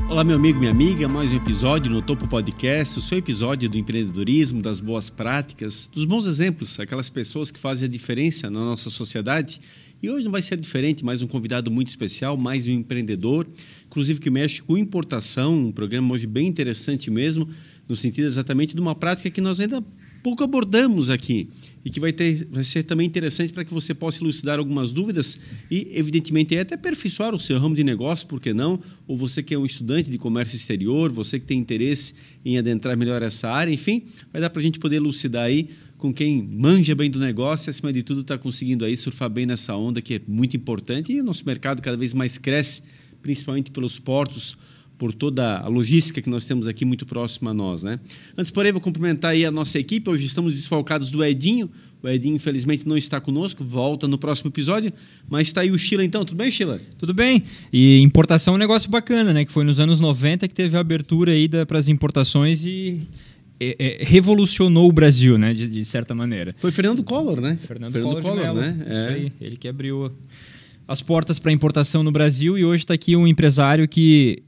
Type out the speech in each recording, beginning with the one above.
Olá, meu amigo, minha amiga, mais um episódio no Topo Podcast, o seu episódio do empreendedorismo, das boas práticas, dos bons exemplos, aquelas pessoas que fazem a diferença na nossa sociedade. E hoje não vai ser diferente, mais um convidado muito especial, mais um empreendedor, inclusive que mexe com importação, um programa hoje bem interessante mesmo, no sentido exatamente de uma prática que nós ainda pouco abordamos aqui e que vai ser também interessante para que você possa elucidar algumas dúvidas e, evidentemente, até aperfeiçoar o seu ramo de negócio, por que não? Ou você que é um estudante de comércio exterior, você que tem interesse em adentrar melhor essa área, enfim, vai dar para a gente poder elucidar aí com quem manja bem do negócio e, acima de tudo, está conseguindo aí surfar bem nessa onda que é muito importante e o nosso mercado cada vez mais cresce, principalmente pelos portos, por toda a logística que nós temos aqui muito próxima a nós, né? Antes, porém, vou cumprimentar aí a nossa equipe. Hoje estamos desfalcados do Edinho. O Edinho, infelizmente, não está conosco. Volta no próximo episódio. Mas está aí o Sheila, então. Tudo bem, Sheila? Tudo bem. E importação é um negócio bacana, né? Que foi nos anos 90 que teve a abertura aí para as importações e revolucionou o Brasil, né? De certa maneira. Foi Fernando Collor, né? Fernando Collor, né? Isso aí. Ele que abriu as portas para a importação no Brasil e hoje está aqui um empresário que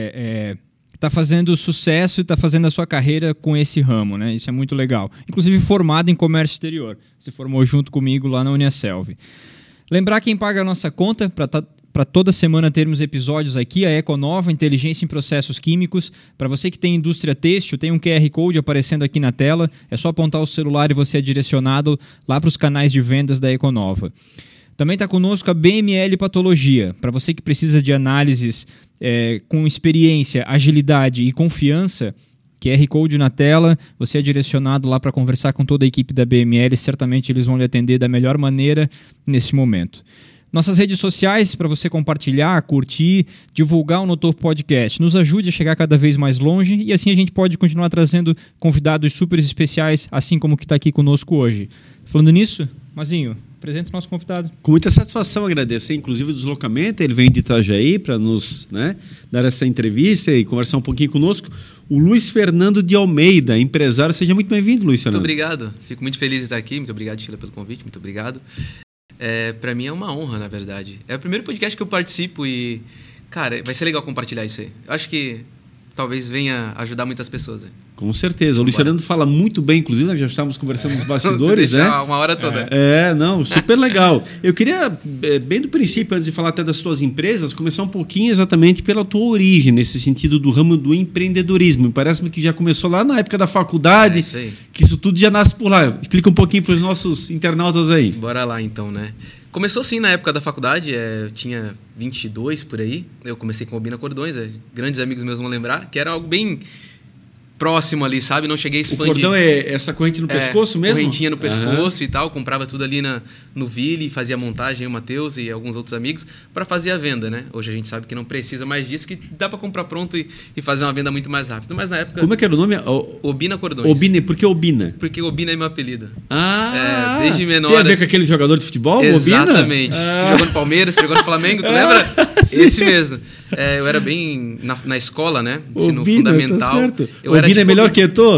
está fazendo sucesso e está fazendo a sua carreira com esse ramo, né? Isso é muito legal. Inclusive formado em comércio exterior. Se formou junto comigo lá na Uniaselv. Lembrar quem paga a nossa conta para toda semana termos episódios aqui, a Econova, Inteligência em Processos Químicos. Para você que tem indústria têxtil, tem um QR Code aparecendo aqui na tela. É só apontar o celular e você é direcionado lá para os canais de vendas da Econova. Também está conosco a BML Patologia. Para você que precisa de análises com experiência, agilidade e confiança, QR Code na tela, você é direcionado lá para conversar com toda a equipe da BML. Certamente eles vão lhe atender da melhor maneira nesse momento. Nossas redes sociais, para você compartilhar, curtir, divulgar o No Topo Podcast. Nos ajude a chegar cada vez mais longe e assim a gente pode continuar trazendo convidados super especiais, assim como que está aqui conosco hoje. Falando nisso, Mazinho, apresenta o nosso convidado. Com muita satisfação, agradecer, inclusive, o deslocamento. Ele vem de Itajaí para nos dar essa entrevista e conversar um pouquinho conosco. O Luiz Fernando de Almeida, empresário. Seja muito bem-vindo, Luiz Fernando. Muito obrigado. Fico muito feliz de estar aqui. Muito obrigado, Sheila, pelo convite. Muito obrigado. Para mim é uma honra, na verdade. É o primeiro podcast que eu participo e, cara, vai ser legal compartilhar isso aí. Eu acho que talvez venha ajudar muitas pessoas. Né? Com certeza. O Luiz Fernando fala muito bem, inclusive, nós já estávamos conversando nos bastidores, né? Uma hora toda. Não, super legal. Eu queria, bem do princípio, antes de falar até das tuas empresas, começar um pouquinho exatamente pela tua origem, nesse sentido do ramo do empreendedorismo. Me parece que já começou lá na época da faculdade, isso aí. Que isso tudo já nasce por lá. Explica um pouquinho para os nossos internautas aí. Bora lá, então, né? Começou sim na época da faculdade, eu tinha 22 por aí, eu comecei com Obina Cordões, grandes amigos meus vão lembrar, que era algo bem próximo ali, sabe? Não cheguei a expandir. O cordão é essa corrente no pescoço mesmo? Correntinha no pescoço e tal, comprava tudo ali no Ville, fazia montagem, o Matheus e alguns outros amigos, para fazer a venda, né? Hoje a gente sabe que não precisa mais disso, que dá para comprar pronto e fazer uma venda muito mais rápida, mas na época... Como é que era o nome? Obina Cordões. Obina, por que Obina? Porque Obina é meu apelido. Desde menor. Tem a ver com aquele jogador de futebol, Exatamente. Que jogou no Palmeiras, que jogou no Flamengo, tu lembra? Esse mesmo. Eu era bem na escola, né? Ensino Obina, fundamental. Tá certo. Obina é melhor que tu?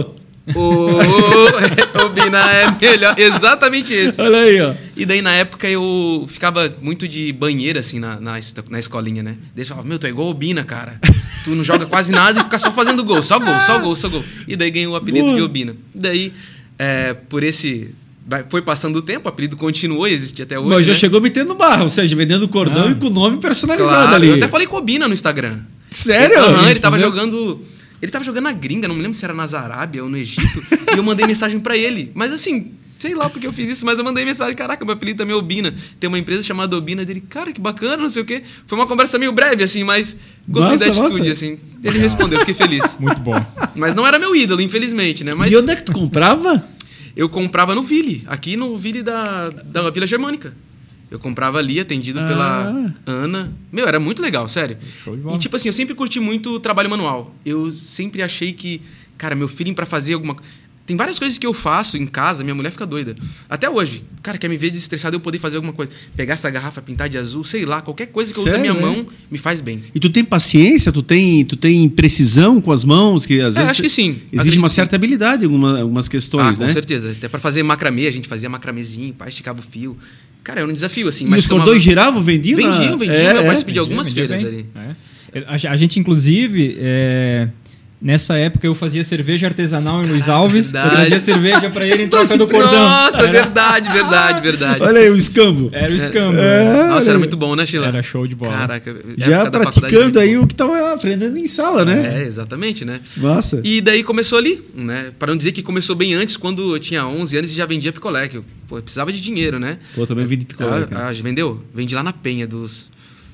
Obina é melhor. Exatamente esse. Olha aí, ó. E daí, na época, eu ficava muito de banheira, assim, na escolinha, né? Daí eu falava, tu é igual Obina, cara. Tu não joga quase nada e fica só fazendo gol. Só gol. E daí ganhei o apelido de Obina. Daí, por esse... Foi passando o tempo, o apelido continuou, existe até hoje. Mas já chegou metendo barra, ou seja, vendendo cordão e com o nome personalizado, claro, ali. Eu até falei com o Obina no Instagram. Sério? Ele tava jogando. Ele tava jogando na gringa, não me lembro se era na Arábia ou no Egito. E eu mandei mensagem pra ele. Mas assim, sei lá porque eu fiz isso, mas eu mandei mensagem. Caraca, meu apelido também é Obina. Tem uma empresa chamada Obina dele. Cara, que bacana, não sei o quê. Foi uma conversa meio breve, assim, mas gostei da atitude, assim. Ele respondeu, fiquei feliz. Muito bom. Mas não era meu ídolo, infelizmente, né? Mas... E onde é que tu comprava? Eu comprava no Ville, aqui no Ville da Vila Germânica. Eu comprava ali, atendido pela Ana. Meu, era muito legal, sério. Show de bola. E tipo assim, eu sempre curti muito trabalho manual. Eu sempre achei que, cara, meu feeling pra fazer alguma... Tem várias coisas que eu faço em casa, minha mulher fica doida. Até hoje. Cara, quer me ver desestressado, eu poder fazer alguma coisa. Pegar essa garrafa, pintar de azul, sei lá. Qualquer coisa que eu use a minha mão me faz bem. E tu tem paciência? Tu tem precisão com as mãos? Que às vezes acho que sim. Exige uma certa habilidade em algumas questões, né? Com certeza. Até pra fazer macramê, a gente fazia macramezinho, esticava o fio. Cara, era um desafio, assim. E os cordões giravam, vendiam? Vendiam. Eu participei de algumas feiras ali. A gente, inclusive, nessa época eu fazia cerveja artesanal em Luiz Alves. Verdade. Eu trazia cerveja pra ele em troca do cordão. Nossa, verdade. Olha aí o escambo. Era o escambo. Nossa, era muito bom, né, Sheila? Era show de bola. Caraca. Já praticando aí o que tava aprendendo em sala, né? Exatamente, né? Massa. E daí começou ali, né? Para não dizer que começou bem antes, quando eu tinha 11 anos e já vendia picolé. Que eu precisava de dinheiro, né? Pô, também vendi picolé. Já vendeu? Vendi lá na Penha dos...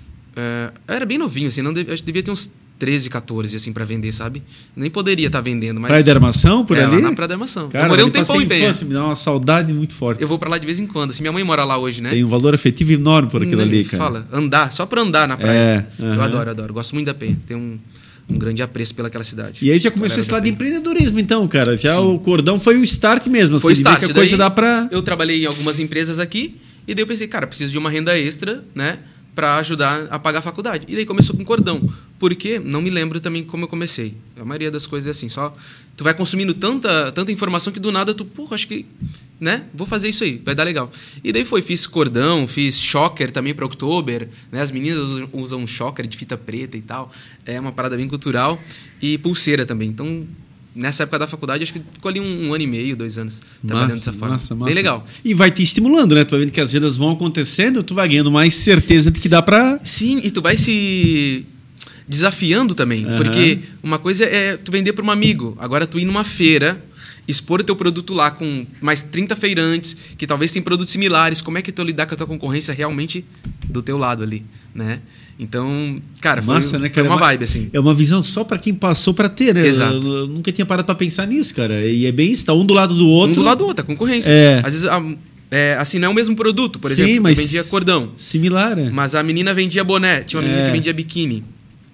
eu era bem novinho, assim, acho que devia ter uns 13, 14, assim, pra vender, sabe? Nem poderia estar vendendo, mas... Praia da Armação, por ali? Lá na Praia da Armação. Cara, eu morei um tempão em Penha. Infância, me dá uma saudade muito forte. Eu vou pra lá de vez em quando. Assim, minha mãe mora lá hoje, né? Tem um valor afetivo enorme por aquilo ali, cara. Fala, andar, só pra andar na praia. Eu adoro. Gosto muito da Penha. Tenho um grande apreço pelaquela cidade. E aí já começou esse lado de empreendedorismo, então, cara. Já o cordão foi o start mesmo. Foi o assim, start. que a coisa dá pra... Eu trabalhei em algumas empresas aqui e daí eu pensei, cara, preciso de uma renda extra, né? Para ajudar a pagar a faculdade. E daí começou com cordão. Porque não me lembro também como eu comecei. A maioria das coisas é assim, só tu vai consumindo tanta informação que do nada tu, acho que, né, vou fazer isso aí, vai dar legal. E daí fiz cordão, fiz choker também para Oktober, né? As meninas usam choker de fita preta e tal. É uma parada bem cultural e pulseira também. Então, nessa época da faculdade, acho que ficou ali um ano e meio, 2 anos trabalhando dessa forma. Massa. Bem legal. E vai te estimulando, né? Tu vai vendo que as vendas vão acontecendo, tu vai ganhando mais certeza de que dá pra... Sim, e tu vai se desafiando também. Porque uma coisa é tu vender para um amigo. Agora tu ir numa feira, expor o teu produto lá com mais 30 feirantes, que talvez tenham produtos similares. Como é que tu lidar com a tua concorrência realmente do teu lado ali, né? Então, cara, foi uma vibe, assim. É uma visão só pra quem passou pra ter, né? Exato. Eu nunca tinha parado pra pensar nisso, cara. E é bem isso, tá um do lado do outro. Um do lado do outro, a concorrência. Às vezes, assim, não é o mesmo produto. Por exemplo, eu vendia cordão. Similar, né? Mas a menina vendia boné. Tinha uma menina que vendia biquíni.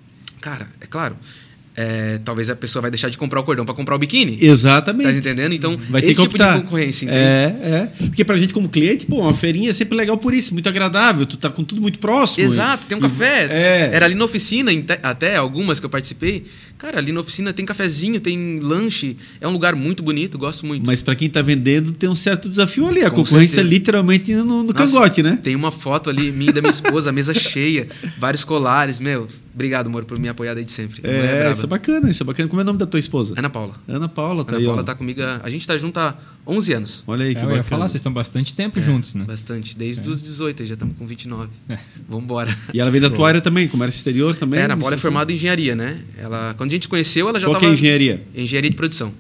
Cara, é claro... talvez a pessoa vai deixar de comprar o cordão para comprar o biquíni. Exatamente. Tá entendendo? Então, vai ter esse que tipo de concorrência. Porque pra gente como cliente, uma feirinha é sempre legal por isso, muito agradável, tu tá com tudo muito próximo. Exato, tem um café. Era ali na oficina, até algumas que eu participei. Cara, ali na oficina tem cafezinho, tem lanche. É um lugar muito bonito, gosto muito. Mas para quem tá vendendo, tem um certo desafio ali. A concorrência literalmente no cangote, né? Tem uma foto ali, minha e da minha esposa, a mesa cheia, vários colares. Obrigado, amor, por me apoiar desde sempre. Isso é bacana. Como é o nome da tua esposa? Ana Paula. Ana Paula tá comigo. A gente tá junto há 11 anos. Olha aí que bacana. Eu ia falar, vocês estão bastante tempo juntos, né? Bastante. Desde os 18, já estamos com 29. Vambora. E ela veio da tua área também, comércio exterior também? Ana Paula é formada em engenharia, né? Quando a gente se conheceu, ela já estava... Qual que é engenharia? Engenharia de produção.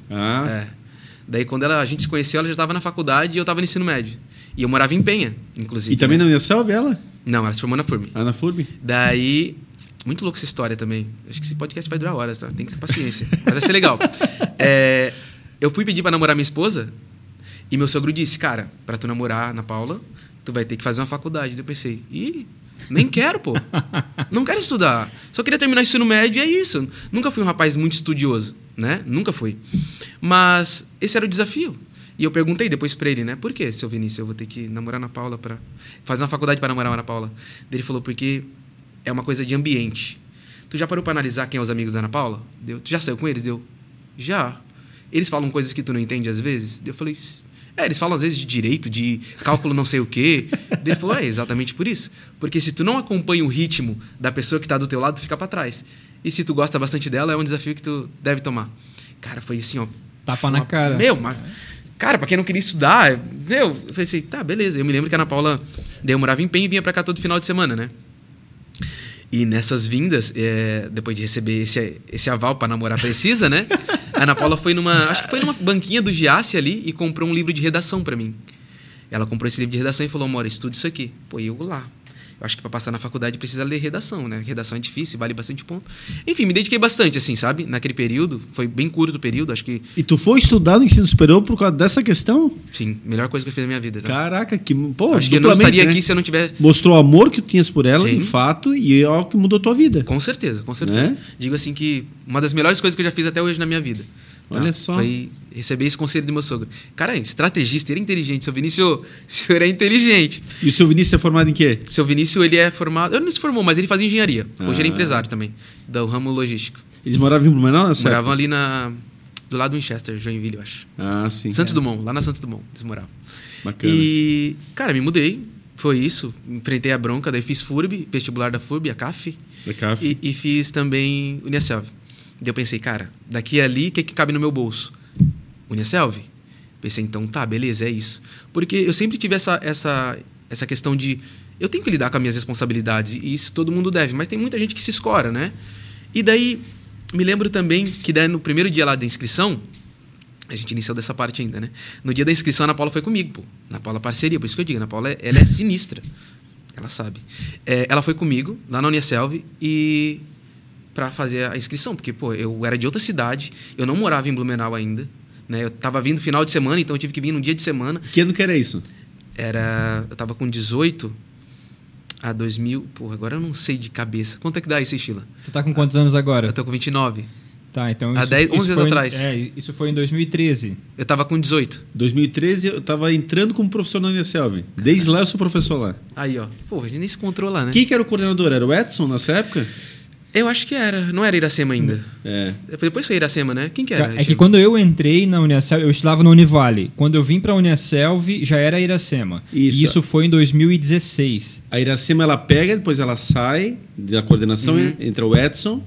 Daí, quando a gente se conheceu, ela já estava na faculdade e eu estava no ensino médio. E eu morava em Penha, inclusive. E também na Unicelv, ela? Não, ela se formou na FURB. Na FURB? Daí... Muito louco essa história também. Acho que esse podcast vai durar horas, tá? Tem que ter paciência. Mas vai ser legal. Eu fui pedir pra namorar minha esposa e meu sogro disse, cara, pra tu namorar Ana Paula, tu vai ter que fazer uma faculdade. Daí eu pensei, nem quero, pô. Não quero estudar. Só queria terminar o ensino médio e é isso. Nunca fui um rapaz muito estudioso, né? Nunca fui. Mas esse era o desafio. E eu perguntei depois pra ele, né? Por que, seu Vinícius, eu vou ter que namorar Ana Paula pra fazer uma faculdade pra namorar Ana Paula? Daí ele falou, porque... é uma coisa de ambiente. Tu já parou para analisar quem é os amigos da Ana Paula? Tu já saiu com eles? Já. Eles falam coisas que tu não entende às vezes? Eu falei, eles falam às vezes de direito, de cálculo não sei o quê. Ele falou, exatamente por isso. Porque se tu não acompanha o ritmo da pessoa que está do teu lado, tu fica para trás. E se tu gosta bastante dela, é um desafio que tu deve tomar. Cara, foi assim, ó. Tapa na cara. Cara, pra quem não queria estudar, eu falei assim, tá, beleza. Eu me lembro que a Ana Paula, daí eu morava em Penha e vinha pra cá todo final de semana, né? E nessas vindas, depois de receber esse aval para namorar precisa, né? A Ana Paula acho que foi numa banquinha do Giasse ali e comprou um livro de redação para mim. Ela comprou esse livro de redação e falou, amor, estuda isso aqui. Pô, eu lá. Eu acho que para passar na faculdade precisa ler redação, né? Redação é difícil, vale bastante ponto. Enfim, me dediquei bastante, assim, sabe? Naquele período, foi bem curto o período, acho que... E tu foi estudar no ensino superior por causa dessa questão? Sim, melhor coisa que eu fiz na minha vida. Tá? Caraca, acho que eu não estaria aqui se eu não tivesse... Mostrou o amor que tu tinhas por ela, de fato, e é algo que mudou a tua vida. Com certeza. Digo assim que uma das melhores coisas que eu já fiz até hoje na minha vida. Olha só. Foi receber esse conselho do meu sogro. Cara, estrategista, ele é inteligente. Seu Vinícius, o senhor é inteligente. E o seu Vinícius é formado em quê? Seu Vinícius, ele é formado... Ele não se formou, mas ele fazia engenharia. Hoje ele é empresário também, do ramo logístico. Eles moravam em Blumenau? Moravam ali do lado do Winchester, Joinville, eu acho. Sim. Santos Dumont, lá na Santos Dumont, eles moravam. Bacana. E, cara, me mudei. Foi isso. Enfrentei a bronca, daí fiz FURB, vestibular da FURB, a CAF. E fiz também Uniaselv. Daí eu pensei, cara, daqui a ali, o que cabe no meu bolso? Uniaselv. Pensei, então tá, beleza, é isso. Porque eu sempre tive essa questão de... Eu tenho que lidar com as minhas responsabilidades, e isso todo mundo deve, mas tem muita gente que se escora, né? E daí, me lembro também que daí no primeiro dia lá da inscrição, a gente iniciou dessa parte ainda, né? No dia da inscrição, a Ana Paula foi comigo, pô. Ana Paula parceria, por isso que eu digo, a Ana Paula, ela é sinistra. Ela sabe. Ela foi comigo, lá na Uniaselv, e... para fazer a inscrição, porque, pô, eu era de outra cidade, eu não morava em Blumenau ainda, né? Eu tava vindo final de semana, então eu tive que vir num dia de semana. Que ano que era isso? Eu tava com 18 a 2000... Porra, agora eu não sei de cabeça. Quanto é que dá isso, Sheila? Tu tá com quantos anos agora? Eu tô com 29. Tá, então há 11 anos atrás. Isso foi em 2013. Eu tava com 18. 2013 eu tava entrando como professor na Uniaselv. Desde lá eu sou professor lá. Aí, ó. Pô, a gente nem se encontrou lá, né? Quem que era o coordenador? Era o Edson nessa época? Eu acho que era. Não era Iracema ainda. É. Depois foi Iracema, né? Quem que era? É que quando eu entrei na Uniaselv, eu estudava na Univale. Quando eu vim para a Uniaselv, já era Iracema. Isso. E isso foi em 2016. A Iracema ela pega, depois ela sai da coordenação, entra o Edson.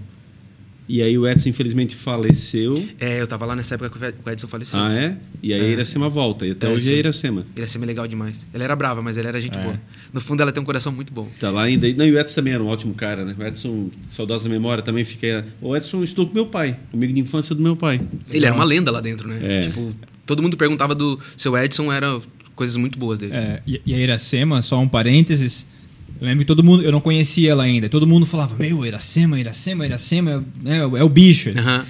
E aí o Edson infelizmente faleceu. Eu tava lá nessa época que o Edson faleceu. Ah, é? E aí a Iracema volta. E até hoje é Iracema. Iracema é legal demais. Ela era brava, mas ela era gente boa. No fundo, ela tem um coração muito bom. Tá lá ainda. Não, e o Edson também era um ótimo cara, né? O Edson, saudosa memória, também fica... O Edson estudou com meu pai. Amigo de infância do meu pai. Ele era uma lenda lá dentro, né? É. Tipo, todo mundo perguntava do seu Edson, era coisas muito boas dele. E a Iracema, só um parênteses... Eu lembro que todo mundo... Eu não conhecia ela ainda. Todo mundo falava, Iracema é o bicho. Uhum.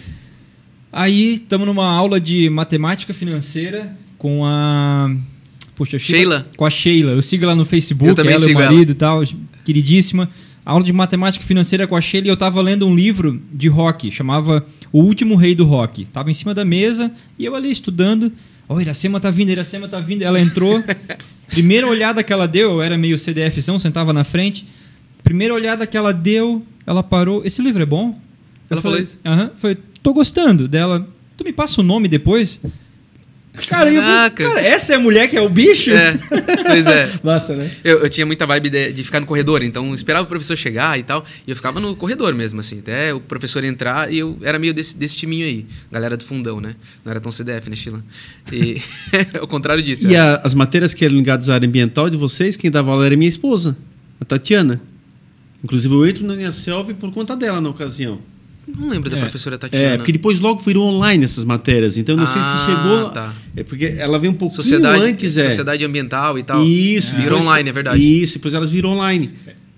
Aí, estamos numa aula de matemática financeira com a... Puxa, Sheila? Com a Sheila. Eu sigo ela no Facebook, eu também ela sigo e o marido e tal, queridíssima. Aula de matemática financeira com a Sheila e eu estava lendo um livro de rock, chamava O Último Rei do Rock. Estava em cima da mesa e eu ali estudando. Iracema tá vindo. Ela entrou... Primeira olhada que ela deu, eu era meio CDFzão, sentava na frente. Primeira olhada que ela deu, ela parou. Esse livro é bom? Ela falou isso? Falei, tô gostando dela. Tu me passa o nome depois? Cara, essa é a mulher que é o bicho? Pois é. Massa, né? Eu tinha muita vibe de ficar no corredor, então eu esperava o professor chegar e tal, e eu ficava no corredor mesmo, assim, até o professor entrar, e eu era meio desse timinho aí, galera do fundão, né? Não era tão CDF, né, Sheila? E ao contrário disso. E as matérias que eram ligadas à área ambiental de vocês, quem dava aula era minha esposa, a Tatiana. Inclusive eu entro na Uniaselv por conta dela na ocasião. Não lembro da professora Tatiana. Porque depois logo virou online essas matérias. Então, não sei se chegou... Tá. É porque ela veio um pouquinho antes. Sociedade ambiental e tal. Isso. Virou online, é verdade. Isso, depois elas viram online.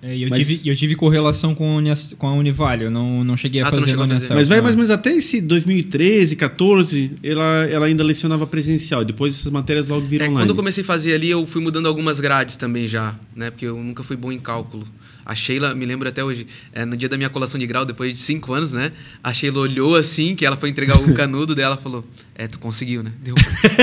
Eu tive correlação com a Univale. Eu não cheguei a fazer na Uniaselv. Mas vai mais ou menos até esse 2013, 14, ela ainda lecionava presencial. Depois essas matérias logo viram online. Quando eu comecei a fazer ali, eu fui mudando algumas grades também já, né? Porque eu nunca fui bom em cálculo. A Sheila, me lembro até hoje, no dia da minha colação de grau, depois de 5 anos, né? A Sheila olhou assim, que ela foi entregar o canudo dela, falou, tu conseguiu, né? Deu.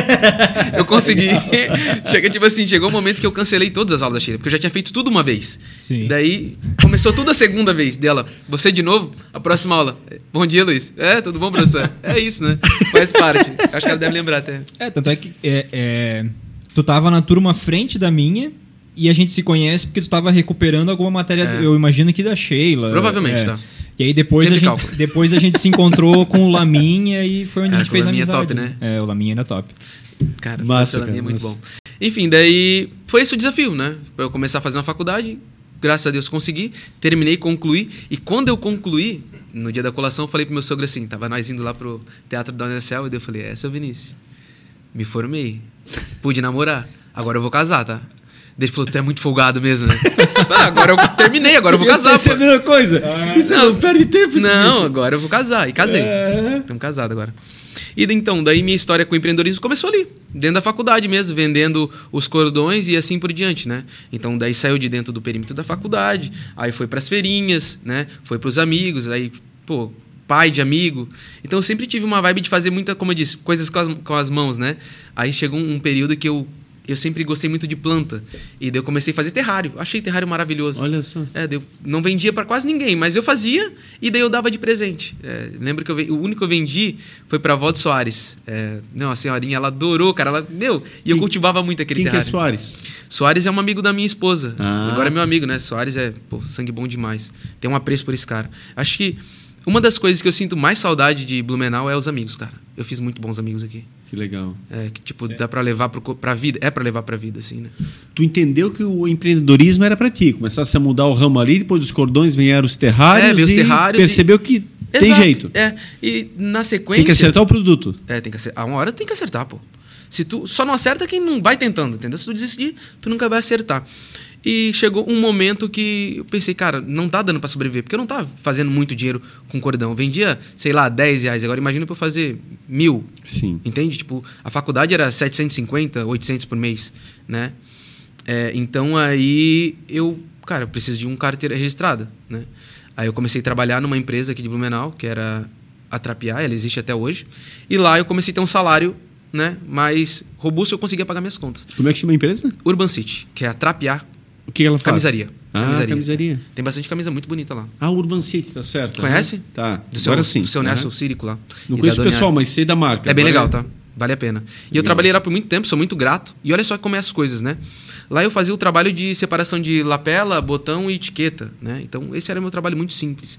Eu consegui. Chegou um momento que eu cancelei todas as aulas da Sheila, porque eu já tinha feito tudo uma vez. Sim. Daí, começou tudo a segunda vez dela. Você de novo? A próxima aula. Bom dia, Luiz. Tudo bom, professor? É isso, né? Faz parte. Acho que ela deve lembrar até. Tanto é que tu tava na turma à frente da minha, e a gente se conhece porque tu estava recuperando alguma matéria, eu imagino que da Sheila. Provavelmente, tá. E aí depois a gente se encontrou com o Laminha e foi onde a gente fez a amizade. O Laminha é top, né? O Laminha era top. Cara, massa, o Laminha é muito bom. Enfim, daí foi esse o desafio, né? Pra eu começar a fazer uma faculdade, graças a Deus consegui, terminei, concluí. E quando eu concluí, no dia da colação, eu falei pro meu sogro assim, tava nós indo lá pro Teatro da Uniaselv, e daí eu falei, seu Vinícius, me formei, pude namorar, agora eu vou casar, tá? Ele falou, tu é muito folgado mesmo, né? Agora eu terminei, agora eu vou casar. Isso é a mesma coisa. Isso não perde tempo. Não, agora eu vou casar. E casei. Estamos casados agora. E então, daí minha história com o empreendedorismo começou ali, dentro da faculdade mesmo, vendendo os cordões e assim por diante, né? Então, daí saiu de dentro do perímetro da faculdade, aí foi para as feirinhas, né? Foi para os amigos, aí, pai de amigo. Então, eu sempre tive uma vibe de fazer muita, como eu disse, coisas com as mãos, né? Aí chegou um período que eu eu sempre gostei muito de planta. E daí eu comecei a fazer terrário. Achei terrário maravilhoso. Olha só. Eu não vendia para quase ninguém, mas eu fazia e daí eu dava de presente. Lembro que o único que eu vendi foi para a avó de Soares. A senhorinha, ela adorou, cara. E eu cultivava muito aquele terrário. Quem que é Soares? Soares é um amigo da minha esposa. Ah. Agora é meu amigo, né? Soares é sangue bom demais. Tem um apreço por esse cara. Acho que uma das coisas que eu sinto mais saudade de Blumenau é os amigos, cara. Eu fiz muito bons amigos aqui. Que legal. Que tipo, dá pra levar pra vida. É pra levar pra vida, assim, né? Tu entendeu que o empreendedorismo era pra ti. Começasse a mudar o ramo ali, depois dos cordões vieram os terrários os terrários percebeu que tem jeito. E na sequência... Tem que acertar o produto. Tem que acertar. Uma hora tem que acertar, pô. Se tu só não acerta quem não vai tentando, entendeu? Se tu desistir, tu nunca vai acertar. E chegou um momento que eu pensei, cara, não tá dando pra sobreviver. Porque eu não tava fazendo muito dinheiro com cordão. Eu vendia, sei lá, R$10. Agora imagina pra eu fazer 1.000. Sim. Entende? Tipo, a faculdade era 750, 800 por mês, né? Então aí eu preciso de uma carteira registrada, né? Aí eu comecei a trabalhar numa empresa aqui de Blumenau, que era a Trapiar, ela existe até hoje. E lá eu comecei a ter um salário, né, mais robusto, eu conseguia pagar minhas contas. Como é que chama a empresa? Urban City, que é a Trapiar. O que ela faz? Camisaria. Camisaria. Tem bastante camisa muito bonita lá. Urban City, tá certo. Conhece? Tá. Agora sim. Do seu Nelson Círico lá. Não conheço o pessoal, mas sei da marca. É bem legal, tá? Vale a pena. E eu trabalhei lá por muito tempo, sou muito grato. E olha só como é as coisas, né? Lá eu fazia o trabalho de separação de lapela, botão e etiqueta, né? Então esse era meu trabalho muito simples.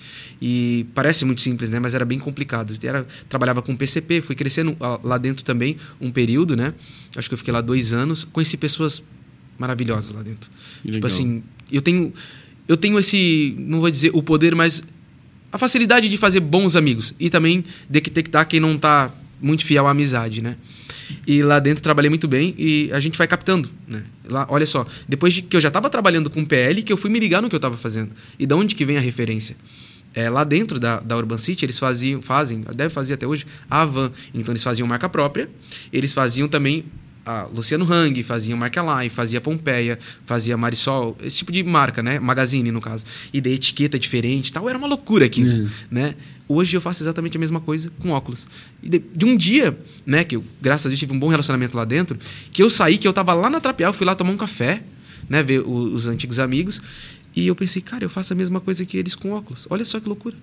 E parece muito simples, né? Mas era bem complicado. Trabalhava com PCP, fui crescendo lá dentro também um período, né? Acho que eu fiquei lá 2 anos. Conheci pessoas maravilhosas lá dentro. Tipo assim, eu tenho esse, não vou dizer o poder, mas a facilidade de fazer bons amigos. E também detectar quem não tá muito fiel à amizade, né? E lá dentro trabalhei muito bem e a gente vai captando, né? Lá, olha só, depois de que eu já estava trabalhando com PL, que eu fui me ligar no que eu estava fazendo. E de onde que vem a referência? Lá dentro da Urban City, eles deve fazer até hoje, a Havan. Então eles faziam marca própria, eles faziam também a Luciano Hang, fazia Marca Live, fazia Pompeia, fazia Marisol, esse tipo de marca, né? Magazine, no caso. E daí etiqueta diferente e tal, era uma loucura aquilo, né? Hoje eu faço exatamente a mesma coisa com óculos. E de um dia, né, que eu, graças a Deus, tive um bom relacionamento lá dentro, que eu saí, que eu tava lá na Trapial, fui lá tomar um café, né, ver os antigos amigos, e eu pensei, cara, eu faço a mesma coisa que eles com óculos. Olha só que loucura.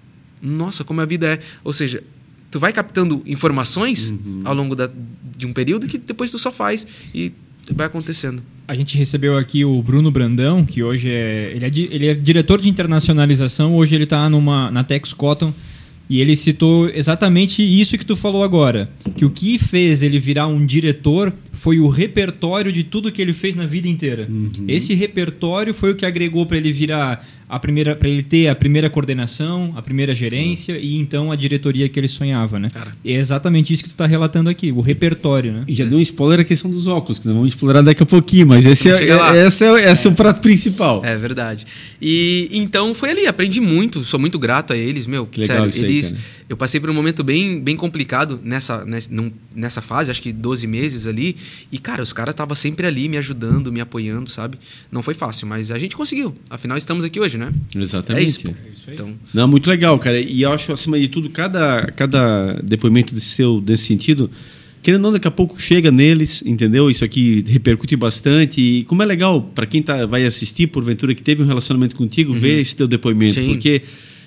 Nossa, como a vida é. Ou seja, tu vai captando informações ao longo de um período que depois tu só faz e vai acontecendo. A gente recebeu aqui o Bruno Brandão, que hoje ele é diretor de internacionalização, hoje ele está na Tex Cotton, e ele citou exatamente isso que tu falou agora, que o que fez ele virar um diretor foi o repertório de tudo que ele fez na vida inteira. Esse repertório foi o que agregou para ele virar para ele ter a primeira coordenação, a primeira gerência e então a diretoria que ele sonhava, né? Cara. É exatamente isso que tu está relatando aqui, o repertório, né? E já deu um spoiler a questão dos óculos, que nós vamos explorar daqui a pouquinho, mas esse é o prato principal. É verdade. E então foi ali, aprendi muito, sou muito grato a eles, meu. Que legal, sério, eles. Eu passei por um momento bem, bem complicado nessa fase, acho que 12 meses ali. E, cara, os caras estavam sempre ali me ajudando, me apoiando, sabe? Não foi fácil, mas a gente conseguiu. Afinal, estamos aqui hoje, né? Exatamente. É isso aí. Então... Não, muito legal, cara. E eu acho, acima de tudo, cada depoimento desse sentido, querendo ou não, daqui a pouco chega neles, entendeu? Isso aqui repercute bastante. E como é legal para quem vai assistir, porventura, que teve um relacionamento contigo, ver esse teu depoimento. Sim. Porque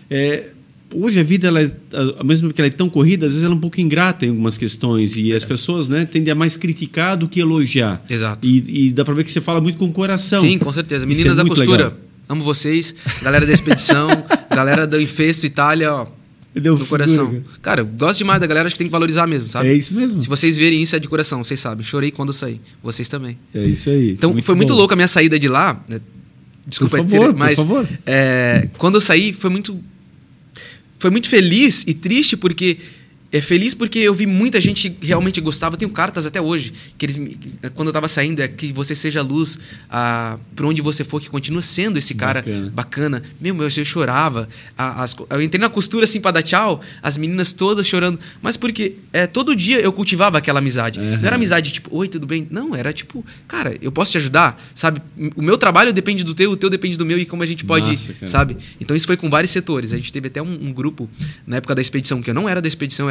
hoje a vida, ao mesmo tempo que ela é tão corrida, às vezes ela é um pouco ingrata em algumas questões. E as pessoas, né, tendem a mais criticar do que elogiar. Exato. E dá para ver que você fala muito com o coração. Sim, com certeza. Meninas da costura, legal. Amo vocês. Galera da expedição, galera do Infesto Itália, ó. Do coração. Cara, eu gosto demais da galera, acho que tem que valorizar mesmo, sabe? É isso mesmo. Se vocês verem isso, é de coração, vocês sabem. Chorei quando eu saí. Vocês também. É isso aí. Então, foi muito louco a minha saída de lá. Desculpa, por favor. Quando eu saí, foi muito feliz e triste, porque... feliz porque eu vi muita gente que realmente gostava. Eu tenho cartas até hoje, que quando eu estava saindo, que você seja luz por onde você for, que continua sendo esse cara bacana. Eu chorava. Eu entrei na costura assim para dar tchau, as meninas todas chorando. Mas porque todo dia eu cultivava aquela amizade. Não era amizade tipo, oi, tudo bem? Não, era tipo, cara, eu posso te ajudar, sabe? O meu trabalho depende do teu, o teu depende do meu, e como a gente pode, sabe? Então isso foi com vários setores. A gente teve até um grupo, na época da expedição, que eu não era da expedição, era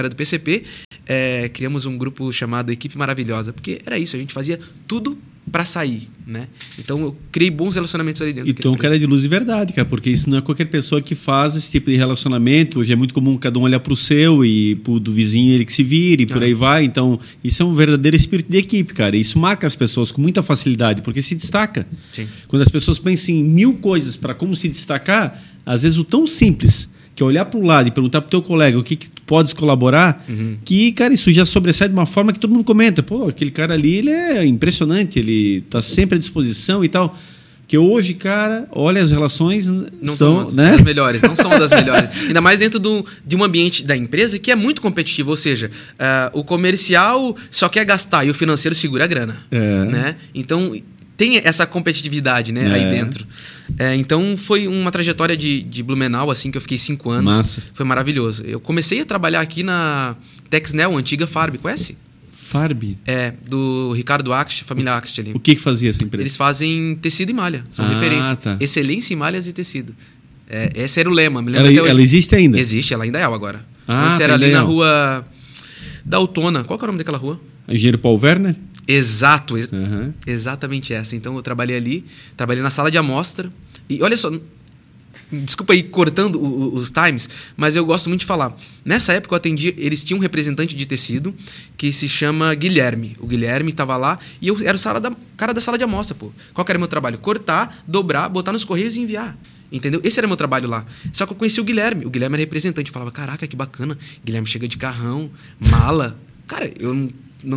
do PCP, criamos um grupo chamado Equipe Maravilhosa, porque era isso, a gente fazia tudo para sair, né? Então eu criei bons relacionamentos ali dentro. Então o cara é de luz e verdade, cara, porque isso não é qualquer pessoa que faz esse tipo de relacionamento. Hoje é muito comum cada um olhar pro seu e pro do vizinho ele que se vire e por aí vai. Então isso é um verdadeiro espírito de equipe, cara. Isso marca as pessoas com muita facilidade, porque se destaca. Sim. Quando as pessoas pensam em 1000 coisas para como se destacar, às vezes o tão simples que é olhar para o lado e perguntar para o teu colega o que tu podes colaborar, que, cara, isso já sobressai de uma forma que todo mundo comenta. Pô, aquele cara ali, ele é impressionante, ele tá sempre à disposição e tal. Que hoje, cara, olha, as relações não são, né? Das melhores, não são das melhores. Ainda mais dentro de um ambiente da empresa que é muito competitivo, ou seja, o comercial só quer gastar e o financeiro segura a grana. Né? Então, tem essa competitividade, né, aí dentro. Então, foi uma trajetória de Blumenau, assim, que eu fiquei 5 anos. Massa. Foi maravilhoso. Eu comecei a trabalhar aqui na Texnel, antiga Farb, conhece? Farb? Do Ricardo Axt, família Axt ali. O que fazia essa empresa? Eles fazem tecido e malha, são referência. Tá. Excelência em malhas e tecido. Esse era o lema, me lembro até hoje. Ela existe ainda? Existe, ela ainda é agora. Antes era ali na rua da Autona. Qual que é o nome daquela rua? Engenheiro Paul Werner? Exato, exatamente essa. Então eu trabalhei ali, trabalhei na sala de amostra. E olha só, desculpa aí cortando os times, mas eu gosto muito de falar. Nessa época eu atendi, eles tinham um representante de tecido que se chama Guilherme. O Guilherme estava lá e eu era o cara da sala de amostra, pô. Qual que era o meu trabalho? Cortar, dobrar, botar nos correios e enviar. Entendeu? Esse era o meu trabalho lá. Só que eu conheci o Guilherme. O Guilherme era representante. Eu falava, caraca, que bacana. Guilherme chega de carrão, mala. Cara, eu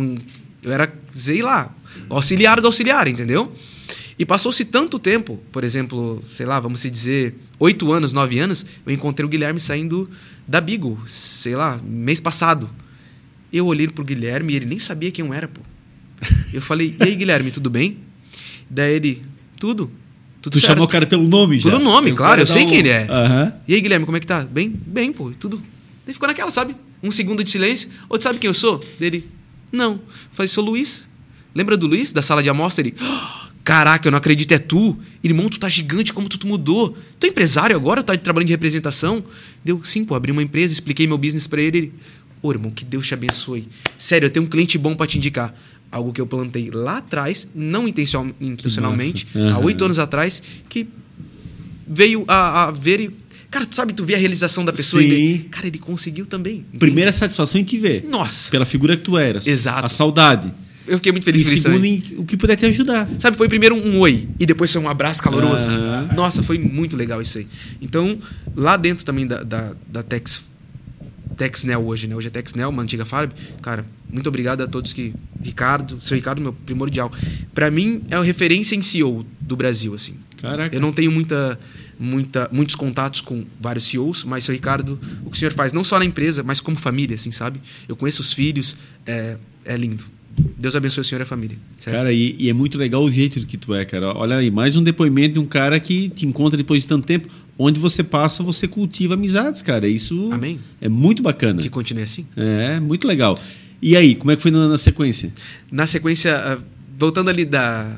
era, sei lá, auxiliar do auxiliar, entendeu? E passou-se tanto tempo, por exemplo, sei lá, vamos dizer, 8 anos, 9 anos, eu encontrei o Guilherme saindo da Beagle, sei lá, mês passado. Eu olhei pro Guilherme e ele nem sabia quem eu era, pô. Eu falei, e aí, Guilherme, tudo bem? Daí ele, tudo Tu certo. chamou o cara pelo nome já? Pelo nome, claro, eu sei quem ele é. Uhum. E aí, Guilherme, como é que tá? Bem, pô, tudo. Daí ficou naquela, sabe? Um segundo de silêncio. Ou tu sabe quem eu sou? Dele, não. Eu falei, sou Luiz. Lembra do Luiz, da sala de amostra? Ele, caraca, eu não acredito, é tu. Irmão, tu tá gigante, como tu mudou. Tu é empresário agora, tá trabalhando de representação? Deu, sim, pô, abri uma empresa, expliquei meu business pra ele. Ele, irmão, que Deus te abençoe. Sério, eu tenho um cliente bom pra te indicar. Algo que eu plantei lá atrás, não intencionalmente, há 8 anos atrás, que veio a ver e... Cara, tu sabe, tu vê a realização da pessoa. Sim. E vê, cara, ele conseguiu também. Entende? Primeira satisfação em te ver. Nossa. Pela figura que tu eras. Exato. A saudade. Eu fiquei muito feliz E por isso segundo, também. o que puder te ajudar. Sabe, foi primeiro um oi e depois foi um abraço caloroso. Nossa, foi muito legal isso aí. Então, lá dentro também da Texnel hoje, né? Hoje é Texnel, uma antiga Farb. Cara, muito obrigado a todos que... Seu Ricardo, meu primordial. Pra mim, é uma referência em CEO do Brasil, assim. Caraca. Eu não tenho muitos contatos com vários CEOs, mas seu Ricardo, o que o senhor faz, não só na empresa, mas como família, assim, sabe? Eu conheço os filhos, é lindo. Deus abençoe o senhor e a família. Sério. Cara, e é muito legal o jeito que tu é, cara. Olha aí, mais um depoimento de um cara que te encontra depois de tanto tempo. Onde você passa, você cultiva amizades, cara. Isso Amém. É muito bacana. Que continue assim. É, muito legal. E aí, como é que foi na sequência? Na sequência, voltando ali da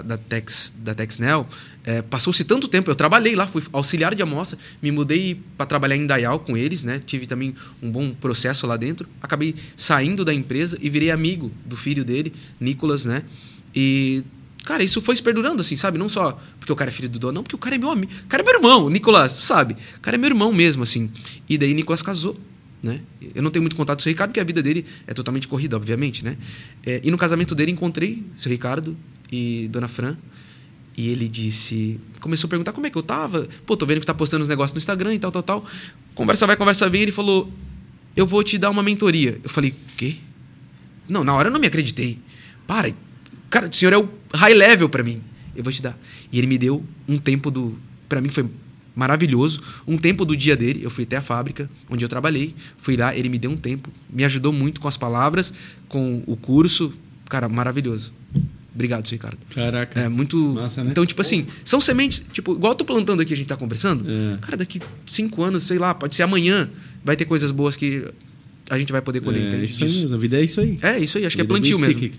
Texnel, passou-se tanto tempo, eu trabalhei lá, fui auxiliar de amostra, me mudei para trabalhar em Dayal com eles, né? Tive também um bom processo lá dentro, acabei saindo da empresa e virei amigo do filho dele, Nicolas, né? E, cara, isso foi se perdurando, assim, sabe? Não só porque o cara é filho do dono, não, porque o cara é meu amigo, o cara é meu irmão, Nicolas, tu sabe? O cara é meu irmão mesmo, assim. E daí Nicolas casou. Né? Eu não tenho muito contato com o seu Ricardo, porque a vida dele é totalmente corrida, obviamente, né? E no casamento dele encontrei seu Ricardo e Dona Fran. E ele começou a perguntar como é que eu tava. Pô, tô vendo que tá postando os negócios no Instagram e tal. Conversa vai, conversa vem. Ele falou, eu vou te dar uma mentoria. Eu falei, o quê? Não, na hora eu não me acreditei. Para, cara, o senhor é o high level pra mim. Eu vou te dar. E ele me deu um tempo pra mim foi maravilhoso, um tempo do dia dele. Eu fui até a fábrica onde eu trabalhei, fui lá, ele me deu um tempo, me ajudou muito com as palavras, com o curso. Cara, maravilhoso. Obrigado, seu Ricardo. Caraca. É muito... Massa, né? Então, tipo assim, são sementes, tipo, igual eu tô plantando aqui, a gente tá conversando. Cara, daqui 5 anos, sei lá, pode ser amanhã, vai ter coisas boas que a gente vai poder colher. É isso aí mesmo, a vida é isso aí. É isso aí, acho que é A vida plantio bem mesmo. cíclica.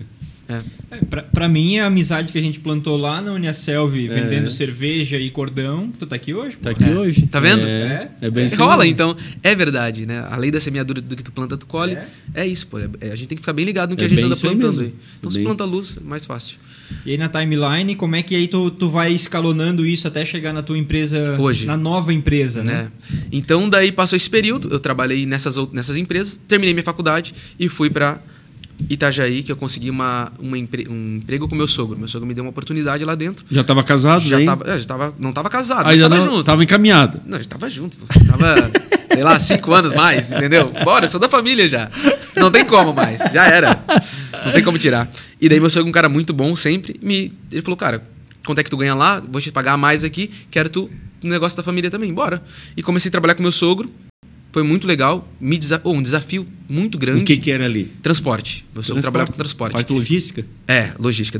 Pra mim, a amizade que a gente plantou lá na Uniaselv, vendendo cerveja e cordão, tu tá aqui hoje? Tá aqui hoje. Tá vendo? É bem isso. Rola, então, é verdade, né? A lei da semeadura, do que tu planta, tu colhe. É isso, pô. A gente tem que ficar bem ligado no que a gente anda plantando aí. Então, se planta luz, é mais fácil. E aí na timeline, como é que aí tu vai escalonando isso até chegar na tua empresa, hoje, na nova empresa, né? Então, daí passou esse período, eu trabalhei nessas empresas, terminei minha faculdade e fui para Itajaí, que eu consegui um emprego com meu sogro. Meu sogro me deu uma oportunidade lá dentro. Já estava casado? Não estava casado, mas estava junto. Estava encaminhado. Não, já estava junto. Tava, sei lá, 5 anos mais, entendeu? Bora, sou da família já. Não tem como mais, já era. Não tem como tirar. E daí meu sogro, um cara muito bom sempre, ele falou, cara, quanto é que tu ganha lá? Vou te pagar mais aqui, quero tu no negócio da família também, bora. E comecei a trabalhar com meu sogro. Foi muito legal, um desafio muito grande. O que era ali? Transporte. Meu sogro trabalhava com transporte. Parte logística? Logística.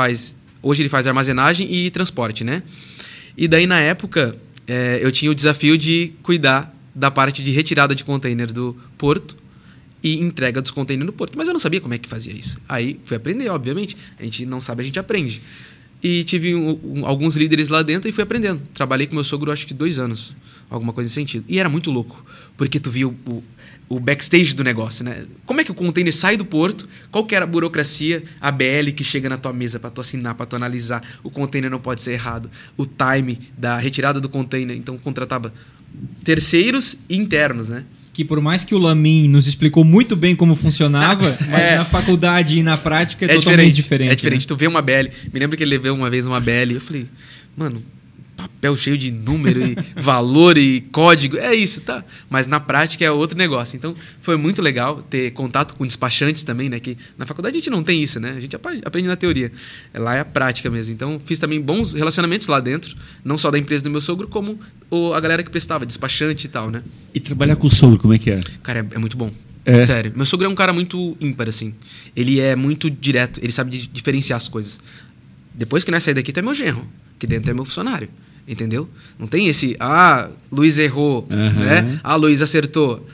Hoje ele faz armazenagem e transporte, né? E daí, na época, eu tinha o desafio de cuidar da parte de retirada de container do porto e entrega dos containers no porto. Mas eu não sabia como é que fazia isso. Aí fui aprender, obviamente. A gente não sabe, a gente aprende. E tive alguns líderes lá dentro e fui aprendendo. Trabalhei com meu sogro, acho que 2 anos. Alguma coisa nesse sentido. E era muito louco, porque tu via o backstage do negócio, né? Como é que o container sai do porto? Qual que era a burocracia? A BL que chega na tua mesa para tu assinar, para tu analisar. O container não pode ser errado. O time da retirada do container. Então, contratava terceiros e internos, né? Que por mais que o Lamin nos explicou muito bem como funcionava, mas na faculdade e na prática é totalmente diferente. É diferente. Né? Tu vê uma BL. Me lembro que ele levou uma vez uma BL e eu falei, mano, papel cheio de número e valor e código, é isso, tá? Mas na prática é outro negócio. Então, foi muito legal ter contato com despachantes também, né? Que na faculdade a gente não tem isso, né? A gente aprende na teoria. Lá é a prática mesmo. Então, fiz também bons relacionamentos lá dentro, não só da empresa do meu sogro, como a galera que prestava, despachante e tal, né? E trabalhar com o sogro, como é que é? Cara, é muito bom. Sério. Meu sogro é um cara muito ímpar, assim. Ele é muito direto, ele sabe diferenciar as coisas. Depois que nós saímos daqui, tu é meu genro, que dentro é meu funcionário. Entendeu? Não tem esse, Luiz errou, né? Luiz acertou,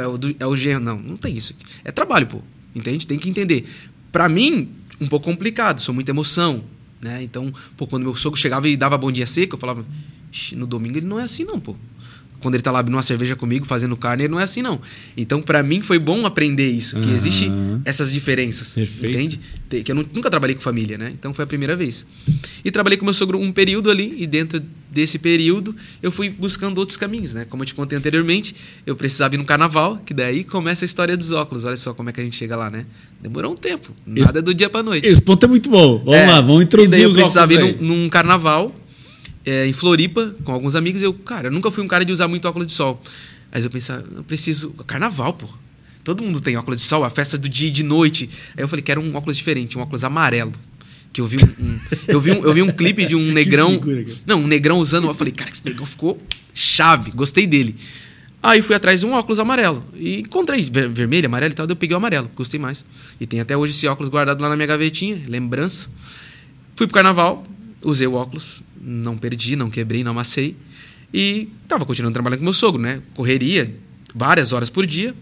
é o genro. Não tem isso. É trabalho, pô. Entende? Tem que entender. Pra mim, um pouco complicado, sou muita emoção, né? Então, quando meu sogro chegava e dava bom dia seco, eu falava, no domingo ele não é assim não, pô. Quando ele tá lá abrindo uma cerveja comigo, fazendo carne, ele não é assim, não. Então, pra mim, foi bom aprender isso. Que existe essas diferenças. Perfeito. Entende? Que eu nunca trabalhei com família, né? Então, foi a primeira vez. E trabalhei com meu sogro um período ali. E dentro desse período, eu fui buscando outros caminhos, né? Como eu te contei anteriormente, eu precisava ir no carnaval. Que daí começa a história dos óculos. Olha só como é que a gente chega lá, né? Demorou um tempo. Nada é do dia pra noite. Esse ponto é muito bom. Vamos lá, vamos introduzir os óculos. Eu precisava ir num carnaval... em Floripa, com alguns amigos, eu nunca fui um cara de usar muito óculos de sol. Aí eu pensava, eu preciso... Carnaval, pô. Todo mundo tem óculos de sol, a festa do dia e de noite. Aí eu falei, quero um óculos diferente, um óculos amarelo. Que eu vi eu vi um clipe de um negrão... um negrão usando. Eu falei, cara, esse negrão ficou chave, gostei dele. Aí fui atrás de um óculos amarelo. E encontrei vermelho, amarelo e tal, daí eu peguei o amarelo, gostei mais. E tem até hoje esse óculos guardado lá na minha gavetinha, lembrança. Fui pro carnaval, usei o óculos, não perdi, não quebrei, não amassei. E tava continuando trabalhando com meu sogro, né? Correria, várias horas por dia.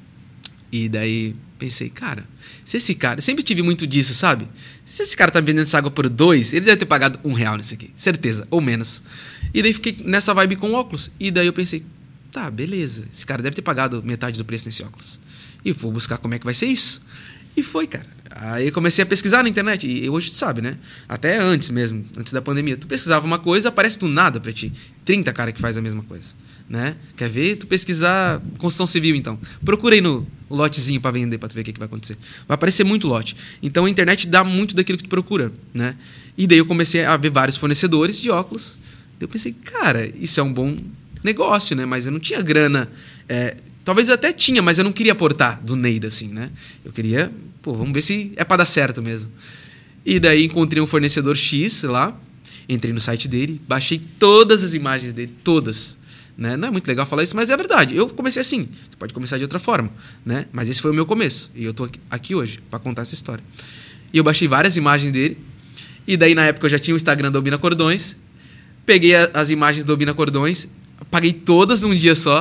E daí pensei, cara, se esse cara... Sempre tive muito disso, sabe? Se esse cara tá vendendo essa água por 2, ele deve ter pagado R$1 nisso aqui. Certeza, ou menos. E daí fiquei nessa vibe com óculos. E daí eu pensei, tá, beleza. Esse cara deve ter pagado metade do preço nesse óculos. E vou buscar como é que vai ser isso. E foi, cara. Aí eu comecei a pesquisar na internet. E hoje tu sabe, né? Até antes mesmo, antes da pandemia. Tu pesquisava uma coisa, aparece do nada pra ti. 30 cara que faz a mesma coisa, né? Quer ver? Tu pesquisar construção civil, então. Procura aí no lotezinho pra vender, pra tu ver o que vai acontecer. Vai aparecer muito lote. Então a internet dá muito daquilo que tu procura, né? E daí eu comecei a ver vários fornecedores de óculos. Eu pensei, cara, isso é um bom negócio, né? Mas eu não tinha grana... Talvez eu até tinha, mas eu não queria aportar do Neida, assim, né? Eu queria, vamos ver se é pra dar certo mesmo. E daí encontrei um fornecedor X lá, entrei no site dele, baixei todas as imagens dele, todas. Né? Não é muito legal falar isso, mas é verdade. Eu comecei assim, você pode começar de outra forma, né? Mas esse foi o meu começo, e eu tô aqui hoje pra contar essa história. E eu baixei várias imagens dele, e daí na época eu já tinha o Instagram da Obina Cordões, peguei as imagens da Obina Cordões, apaguei todas num dia só,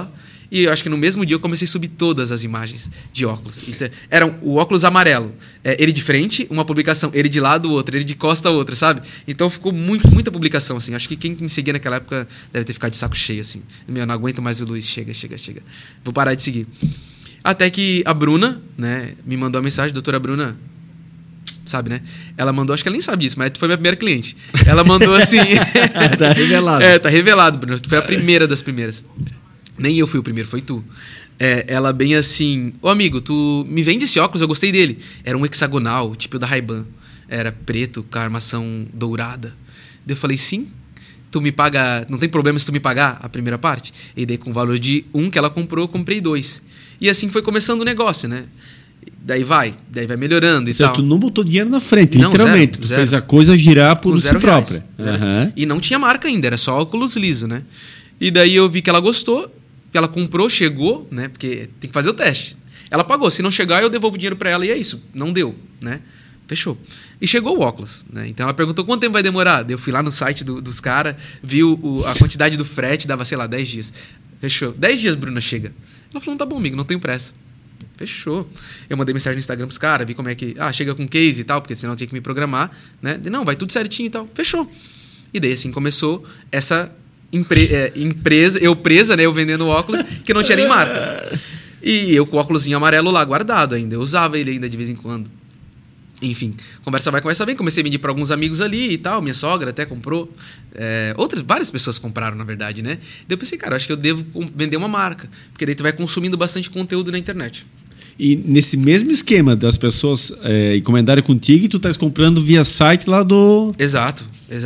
E eu acho que no mesmo dia eu comecei a subir todas as imagens de óculos. Então, era o óculos amarelo. Ele de frente, uma publicação. Ele de lado, outra. Ele de costa, outra, sabe? Então ficou muita publicação, assim. Acho que quem me seguia naquela época deve ter ficado de saco cheio, assim. Meu, não aguento mais o Luiz. Chega. Vou parar de seguir. Até que a Bruna, né, me mandou a mensagem. Doutora Bruna, sabe, né? Ela mandou, acho que ela nem sabe disso, mas tu foi minha primeira cliente. Ela mandou assim... Tá revelado. Tá revelado, Bruna. Tu foi a primeira das primeiras. Nem eu fui o primeiro, foi tu. Ela bem assim... Ô, amigo, tu me vende esse óculos? Eu gostei dele. Era um hexagonal, tipo da Ray-Ban. Era preto, com a armação dourada. Daí eu falei, sim. Tu me paga... Não tem problema se tu me pagar a primeira parte? E daí com o valor de 1 que ela comprou, eu comprei 2. E assim foi começando o negócio, né? Daí vai melhorando e tal. Tu não botou dinheiro na frente, não, literalmente. Zero. Tu fez a coisa girar por si R$0. própria. Uhum. E não tinha marca ainda, era só óculos liso, né? E daí eu vi que ela gostou, que ela comprou, chegou, né? Porque tem que fazer o teste. Ela pagou, se não chegar eu devolvo o dinheiro para ela e é isso. Não deu, né? Fechou. E chegou o óculos, né? Então ela perguntou quanto tempo vai demorar. Daí eu fui lá no site dos caras, vi a quantidade do frete, dava, sei lá, 10 dias. Fechou. 10 dias, Bruna, chega. Ela falou, tá bom, amigo, não tenho pressa. Fechou. Eu mandei mensagem no Instagram pros caras, vi como é que... chega com case e tal, porque senão eu tinha que me programar, né? Não, vai tudo certinho e tal. Fechou. E daí assim começou essa empresa, eu presa, né? Eu vendendo óculos, que não tinha nem marca. E eu com o óculosinho amarelo lá guardado ainda. Eu usava ele ainda de vez em quando. Enfim, conversa vai, conversa vem. Comecei a vender para alguns amigos ali e tal. Minha sogra até comprou. Várias pessoas compraram, na verdade, né? Daí eu pensei, cara, eu acho que eu devo vender uma marca. Porque daí tu vai consumindo bastante conteúdo na internet. E nesse mesmo esquema das pessoas encomendarem contigo e tu estás comprando via site lá do... Exato.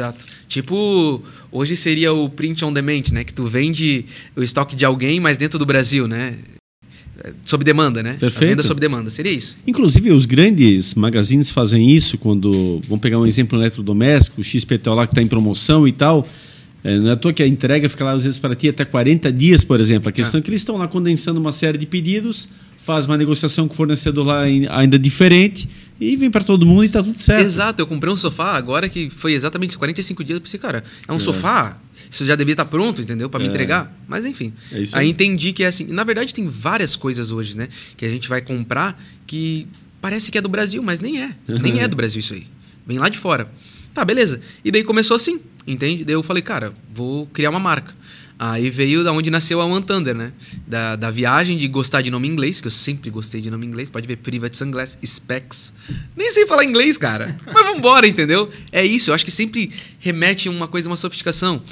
Tipo, hoje seria o print on demand, né? Que tu vende o estoque de alguém, mas dentro do Brasil, né? Sob demanda, né? Perfeito. A venda sob demanda, seria isso. Inclusive, os grandes magazines fazem isso quando... Vamos pegar um exemplo eletrodoméstico, o XPTO lá que está em promoção e tal. Não é à toa que a entrega fica lá, às vezes, para ti até 40 dias, por exemplo. A questão é que eles estão lá condensando uma série de pedidos, faz uma negociação com o fornecedor lá ainda diferente e vem para todo mundo e está tudo certo. Exato. Eu comprei um sofá agora que foi exatamente 45 dias. Eu pensei, cara, é um sofá? Isso já devia estar pronto, entendeu? Para me entregar. Mas, enfim. Aí entendi que é assim. Na verdade, tem várias coisas hoje, né? Que a gente vai comprar que parece que é do Brasil, mas nem é. Nem é do Brasil isso aí. Vem lá de fora. Tá, beleza. E daí começou assim, entende? Daí eu falei, cara, vou criar uma marca. Aí veio da onde nasceu a One Thunder, né? Da viagem de gostar de nome em inglês, que eu sempre gostei de nome em inglês. Pode ver Private Sunglass, Specs. Nem sei falar inglês, cara. Mas vambora, entendeu? É isso, eu acho que sempre remete a uma coisa, uma sofisticação.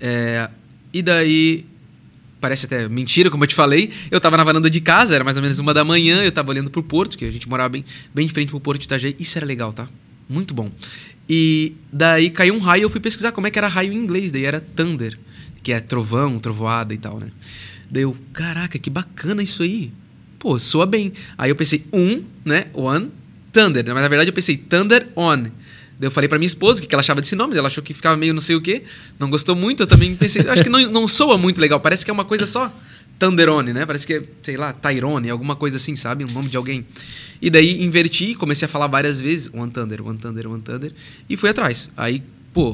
E daí... Parece até mentira, como eu te falei. Eu tava na varanda de casa, era mais ou menos 1 da manhã. Eu tava olhando pro porto, que a gente morava bem de frente pro porto de Itajaí. Isso era legal, tá? Muito bom. E daí caiu um raio, eu fui pesquisar como é que era raio em inglês. Daí era thunder, que é trovão, trovoada e tal, né? Daí eu, caraca, que bacana isso aí. Pô, soa bem. Aí eu pensei, né? One, thunder. Mas na verdade eu pensei, thunder on. Daí eu falei pra minha esposa que ela achava desse nome. Ela achou que ficava meio não sei o quê. Não gostou muito. Eu também pensei, acho que não soa muito legal. Parece que é uma coisa só. Thunderone, né? Parece que é, sei lá, Tyrone, alguma coisa assim, sabe? Um nome de alguém. E daí inverti, comecei a falar várias vezes One Thunder, One Thunder, One Thunder. E fui atrás. Aí,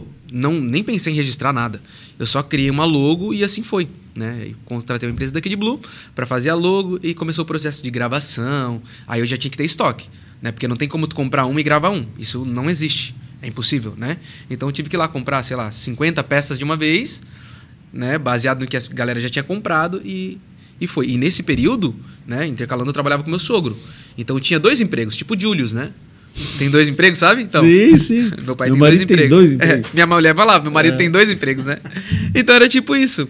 nem pensei em registrar nada. Eu só criei uma logo e assim foi, né? E contratei uma empresa daqui de Blue para fazer a logo e começou o processo de gravação. Aí eu já tinha que ter estoque, né? Porque não tem como tu comprar um e gravar um. Isso não existe. É impossível, né? Então eu tive que ir lá comprar, sei lá, 50 peças de uma vez, né? Baseado no que a galera já tinha comprado e foi. E nesse período, né? Intercalando, eu trabalhava com meu sogro. Então eu tinha 2 empregos, tipo Julius, né? Tem 2 empregos, sabe? Então, sim. Meu pai tem 2 empregos. Tem 2 empregos. Minha mulher vai lá, meu marido tem 2 empregos, né? Então era tipo isso.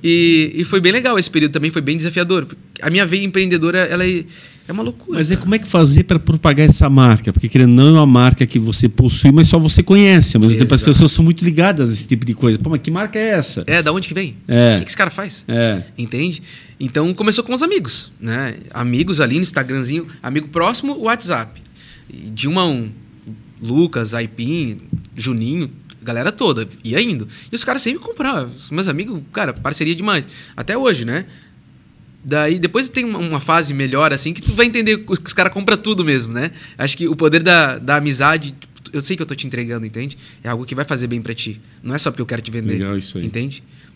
E foi bem legal esse período também, foi bem desafiador. A minha veia empreendedora, ela é uma loucura. Mas como é que fazer para propagar essa marca? Porque querendo não é uma marca que você possui, mas só você conhece. Ao mesmo tempo as pessoas são muito ligadas a esse tipo de coisa. Pô, mas que marca é essa? Da onde que vem? O que esse cara faz? Entende? Então começou com os amigos, né? Amigos ali no Instagramzinho, amigo próximo, WhatsApp. De 1 a 1. Lucas, Aipim, Juninho, galera toda, ia indo. E os caras sempre compravam. Os meus amigos, cara, parceria demais. Até hoje, né? Daí, depois tem uma fase melhor, assim, que tu vai entender que os caras compram tudo mesmo, né? Acho que o poder da amizade, eu sei que eu tô te entregando, entende? É algo que vai fazer bem pra ti. Não é só porque eu quero te vender. Legal isso aí. Entende?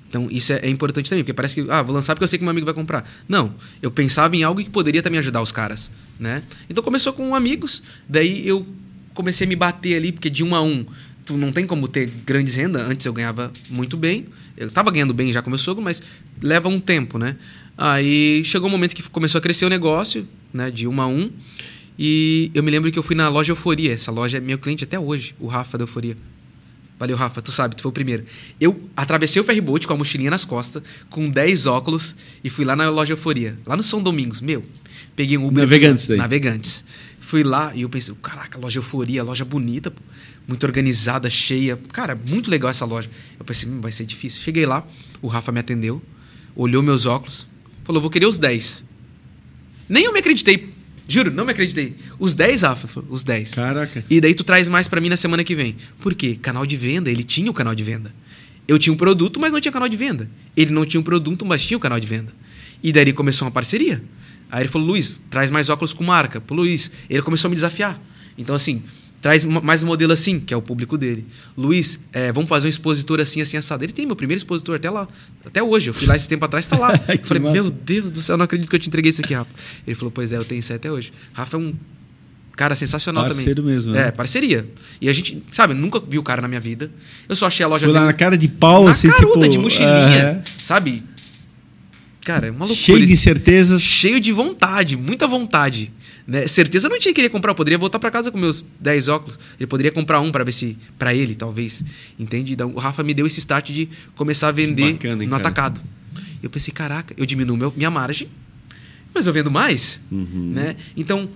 Então, isso é importante também, porque parece que, vou lançar porque eu sei que meu amigo vai comprar. Não, eu pensava em algo que poderia também ajudar os caras, né? Então, começou com amigos, daí eu comecei a me bater ali, porque de 1 a 1, tu não tem como ter grandes rendas. Antes eu ganhava muito bem, eu estava ganhando bem já com meu sogro, mas leva um tempo, né? Aí chegou um momento que começou a crescer o negócio, né, de 1 a 1, e eu me lembro que eu fui na loja Euforia. Essa loja é meu cliente até hoje, o Rafa da Euforia. Valeu, Rafa, tu sabe, tu foi o primeiro. Eu atravessei o ferryboat com a mochilinha nas costas, com 10 óculos, e fui lá na loja Euforia, lá no São Domingos. Peguei um Uber. Navegantes. Fui lá e eu pensei, caraca, loja Euforia, loja bonita, muito organizada, cheia. Cara, muito legal essa loja. Eu pensei, vai ser difícil. Cheguei lá, o Rafa me atendeu, olhou meus óculos, falou, vou querer os 10. Nem eu me acreditei. Juro, não me acreditei. Os 10, Rafa, os 10. Caraca. E daí tu traz mais pra mim na semana que vem. Por quê? Canal de venda, ele tinha o canal de venda. Eu tinha um produto, mas não tinha canal de venda. Ele não tinha um produto, mas tinha o canal de venda. E daí começou uma parceria. Aí ele falou, Luiz, traz mais óculos com marca. Pô, Luiz, ele começou a me desafiar. Então, assim, traz mais um modelo assim, que é o público dele. Luiz, vamos fazer um expositor assim, assim, assado. Ele tem meu primeiro expositor até lá. Até hoje. Eu fui lá esse tempo atrás, tá lá. Eu falei, massa. Meu Deus do céu, não acredito que eu te entreguei isso aqui, Rafa. Ele falou, pois é, eu tenho isso até hoje. Rafa é um cara sensacional parceiro também. Parceiro mesmo, né? Parceria. E a gente, sabe, nunca vi o cara na minha vida. Eu só achei a loja dele... Foi lá na cara de pau, na assim, caruda, tipo... de mochilinha, sabe? Cara, é uma loucura. Cheio de certezas. Cheio de vontade, muita vontade. Né? Certeza eu não tinha que ele comprar, eu poderia voltar para casa com meus 10 óculos. Ele poderia comprar um para ver se... Para ele, talvez. Entende? Então, o Rafa me deu esse start de começar a vender bacana, hein, no atacado. Eu pensei, caraca, eu diminuo minha margem, mas eu vendo mais. Né? Então,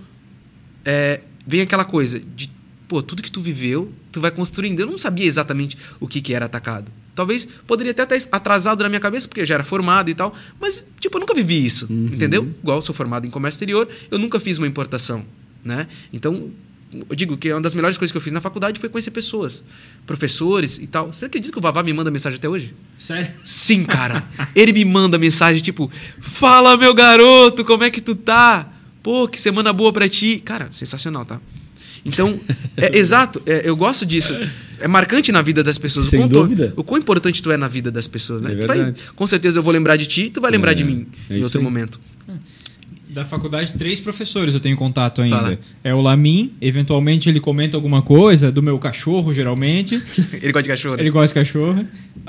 vem aquela coisa de... Pô, tudo que tu viveu, tu vai construindo. Eu não sabia exatamente o que era atacado. Talvez poderia até estar atrasado na minha cabeça, porque eu já era formado e tal. Mas, tipo, eu nunca vivi isso, entendeu? Igual eu sou formado em comércio exterior, eu nunca fiz uma importação, né? Então, eu digo que uma das melhores coisas que eu fiz na faculdade foi conhecer pessoas, professores e tal. Você acredita que o Vavá me manda mensagem até hoje? Sério? Sim, cara. Ele me manda mensagem tipo, fala, meu garoto, como é que tu tá? Pô, que semana boa pra ti. Cara, sensacional, tá? Então, exato, eu gosto disso. É marcante na vida das pessoas. Sem dúvida. O quão importante tu é na vida das pessoas, né? É Com certeza eu vou lembrar de ti, tu vai lembrar de mim em outro momento. Da faculdade, 3 professores eu tenho contato ainda. Fala. É o Lamin, eventualmente ele comenta alguma coisa, do meu cachorro, geralmente. Ele gosta de cachorro? Ele gosta de cachorro.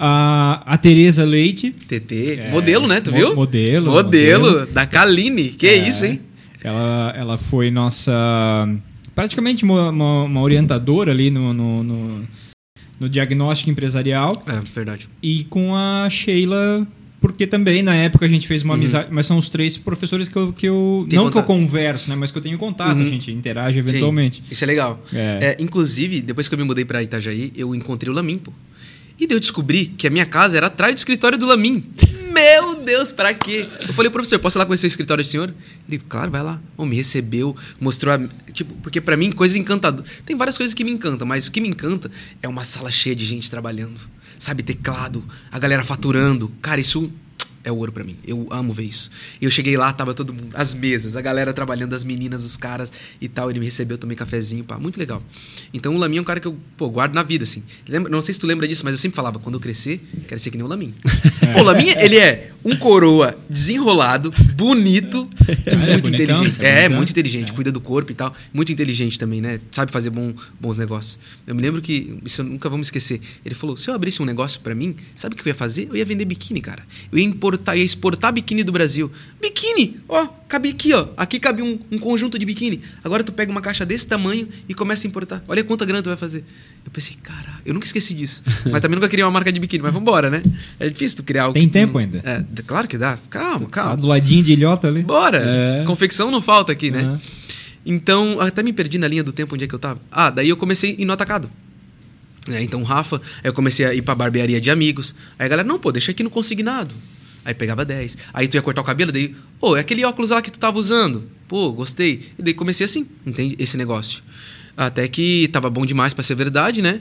A Tereza Leite. TT. Modelo, né? Tu viu? Modelo. Da Kaline. Que isso, hein? Ela foi nossa... Praticamente uma orientadora ali no diagnóstico empresarial. É, verdade. E com a Sheila, porque também na época a gente fez uma amizade, mas são os 3 professores que eu não contato. Que eu converso, né, mas que eu tenho contato, a gente interage eventualmente. Sim, isso é legal. Inclusive, depois que eu me mudei para Itajaí, eu encontrei o Lamin, pô. E daí eu descobri que a minha casa era atrás do escritório do Lamin. Meu Deus, pra quê? Eu falei, professor, posso ir lá conhecer o escritório do senhor? Ele, claro, vai lá. Me recebeu, mostrou porque pra mim, coisas encantadoras. Tem várias coisas que me encantam, mas o que me encanta é uma sala cheia de gente trabalhando. Sabe, teclado, a galera faturando. Cara, isso é ouro pra mim. Eu amo ver isso. Eu cheguei lá, tava todo mundo, as mesas, a galera trabalhando, as meninas, os caras e tal. Ele me recebeu, tomei cafezinho, pá, muito legal. Então o Lamin é um cara que eu, guardo na vida, assim. Não sei se tu lembra disso, mas eu sempre falava, quando eu crescer, quero ser que nem o Lamin. O Lamin, ele é um coroa desenrolado, bonito e muito inteligente. Muito inteligente, cuida do corpo e tal. Muito inteligente também, né? Sabe fazer bons negócios. Eu me lembro que, isso eu nunca vou me esquecer, ele falou, se eu abrisse um negócio pra mim, sabe o que eu ia fazer? Eu ia vender biquíni, cara. Eu ia exportar biquíni do Brasil. Biquíni! Ó, cabe aqui, ó. Aqui cabe um conjunto de biquíni. Agora tu pega uma caixa desse tamanho e começa a importar. Olha quanta grana tu vai fazer. Eu pensei, caraca, eu nunca esqueci disso. Mas também nunca queria uma marca de biquíni. Mas vambora, né? É difícil tu criar algo. Tem tempo ainda. Claro que dá. Calma. Tá do ladinho de ilhota ali. Bora! Confecção não falta aqui, né? Então, até me perdi na linha do tempo onde é que eu tava. Daí eu comecei a ir no atacado. Então, Rafa, aí eu comecei a ir pra barbearia de amigos. Aí a galera, não, pô, deixa aqui no consignado. Aí pegava 10. Aí tu ia cortar o cabelo, daí... é aquele óculos lá que tu tava usando. Pô, gostei. E daí comecei assim, entende? Esse negócio. Até que tava bom demais pra ser verdade, né?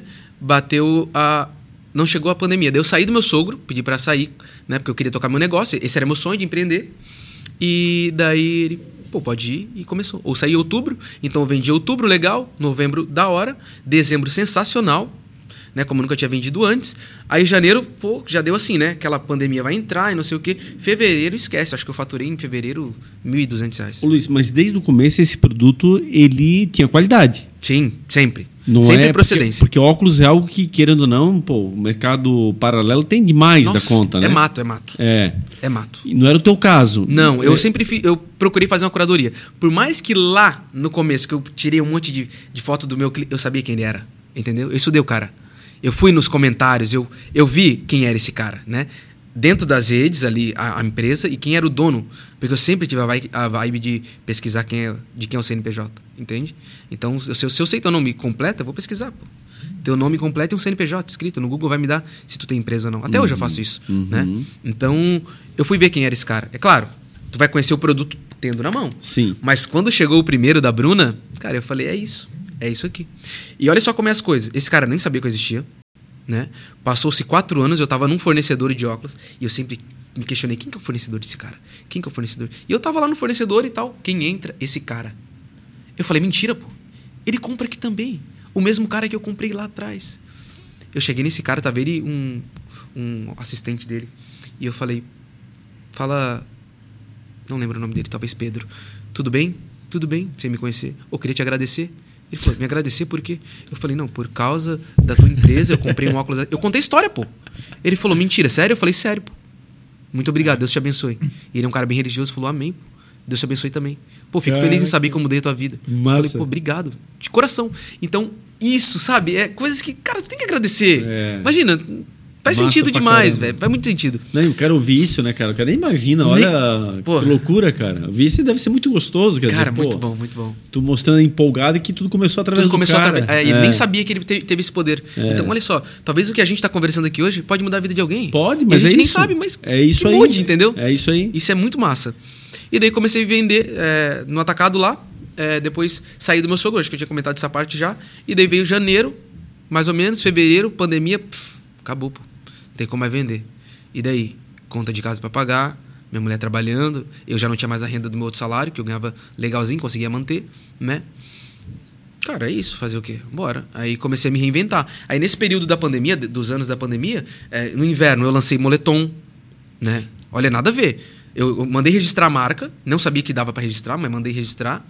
Não chegou a pandemia. Daí eu saí do meu sogro, pedi pra sair, né? Porque eu queria tocar meu negócio. Esse era meu sonho de empreender. E daí ele... pode ir. E começou. Ou saí em outubro. Então eu vendi outubro, legal. Novembro, da hora. Dezembro, sensacional. né? Como eu nunca tinha vendido antes. Aí janeiro, pô, já deu assim, né? Aquela pandemia vai entrar e não sei o quê. Fevereiro, esquece. Acho que eu faturei em fevereiro R$1.200. Ô, Luiz, mas desde o começo esse produto, ele tinha qualidade. Sim, sempre. Não sempre é procedência. Porque óculos é algo que, querendo ou não, pô, o mercado paralelo tem demais da conta, né? É mato. É mato. E não era o teu caso. Não, eu sempre eu procurei fazer uma curadoria. Por mais que lá no começo, que eu tirei um monte de foto do meu cliente, eu sabia quem ele era, entendeu? Eu estudei o cara. Eu fui nos comentários, eu vi quem era esse cara, né? Dentro das redes ali, a empresa e quem era o dono. Porque eu sempre tive a vibe de pesquisar de quem é o CNPJ, entende? Então, se eu sei teu nome completo, eu vou pesquisar, pô. Teu nome completo e um CNPJ escrito. No Google vai me dar se tu tem empresa ou não. Até hoje eu faço isso, né? Então, eu fui ver quem era esse cara. É claro, tu vai conhecer o produto tendo na mão. Sim. Mas quando chegou o primeiro da Bruna, cara, eu falei, é isso aqui. E olha só como é as coisas. Esse cara nem sabia que eu existia, né? Passou-se 4 anos, eu tava num fornecedor de óculos e eu sempre me questionei, quem que é o fornecedor desse cara? Quem que é o fornecedor? E eu tava lá no fornecedor e tal. Quem entra? Esse cara. Eu falei, mentira, pô. Ele compra aqui também. O mesmo cara que eu comprei lá atrás. Eu cheguei nesse cara, tava ele um assistente dele. E eu falei, fala... Não lembro o nome dele, talvez Pedro. Tudo bem? Tudo bem, sem me conhecer. Eu queria te agradecer. Ele falou, me agradecer por quê? Eu falei, não, por causa da tua empresa, eu comprei um óculos... Eu contei a história, pô. Ele falou, mentira, sério? Eu falei, sério, pô. Muito obrigado, Deus te abençoe. E ele é um cara bem religioso, falou, amém, pô. Deus te abençoe também. Pô, fico feliz em saber que eu mudei a tua vida. Massa. Eu falei, pô, obrigado. De coração. Então, isso, sabe? É coisas que, cara, tu tem que agradecer. Imagina, faz sentido demais, velho. Faz muito sentido. Não, eu quero ouvir isso, né, cara? Eu quero nem imagina. Olha que loucura, cara. Ouvir isso deve ser muito gostoso, quer cara, dizer, muito bom, muito bom. Tu mostrando empolgado que tudo começou através do cara. Ele nem sabia que ele teve esse poder. Então, olha só. Talvez o que a gente tá conversando aqui hoje pode mudar a vida de alguém. Pode, mas a gente nem isso. sabe, mas é isso aí. Mude, entendeu? É isso aí. Isso é muito massa. E daí comecei a vender no atacado lá. Depois saí do meu sogro, acho que eu tinha comentado essa parte já. E daí veio janeiro, mais ou menos, fevereiro, pandemia, acabou, pô. Não tem como mais vender. E daí? Conta de casa para pagar, minha mulher trabalhando, eu já não tinha mais a renda do meu outro salário, que eu ganhava legalzinho, conseguia manter, né? Cara, é isso, fazer o quê? Bora. Aí comecei a me reinventar. Aí nesse período da pandemia, dos anos da pandemia, no inverno eu lancei moletom, né? Olha, nada a ver. Eu mandei registrar a marca, não sabia que dava para registrar, mas mandei registrar.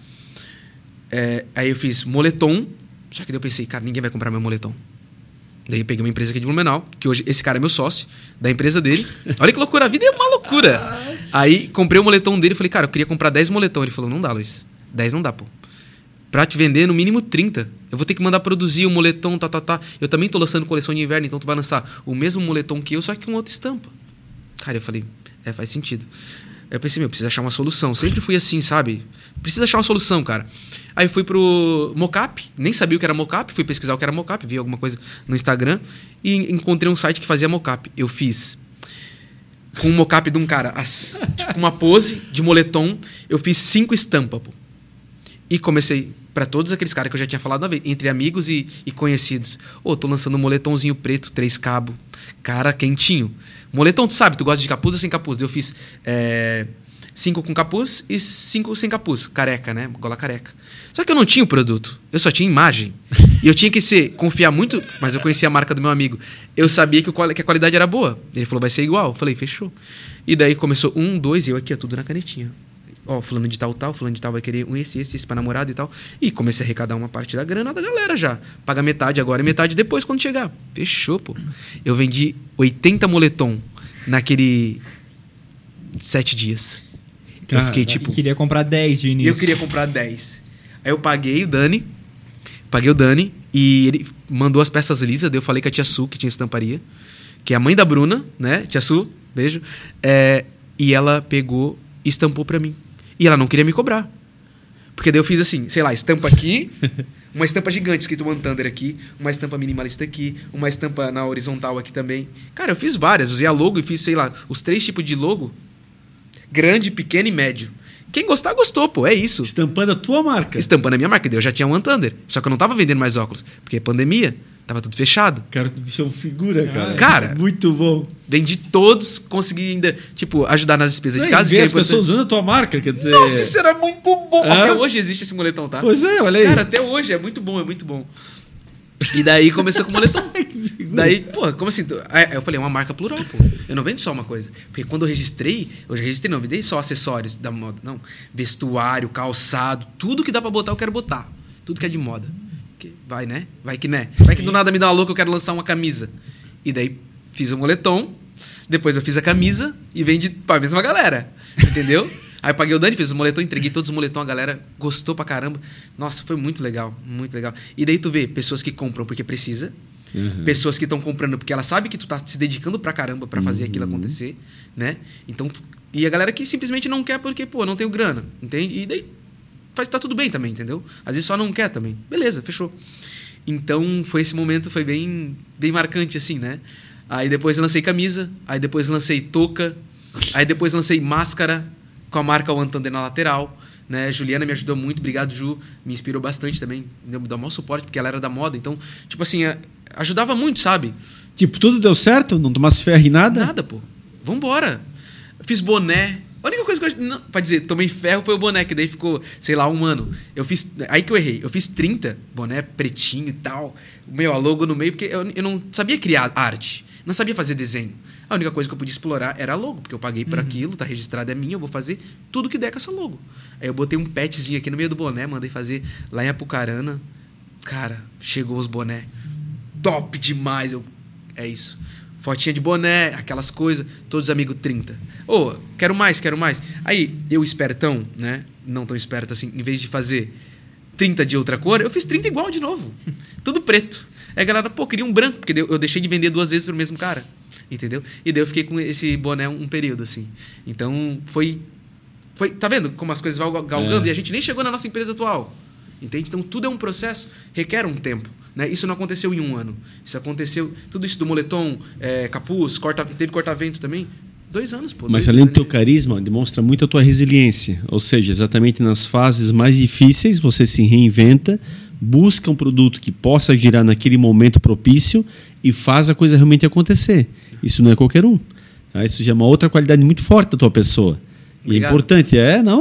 Aí eu fiz moletom, só que daí eu pensei, cara, ninguém vai comprar meu moletom. Daí eu peguei uma empresa aqui de Blumenau, que hoje esse cara é meu sócio, da empresa dele. Olha que loucura, a vida é uma loucura. Aí comprei o moletom dele e falei, cara, eu queria comprar 10 moletom. Ele falou, não dá, Luiz. 10 não dá, pô. Pra te vender, no mínimo 30. Eu vou ter que mandar produzir o moletom, tá. Eu também tô lançando coleção de inverno, então tu vai lançar o mesmo moletom que eu, só que com outra estampa. Cara, eu falei, faz sentido. Eu pensei, preciso achar uma solução. Sempre fui assim, sabe? Precisa achar uma solução, cara. Aí fui pro mocap, nem sabia o que era mocap, fui pesquisar o que era mocap, vi alguma coisa no Instagram e encontrei um site que fazia mocap. Eu fiz com um mocap de um cara, tipo uma pose de moletom, eu fiz 5 estampas, pô. E comecei para todos aqueles caras que eu já tinha falado uma vez, entre amigos e conhecidos. Tô lançando um moletomzinho preto, 3 cabos. Cara, quentinho. Moletom, tu sabe, tu gosta de capuz ou sem capuz? Eu fiz 5 com capuz e 5 sem capuz. Careca, né? Gola careca. Só que eu não tinha o produto. Eu só tinha imagem. E eu tinha que confiar muito, mas eu conhecia a marca do meu amigo. Eu sabia que a qualidade era boa. Ele falou, vai ser igual. Eu falei, fechou. E daí começou 1, 2 e eu aqui, tudo na canetinha. Fulano de tal, fulano de tal vai querer esse pra namorada e tal. E comecei a arrecadar uma parte da grana da galera já. Paga metade agora e metade depois quando chegar. Fechou, pô. Eu vendi 80 moletom naquele 7 dias. Eu fiquei tipo... Eu queria comprar 10 de início. Eu queria comprar 10. Aí eu paguei o Dani e ele mandou as peças lisas. Daí eu falei com a tia Su, que tinha estamparia, que é a mãe da Bruna, né? Tia Su, beijo. E ela pegou e estampou pra mim. E ela não queria me cobrar. Porque daí eu fiz assim, sei lá, estampa aqui, uma estampa gigante escrito One Thunder aqui, uma estampa minimalista aqui, uma estampa na horizontal aqui também. Cara, eu fiz várias, usei a logo e fiz, sei lá, os 3 tipos de logo, grande, pequeno e médio. Quem gostar, gostou, pô, é isso. Estampando a tua marca. Estampando a minha marca, daí eu já tinha One Thunder, só que eu não tava vendendo mais óculos, porque pandemia, tava tudo fechado. Cara, tu bichou figura, cara. Cara, muito bom. Vendi todos, consegui ainda, tipo, ajudar nas despesas de casa. E ver as pessoas usando a tua marca, quer dizer... Nossa, isso era muito bom. Até hoje existe esse moletom, tá? Pois é, olha aí. Cara, até hoje é muito bom, é muito bom. E daí começou com o moletom. Daí, pô, como assim? Aí eu falei, é uma marca plural, pô. Eu não vendo só uma coisa. Porque quando eu já registrei, não vendei só acessórios da moda. Não. Vestuário, calçado, tudo que dá pra botar, eu quero botar. Tudo que é de moda. Vai, né? Vai que né? Vai que do nada me dá uma louca, eu quero lançar uma camisa. E daí fiz o moletom, depois eu fiz a camisa e vendi pra mesma galera. Entendeu? Aí eu paguei o Dani, fiz o moletom, entreguei todos os moletons, a galera gostou pra caramba. Nossa, foi muito legal, muito legal. E daí tu vê pessoas que compram porque precisa, pessoas que estão comprando porque ela sabe que tu tá se dedicando pra caramba pra fazer aquilo acontecer, né? Então, e a galera que simplesmente não quer porque, pô, não tenho grana, entende? E daí tá tudo bem também, entendeu? Às vezes só não quer também. Beleza, fechou. Então, esse momento foi bem marcante, assim, né? Aí depois eu lancei camisa, aí depois eu lancei touca, aí depois eu lancei máscara com a marca One Thunder na lateral, né? Juliana me ajudou muito, obrigado, Ju, me inspirou bastante também, me deu o maior suporte, porque ela era da moda, então, tipo assim, ajudava muito, sabe? Tipo, tudo deu certo? Não tomasse ferro em nada? Nada, pô. Vambora. Fiz boné. A única coisa que eu... Pra dizer, tomei ferro foi o boné, que daí ficou, sei lá, 1 ano. Aí que eu errei. Eu fiz 30, boné pretinho e tal, a logo no meio, porque eu não sabia criar arte, não sabia fazer desenho. A única coisa que eu podia explorar era a logo, porque eu paguei por aquilo, tá registrado, é minha, eu vou fazer tudo que der com essa logo. Aí eu botei um petzinho aqui no meio do boné, mandei fazer lá em Apucarana. Cara, chegou os boné. Top demais. É isso. Fotinha de boné, aquelas coisas, todos amigos 30. Quero mais. Aí, eu espertão, né? Não tão esperto assim, em vez de fazer 30 de outra cor, eu fiz 30 igual de novo. Tudo preto. Aí a galera, queria um branco, porque eu deixei de vender 2 vezes pro mesmo cara. Entendeu? E daí eu fiquei com esse boné um período, assim. Então, foi... Tá vendo como as coisas vão galgando? E a gente nem chegou na nossa empresa atual. Entende? Então, tudo é um processo, requer um tempo. Né? Isso não aconteceu em 1 ano. Isso aconteceu... Tudo isso do moletom, capuz, teve corta-vento também. 2 anos, pô. Mas além do teu carisma, demonstra muito a tua resiliência. Ou seja, exatamente nas fases mais difíceis, você se reinventa, busca um produto que possa girar naquele momento propício e faz a coisa realmente acontecer. Isso não é qualquer um. Tá? Isso já é uma outra qualidade muito forte da tua pessoa. E é importante.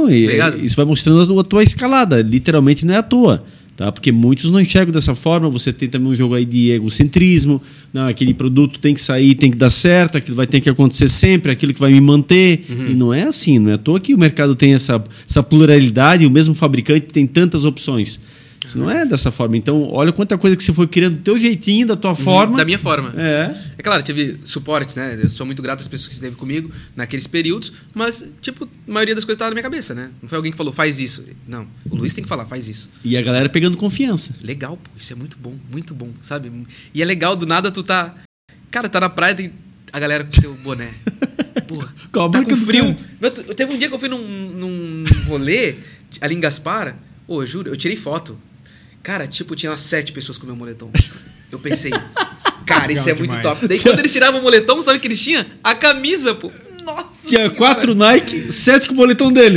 Isso vai mostrando a tua escalada. Literalmente não é à toa. Tá? Porque muitos não enxergam dessa forma. Você tem também um jogo aí de egocentrismo. Não, aquele produto tem que sair, tem que dar certo, aquilo vai ter que acontecer sempre, aquilo que vai me manter. E não é assim. Não é à toa que o mercado tem essa pluralidade e o mesmo fabricante tem tantas opções. Isso não é dessa forma. Então, olha quanta coisa que você foi criando do teu jeitinho, da tua forma. Da minha forma. É claro, tive suportes, né? Eu sou muito grato às pessoas que esteve comigo naqueles períodos, mas, tipo, a maioria das coisas estava na minha cabeça, né? Não foi alguém que falou, faz isso. Não, o Luiz tem que falar, faz isso. E a galera pegando confiança. Legal, pô, isso é muito bom, sabe? E é legal, do nada tu tá... Cara, tá na praia, tem a galera com teu boné. Porra, tá com frio. Teve um dia que eu fui num rolê ali em Gaspar, eu juro, eu tirei foto. Cara, tipo, tinha umas 7 pessoas com o meu moletom. Eu pensei, cara, isso é muito top. Daí quando eles tiravam o moletom, sabe o que eles tinham? A camisa, pô. Nossa! Tinha 4 Nike, 7 com o moletom dele.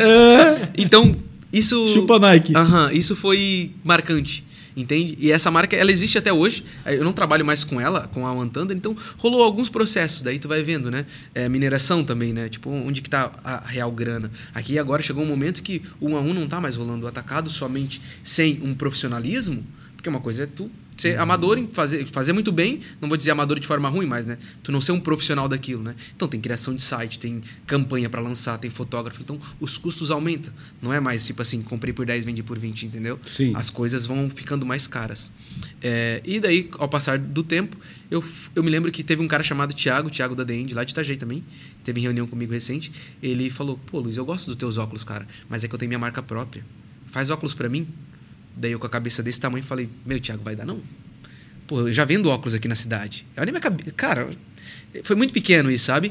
Cara, Então, isso... Chupa Nike. Isso foi marcante. Entende? E essa marca, ela existe até hoje. Eu não trabalho mais com ela, com a One Thunder, então rolou alguns processos, daí tu vai vendo, né? Mineração também, né? Tipo, onde que tá a real grana? Aqui agora chegou um momento que o 1 a 1 não tá mais rolando atacado somente sem um profissionalismo, porque uma coisa é tu ser amador em fazer muito bem, não vou dizer amador de forma ruim, mas, né? Tu não ser um profissional daquilo, né? Então tem criação de site, tem campanha para lançar, tem fotógrafo, então os custos aumentam. Não é mais tipo assim, comprei por 10, vendi por 20, entendeu? Sim. As coisas vão ficando mais caras. E daí, ao passar do tempo, eu me lembro que teve um cara chamado Thiago da The End, lá de Itajaí também, que teve em reunião comigo recente. Ele falou, pô, Luiz, eu gosto dos teus óculos, cara, mas é que eu tenho minha marca própria. Faz óculos para mim? Daí eu com a cabeça desse tamanho falei, meu, Thiago, vai dar não? Pô, eu já vendo óculos aqui na cidade. Olha minha cabeça. Cara, foi muito pequeno isso, sabe?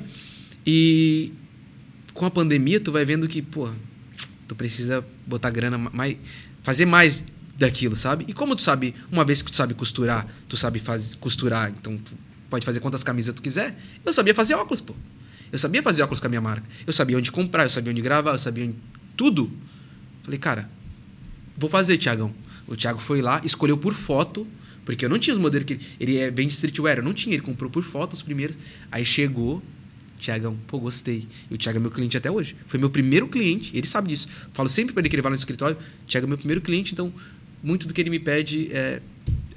E com a pandemia, tu vai vendo que, pô, tu precisa botar grana, fazer mais daquilo, sabe? E como tu sabe, uma vez que tu sabe costurar, tu sabe costurar, então tu pode fazer quantas camisas tu quiser. Eu sabia fazer óculos, pô. Eu sabia fazer óculos com a minha marca. Eu sabia onde comprar, eu sabia onde gravar, eu sabia tudo. Falei, cara, vou fazer, Thiagão. O Thiago foi lá, escolheu por foto, porque eu não tinha os modelos que... Ele é bem de streetwear, eu não tinha. Ele comprou por foto os primeiros. Aí chegou, Thiagão, pô, gostei. E o Thiago é meu cliente até hoje. Foi meu primeiro cliente, ele sabe disso. Falo sempre para ele que ele vai no escritório. Thiago é meu primeiro cliente, então muito do que ele me pede é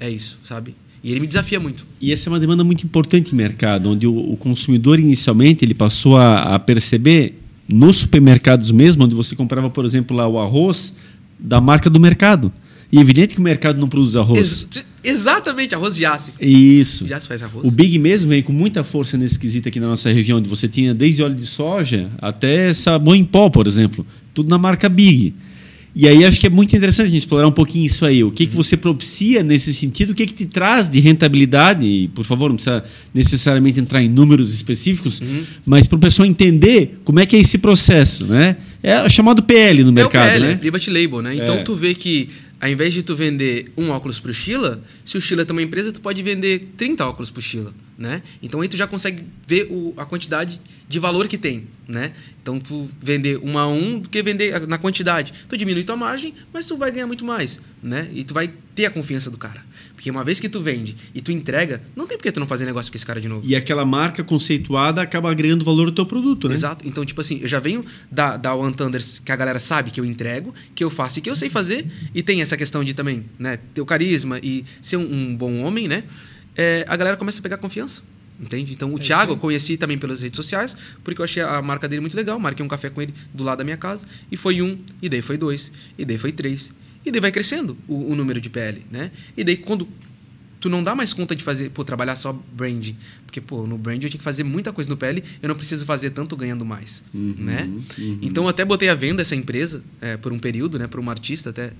É isso, sabe? E ele me desafia muito. E essa é uma demanda muito importante em mercado, onde o consumidor inicialmente ele passou a perceber nos supermercados mesmo, onde você comprava, por exemplo, lá o arroz da marca do mercado. E é evidente que o mercado não produz arroz. Exatamente, arroz Giasse. Isso. Giasse faz arroz. O Big mesmo veio com muita força nesse quesito aqui na nossa região, onde você tinha desde óleo de soja até sabão em pó, por exemplo. Tudo na marca Big. E aí acho que é muito interessante a gente explorar um pouquinho isso aí. O que você propicia nesse sentido, o que te traz de rentabilidade. E, por favor, não precisa necessariamente entrar em números específicos, mas para o pessoal entender como é que é esse processo. Né? É chamado PL no mercado. É o PL, né? Private Label. Né? Então tu vê que ao invés de tu vender um óculos para o Sheila, se o Sheila tem uma empresa, tu pode vender 30 óculos para o Sheila. Né? Então aí tu já consegue ver a quantidade de valor que tem. Né? Então tu vender 1 a 1 do que vender na quantidade. Tu diminui tua margem, mas tu vai ganhar muito mais. Né? E tu vai ter a confiança do cara. Porque uma vez que tu vende e tu entrega, não tem por que tu não fazer negócio com esse cara de novo. E aquela marca conceituada acaba agregando valor ao teu produto, né? Exato. Então, tipo assim, eu já venho da One Thunders, que a galera sabe que eu entrego, que eu faço e que eu sei fazer. E tem essa questão de também, né, ter o carisma e ser um bom homem, né? A galera começa a pegar confiança. Entende? Então, o Thiago eu conheci também pelas redes sociais, porque eu achei a marca dele muito legal. Marquei um café com ele do lado da minha casa. E foi 1, e daí foi 2, e daí foi 3. E daí vai crescendo o número de PL, né? E daí quando tu não dá mais conta de fazer, trabalhar só branding. Porque, no branding eu tinha que fazer muita coisa no PL, eu não preciso fazer tanto ganhando mais, né? Então, eu até botei à venda essa empresa por um período, né? Para uma artista até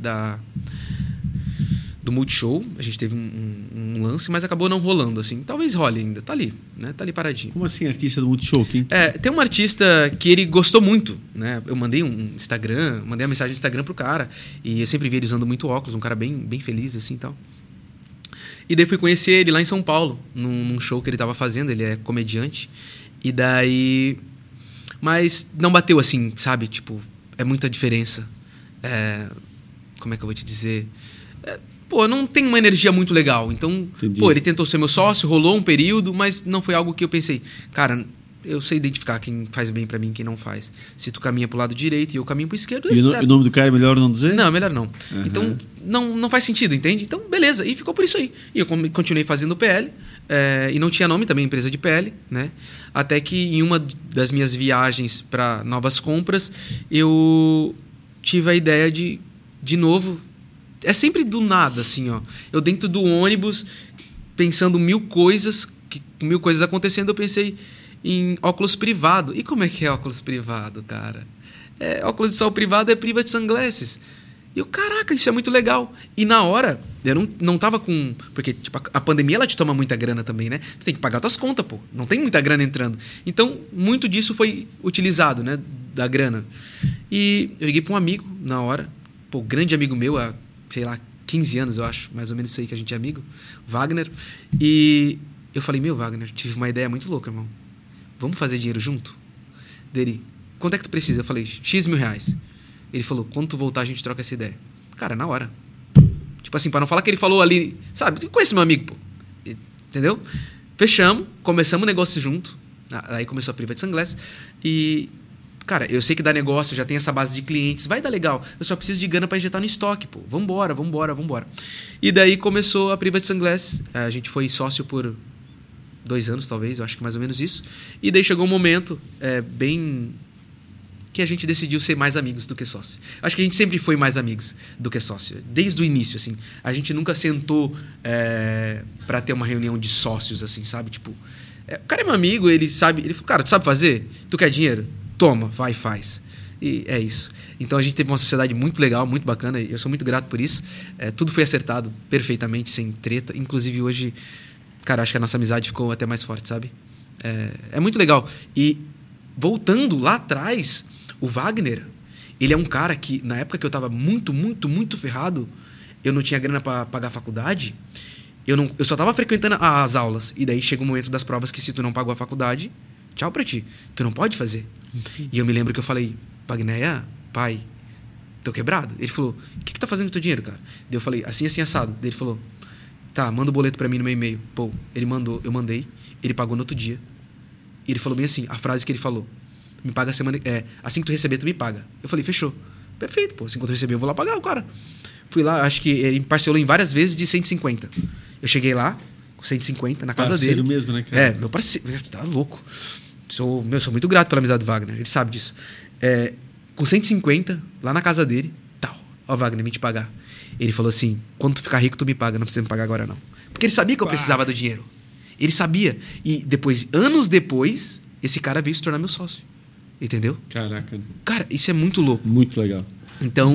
do Multishow. A gente teve um lance, mas acabou não rolando, assim. Talvez role ainda. Tá ali, né? Tá ali paradinho. Como assim, artista do Multishow? Quem? Tem um artista que ele gostou muito, né? Eu mandei mandei uma mensagem no Instagram pro cara. E eu sempre vi ele usando muito óculos, um cara bem, bem feliz, assim, e tal. E daí fui conhecer ele lá em São Paulo, num show que ele tava fazendo. Ele é comediante. E daí... Mas não bateu assim, sabe? Tipo, é muita diferença. Como é que eu vou te dizer? Não tem uma energia muito legal. Então, ele tentou ser meu sócio, rolou um período, mas não foi algo que eu pensei, cara, eu sei identificar quem faz bem pra mim e quem não faz. Se tu caminha pro lado direito e eu caminho pro esquerdo... E o nome do cara é melhor não dizer? Não, melhor não. Então, não faz sentido, entende? Então, beleza. E ficou por isso aí. E eu continuei fazendo PL. E não tinha nome também, empresa de PL, né? Até que em uma das minhas viagens para novas compras, eu tive a ideia de novo... É sempre do nada, assim, ó. Eu dentro do ônibus, pensando mil coisas acontecendo, eu pensei em óculos privado. E como é que é óculos privado, cara? Óculos de sol privado é private sunglasses. E eu, caraca, isso é muito legal. E na hora, eu não tava com... Porque tipo, a pandemia, ela te toma muita grana também, né? Tu tem que pagar tuas contas, pô. Não tem muita grana entrando. Então, muito disso foi utilizado, né? Da grana. E eu liguei pra um amigo na hora. Grande amigo meu, sei lá, 15 anos, eu acho, mais ou menos isso aí que a gente é amigo, Wagner. E eu falei, Wagner, tive uma ideia muito louca, irmão. Vamos fazer dinheiro junto? Dele, quanto é que tu precisa? Eu falei, X mil reais. Ele falou, quando tu voltar a gente troca essa ideia. Cara, na hora. Tipo assim, para não falar que ele falou ali, sabe, conhece meu amigo, pô. Entendeu? Fechamos, começamos o negócio junto. Aí começou a Private Sunglass. E... Cara, eu sei que dá negócio, já tem essa base de clientes, vai dar legal. Eu só preciso de grana para injetar no estoque, pô. Vambora. E daí começou a Private Sunglass. A gente foi sócio por 2 anos, talvez, eu acho que mais ou menos isso. E daí chegou um momento bem... que a gente decidiu ser mais amigos do que sócio. Acho que a gente sempre foi mais amigos do que sócio. Desde o início, assim. A gente nunca sentou para ter uma reunião de sócios, assim, sabe? Tipo, o cara é meu amigo, ele sabe... Ele falou, cara, tu sabe fazer? Tu quer dinheiro? Toma, vai e faz. E é isso. Então a gente teve uma sociedade muito legal, muito bacana, e eu sou muito grato por isso. Tudo foi acertado perfeitamente, sem treta. Inclusive hoje, cara, acho que a nossa amizade ficou até mais forte, sabe? É muito legal. E voltando lá atrás, o Wagner, ele é um cara que, na época que eu tava muito, muito, muito ferrado, eu não tinha grana para pagar a faculdade, eu só tava frequentando as aulas. E daí chega o momento das provas que se tu não pagou a faculdade, tchau pra ti. Tu não pode fazer. E eu me lembro que eu falei, Pagneia, pai, tô quebrado. Ele falou, o que tá fazendo com o teu dinheiro, cara? Daí eu falei, assim, assado. Daí ele falou, tá, manda o boleto pra mim no meu e-mail. Pô, ele mandou, eu mandei, ele pagou no outro dia. E ele falou bem assim, a frase que ele falou, me paga a semana... assim que tu receber, tu me paga. Eu falei, fechou. perfeito, pô. Assim, quando eu receber, eu vou lá pagar o cara. Fui lá, acho que ele parcelou em várias vezes de 150. Eu cheguei lá, com 150, na casa dele. Mesmo, né, cara? Meu parceiro. Tá louco. Sou muito grato pela amizade do Wagner, ele sabe disso. Com 150, lá na casa dele, tal. Ó, Wagner, me te pagar. Ele falou assim, quando tu ficar rico, tu me paga, não precisa me pagar agora, não. Porque ele sabia que eu precisava do dinheiro. Ele sabia. E depois, anos depois, esse cara veio se tornar meu sócio. Entendeu? Caraca. Cara, isso é muito louco. Muito legal. Então,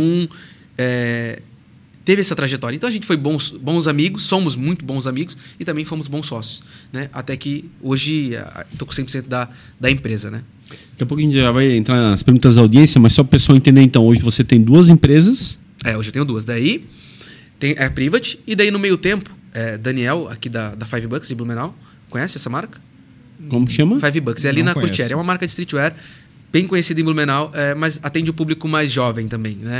teve essa trajetória. Então a gente foi bons amigos, somos muito bons amigos e também fomos bons sócios, né? Até que hoje estou com 100% da empresa, né? Daqui a pouco a gente já vai entrar nas perguntas da audiência, mas só para o pessoal entender, então, hoje você tem 2 empresas. Hoje eu tenho 2. Daí tem a Private e daí no meio tempo, Daniel, aqui da Five Bucks de Blumenau, conhece essa marca? Como chama? Five Bucks, é ali na Curtier, é uma marca de streetwear bem conhecida em Blumenau, mas atende o público mais jovem também, né?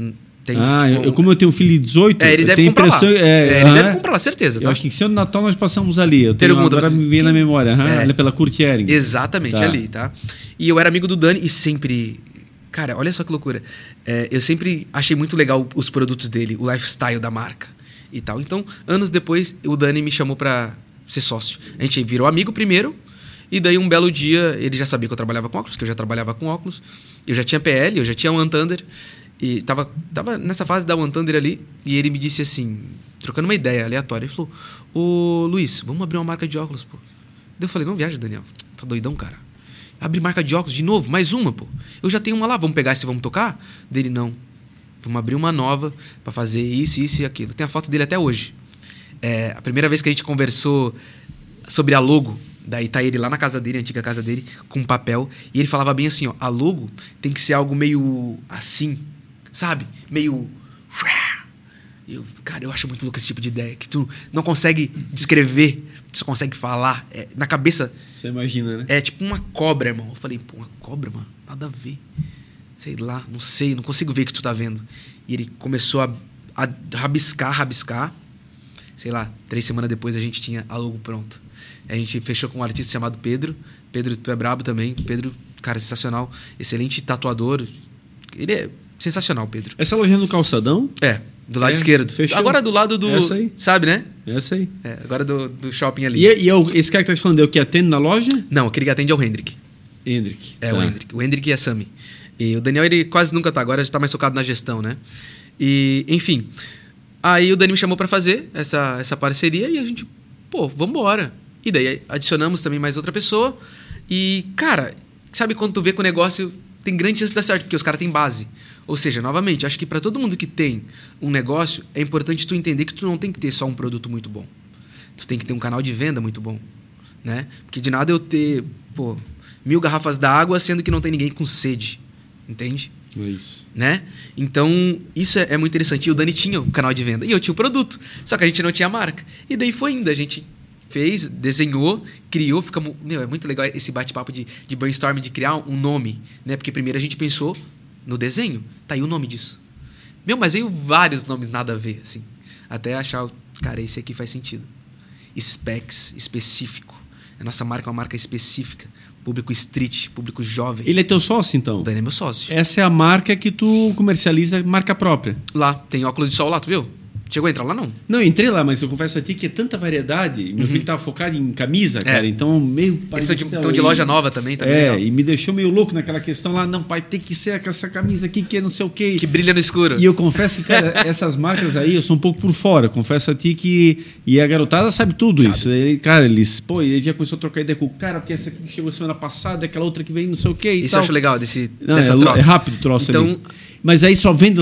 Como eu tenho um filho de 18, ele deve comprar lá. Ele deve comprar lá, certeza. Tá? Eu acho que esse ano Natal nós passamos ali. Agora me vem na memória. Ali pela Curtier. Exatamente, ali, tá? E eu era amigo do Dani e sempre... Cara, olha só que loucura. Eu sempre achei muito legal os produtos dele, o lifestyle da marca e tal. Então, anos depois, o Dani me chamou pra ser sócio. A gente virou amigo primeiro. E daí um belo dia, ele já sabia que eu trabalhava com óculos, que eu já trabalhava com óculos. Eu já tinha PL, eu já tinha One Thunder. E tava nessa fase da One Thunder ali. E ele me disse assim, trocando uma ideia aleatória. Ele falou, ô Luiz, vamos abrir uma marca de óculos, pô. Daí eu falei, não viaja, Daniel. Tá doidão, cara? Abrir marca de óculos de novo, mais uma, pô. Eu já tenho uma lá, vamos pegar essa e vamos tocar? Dele, não. Vamos abrir uma nova pra fazer isso e aquilo. Tem a foto dele até hoje. A primeira vez que a gente conversou sobre a logo, daí tá ele lá na casa dele, a antiga casa dele, com papel. E ele falava bem assim, ó, a logo tem que ser algo meio assim, sabe? Meio... Cara, eu acho muito louco esse tipo de ideia, que tu não consegue descrever, tu só consegue falar. Na cabeça... Você imagina, né? É tipo uma cobra, irmão. Eu falei, pô, uma cobra, mano? Nada a ver. Sei lá, não sei, não consigo ver o que tu tá vendo. E ele começou a rabiscar. Sei lá, 3 semanas depois a gente tinha a logo pronto. A gente fechou com um artista chamado Pedro. Pedro, tu é brabo também. Pedro, cara, sensacional. Excelente tatuador. Ele é sensacional, Pedro. Essa loja no Calçadão? Do lado esquerdo. Fechou. Agora do lado do... Essa aí. Sabe, né? Essa aí. Agora do shopping ali. Esse cara que tá te falando é o que atende na loja? Não, aquele que atende é o Hendrick. Tá. O Hendrick. O Hendrick e a Sami. E o Daniel, ele quase nunca tá. Agora já tá mais focado na gestão, né? E, enfim. Aí o Dani me chamou pra fazer essa parceria e a gente... Pô, vambora. E daí adicionamos também mais outra pessoa. E, cara, sabe quando tu vê que o negócio tem grande chance de dar certo? Porque os caras têm base. Ou seja, novamente, acho que para todo mundo que tem um negócio, é importante tu entender que tu não tem que ter só um produto muito bom. Tu tem que ter um canal de venda muito bom, né? Porque de nada eu ter, 1000 garrafas d'água, sendo que não tem ninguém com sede. Entende? É isso. Né? Então, isso é muito interessante. E o Dani tinha o canal de venda. E eu tinha o produto. Só que a gente não tinha marca. E daí foi indo. A gente fez, desenhou, criou. Ficamos... é muito legal esse bate-papo de brainstorming, de criar um nome. Né? Porque primeiro a gente pensou no desenho. Tá aí o nome disso. Mas veio vários nomes nada a ver, assim. Até achar, cara, esse aqui faz sentido. Specs, específico. A nossa marca é uma marca específica. Público street, público jovem. Ele é teu sócio, então? O Dani é meu sócio. Essa é a marca que tu comercializa, marca própria? Lá, tem óculos de sol lá, tu viu? Chegou a entrar lá, não? Não, eu entrei lá, mas eu confesso a ti que é tanta variedade. Meu filho tava focado em camisa, cara, então meio... Eles estão de loja nova também. Legal. E me deixou meio louco naquela questão lá. Não, pai, tem que ser essa camisa aqui que é não sei o quê. Que brilha no escuro. E eu confesso que, cara, essas marcas aí, eu sou um pouco por fora. Confesso a ti que... E a garotada sabe tudo isso. Cara, ele já começou a trocar ideia com o cara, porque essa aqui que chegou semana passada, aquela outra que veio não sei o quê e isso tal. Eu acho legal dessa troca. É rápido o troço ali. Mas aí só vende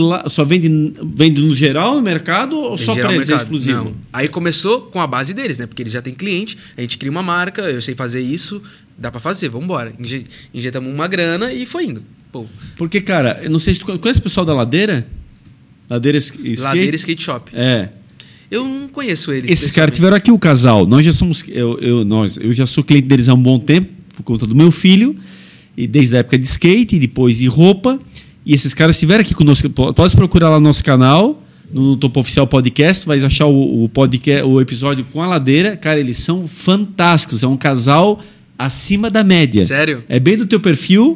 no geral no mercado ou só para eles é exclusivo? Não. Aí começou com a base deles, né? Porque eles já têm cliente, a gente cria uma marca, eu sei fazer isso, dá para fazer, vamos embora. Injetamos uma grana e foi indo. Pô. Porque, cara, eu não sei se tu conhece o pessoal da Ladeira? Ladeira Skate? Ladeira Skate Shop. Eu não conheço eles. Esses caras tiveram aqui o casal. Nós já somos... Eu já sou cliente deles há um bom tempo, por conta do meu filho, e desde a época de skate, e depois de roupa. E esses caras estiveram aqui conosco. Pode procurar lá no nosso canal, no Topo Oficial Podcast, vai achar o episódio com a Ladeira. Cara, eles são fantásticos. É um casal acima da média. Sério? É bem do teu perfil.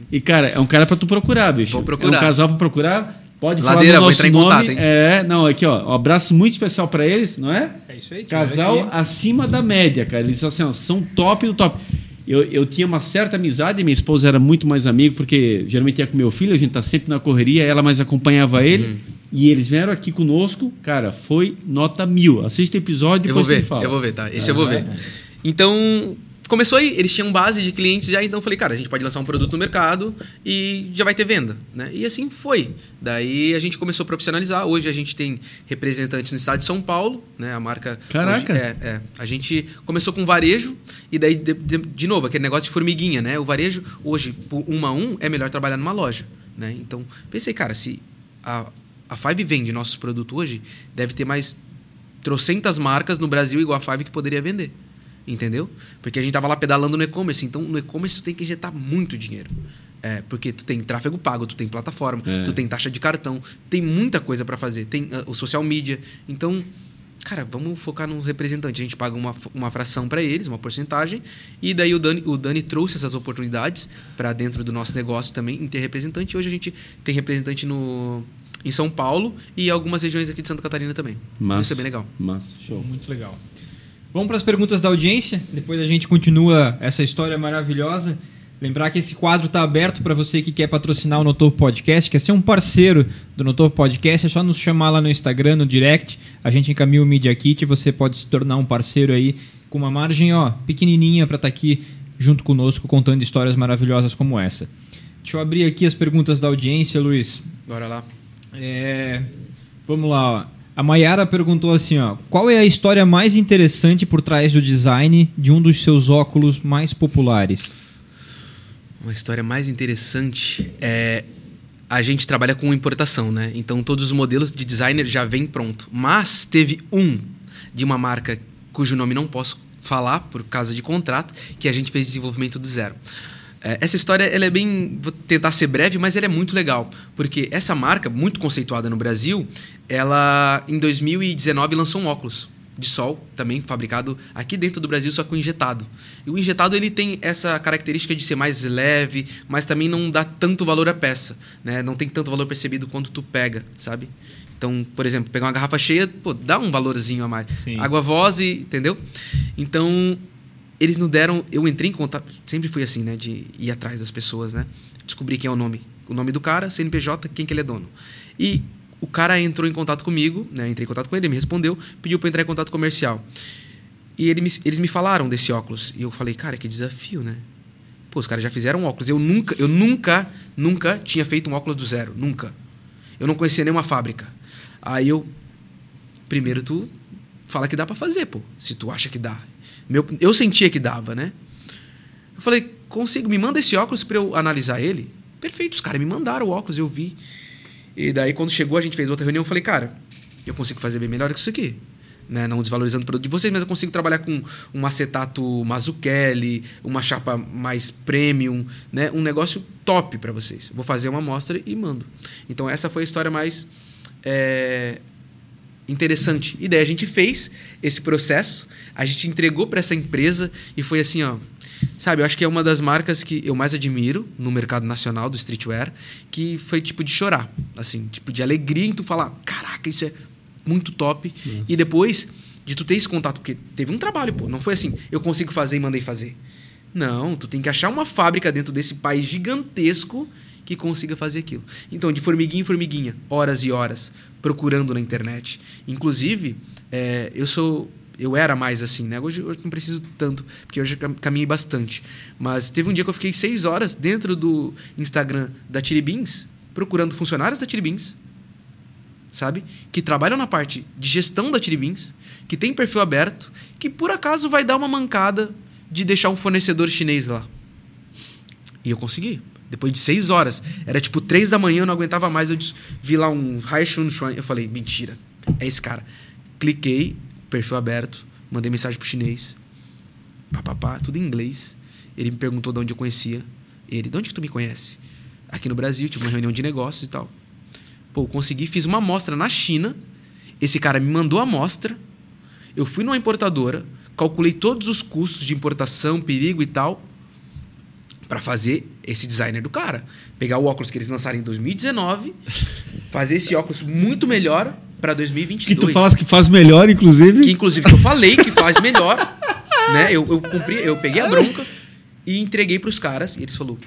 E, cara, é um cara pra tu procurar, bicho. Vou procurar. É um casal pra procurar. Pode Ladeira, falar no vou nosso entrar em nome. contato, hein? Não, aqui, ó. Um abraço muito especial pra eles, não é? É isso aí. Casal acima da média, cara. Eles assim, ó, são top do top. Eu tinha uma certa amizade, minha esposa era muito mais amigo, porque geralmente ia com meu filho, a gente tá sempre na correria, ela mais acompanhava ele. E eles vieram aqui conosco, cara, foi nota 1000. Assiste o episódio e depois me fala. Eu vou ver, tá? Esse eu vou ver. Então, começou aí, eles tinham base de clientes já, então eu falei, cara, a gente pode lançar um produto no mercado e já vai ter venda, né? E assim foi. Daí a gente começou a profissionalizar. Hoje a gente tem representantes no estado de São Paulo, né? A marca... Caraca! Hoje, a gente começou com varejo e daí, de novo, aquele negócio de formiguinha, né? O varejo, hoje, por 1 a 1, é melhor trabalhar numa loja, né? Então, pensei, cara, se a Five vende nossos produtos hoje, deve ter mais trocentas marcas no Brasil igual a Five que poderia vender. Entendeu? Porque a gente tava lá pedalando no e-commerce, então no e-commerce tu tem que injetar muito dinheiro. Porque tu tem tráfego pago, tu tem plataforma, tu tem taxa de cartão, tem muita coisa para fazer, tem o social media. Então, cara, vamos focar no representante. A gente paga uma fração para eles, uma porcentagem, e daí o Dani trouxe essas oportunidades para dentro do nosso negócio também, em ter representante. Hoje a gente tem representante em São Paulo e algumas regiões aqui de Santa Catarina também. Massa. Isso é bem legal. Massa, show. Muito legal. Vamos para as perguntas da audiência, depois a gente continua essa história maravilhosa. Lembrar que esse quadro está aberto para você que quer patrocinar o No Topo Podcast, quer ser um parceiro do No Topo Podcast, é só nos chamar lá no Instagram, no direct, a gente encaminha o Media Kit e você pode se tornar um parceiro aí com uma margem pequenininha para estar aqui junto conosco contando histórias maravilhosas como essa. Deixa eu abrir aqui as perguntas da audiência, Luiz. Bora lá. Vamos lá, ó. A Mayara perguntou assim, qual é a história mais interessante por trás do design de um dos seus óculos mais populares? Uma história mais interessante a gente trabalha com importação, né? Então todos os modelos de designer já vem pronto. Mas teve de uma marca cujo nome não posso falar por causa de contrato, que a gente fez desenvolvimento do zero. Essa história ela é bem... Vou tentar ser breve, mas ela é muito legal. Porque essa marca, muito conceituada no Brasil, ela, em 2019, lançou um óculos de sol, também fabricado aqui dentro do Brasil, só com injetado. E o injetado ele tem essa característica de ser mais leve, mas também não dá tanto valor à peça, né? Não tem tanto valor percebido quando tu pega, sabe? Então, por exemplo, pegar uma garrafa cheia, dá um valorzinho a mais. Sim. Água voz, entendeu? Então... Eles não deram... Eu entrei em contato... Sempre fui assim, né? De ir atrás das pessoas, né? Descobri quem é o nome do cara, CNPJ, quem que ele é dono. E o cara entrou em contato comigo, né? Entrei em contato com ele, me respondeu, pediu para entrar em contato comercial. E eles me falaram desse óculos. E eu falei, cara, que desafio, né? Pô, os caras já fizeram um óculos. Eu nunca tinha feito um óculos do zero. Nunca. Eu não conhecia nenhuma fábrica. Aí primeiro tu fala que dá para fazer, pô. Se tu acha que dá. Eu sentia que dava, né? Eu falei, consigo, me manda esse óculos para eu analisar ele? Perfeito, os caras me mandaram o óculos, eu vi. E daí, quando chegou, a gente fez outra reunião, eu falei, cara, eu consigo fazer bem melhor que isso aqui. Né? Não desvalorizando o produto de vocês, mas eu consigo trabalhar com um acetato Mazzucchelli, uma chapa mais premium, né? Um negócio top para vocês. Vou fazer uma amostra e mando. Então, essa foi a história mais interessante. E daí a gente fez esse processo, a gente entregou para essa empresa e foi assim, sabe, eu acho que é uma das marcas que eu mais admiro no mercado nacional do streetwear, que foi tipo de chorar, assim, tipo de alegria em tu falar, caraca, isso é muito top. Nossa. E depois de tu ter esse contato, porque teve um trabalho, pô, não foi assim, eu consigo fazer e mandei fazer. Não, tu tem que achar uma fábrica dentro desse país gigantesco que consiga fazer aquilo. Então, de formiguinha em formiguinha, horas e horas, procurando na internet. Inclusive, eu era mais assim, né? Hoje não preciso tanto, porque hoje eu caminhei bastante. Mas teve um dia que eu fiquei 6 horas dentro do Instagram da Chili Beans, procurando funcionários da Chili Beans, sabe? Que trabalham na parte de gestão da Chili Beans, que tem perfil aberto, que por acaso vai dar uma mancada de deixar um fornecedor chinês lá. E eu consegui. Depois de 6 horas. Era tipo 3 da manhã, eu não aguentava mais. Eu vi lá um Haishun Shuan. Eu falei, mentira. É esse cara. Cliquei, perfil aberto. Mandei mensagem pro chinês. Tudo em inglês. Ele me perguntou de onde eu conhecia. De onde que tu me conhece? Aqui no Brasil, tive uma reunião de negócios e tal. Pô, eu consegui, fiz uma amostra na China. Esse cara me mandou a amostra. Eu fui numa importadora. Calculei todos os custos de importação, perigo e tal. Para fazer esse designer do cara. Pegar o óculos que eles lançaram em 2019, fazer esse óculos muito melhor para 2022. Que tu falas que faz melhor, inclusive. Que inclusive eu falei que faz melhor. Né? Eu peguei a bronca e entreguei pros caras. E eles falaram,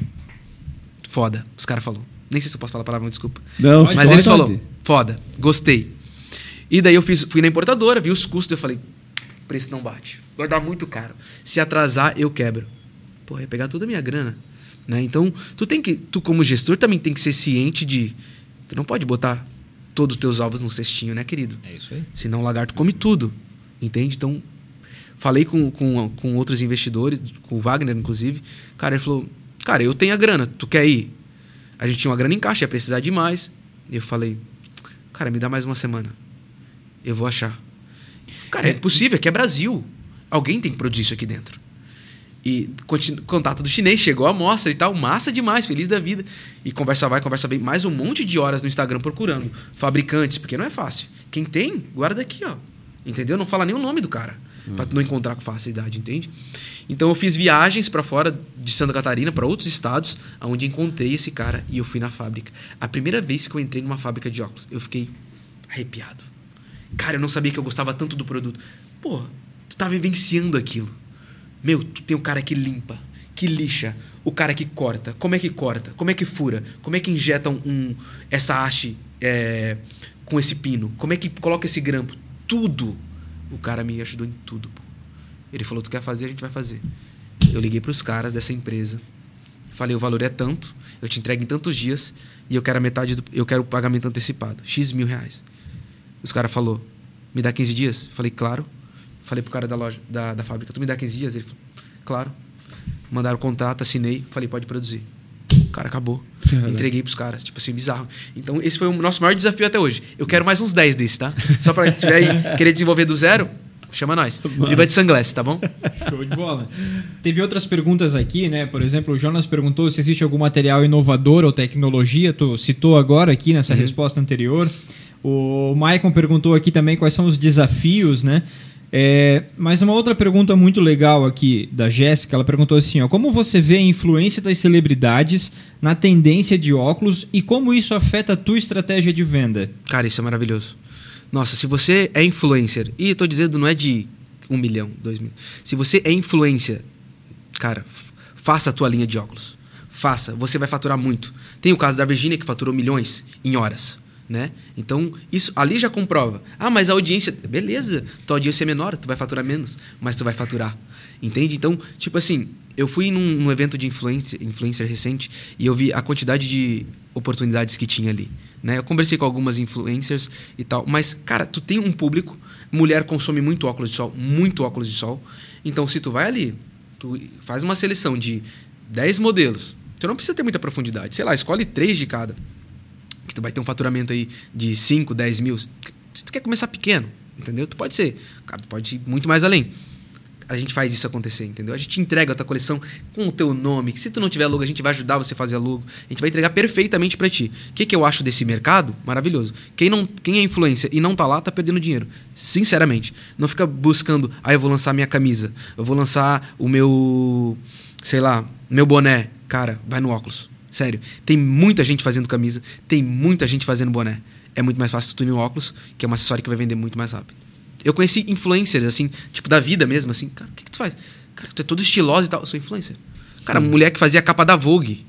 foda. Os caras falaram. Nem sei se eu posso falar a palavra, desculpa. Não, mas eles falaram, foda, gostei. E daí eu fui na importadora, vi os custos, eu falei, o preço não bate. Vai dar muito caro. Se atrasar, eu quebro. Pô, ia pegar toda a minha grana. Né? Então, tu como gestor também tem que ser ciente de... Tu não pode botar todos os teus ovos num cestinho, né, querido? É isso aí. Senão o lagarto come tudo. Entende? Então, falei com outros investidores, com o Wagner, inclusive. Cara, ele falou, cara, eu tenho a grana, tu quer ir? A gente tinha uma grana em caixa, ia precisar de mais. E eu falei, cara, me dá mais uma semana. Eu vou achar. Cara, é impossível, aqui é Brasil. Alguém tem que produzir isso aqui dentro. E contato do chinês, chegou a amostra e tal, massa demais, feliz da vida. E conversa vai, conversa bem, mais um monte de horas no Instagram procurando fabricantes, porque não é fácil. Quem tem, guarda aqui, ó. Entendeu? Não fala nem o nome do cara, pra tu não encontrar com facilidade, entende? Então eu fiz viagens para fora de Santa Catarina, para outros estados, onde encontrei esse cara e eu fui na fábrica. A primeira vez que eu entrei numa fábrica de óculos, eu fiquei arrepiado. Cara, eu não sabia que eu gostava tanto do produto. Pô, tu tá vivenciando aquilo. Meu, tu tem o cara que limpa, que lixa, o cara que corta. Como é que fura, como é que injeta essa haste com esse pino, como é que coloca esse grampo. Tudo. O cara me ajudou em tudo, pô. Ele falou, tu quer fazer, a gente vai fazer. Eu liguei pros caras dessa empresa. Falei, o valor é tanto, eu te entrego em tantos dias e eu quero eu quero o pagamento antecipado. X mil reais. Os caras falaram, me dá 15 dias? Falei, claro. Falei pro cara da loja, da fábrica, tu me dá 15 dias? Ele falou, claro. Mandaram o contrato, assinei, falei, pode produzir. O cara acabou. Entreguei pros caras, tipo assim, bizarro. Então, esse foi o nosso maior desafio até hoje. Eu quero mais uns 10 desses, tá? Só pra quem tiver aí, querer desenvolver do zero, chama nós. Driba de Sunglass, tá bom? Show de bola. Teve outras perguntas aqui, né? Por exemplo, o Jonas perguntou se existe algum material inovador ou tecnologia. Tu citou agora aqui nessa resposta anterior. O Maicon perguntou aqui também quais são os desafios, né? Mas uma outra pergunta muito legal aqui da Jéssica, ela perguntou assim, ó, como você vê a influência das celebridades na tendência de óculos e como isso afeta a tua estratégia de venda? Cara, isso é maravilhoso. Nossa, se você é influencer, e tô dizendo não é de 1 milhão, 2 milhões. Se você é influencer, cara, faça a tua linha de óculos. Faça, você vai faturar muito. Tem o caso da Virgínia que faturou milhões em horas. Né? Então, isso ali já comprova. Ah, mas a audiência... Beleza, tua audiência é menor, tu vai faturar menos, mas tu vai faturar. Entende? Então, tipo assim, eu fui num evento de influencer recente e eu vi a quantidade de oportunidades que tinha ali. Né? Eu conversei com algumas influencers e tal, mas, cara, tu tem um público, mulher consome muito óculos de sol. Então, se tu vai ali, tu faz uma seleção de 10 modelos, tu não precisa ter muita profundidade. Sei lá, escolhe 3 de cada. Que tu vai ter um faturamento aí de 5, 10 mil. Se tu quer começar pequeno, entendeu? Tu pode ser. Cara, tu pode ir muito mais além. A gente faz isso acontecer, entendeu? A gente entrega a tua coleção com o teu nome. Que se tu não tiver logo, a gente vai ajudar você a fazer a logo. A gente vai entregar perfeitamente pra ti. O que eu acho desse mercado? Maravilhoso. Quem é influencer e não tá lá, tá perdendo dinheiro. Sinceramente. Não fica buscando, eu vou lançar minha camisa. Eu vou lançar o meu, sei lá, meu boné. Cara, vai no óculos. Sério, tem muita gente fazendo camisa, tem muita gente fazendo boné. É muito mais fácil tu ir no óculos, que é uma acessório que vai vender muito mais rápido. Eu conheci influencers, assim, tipo da vida mesmo, assim. Cara, o que tu faz? Cara, tu é todo estiloso e tal. Eu sou influencer. Cara, mulher que fazia a capa da Vogue.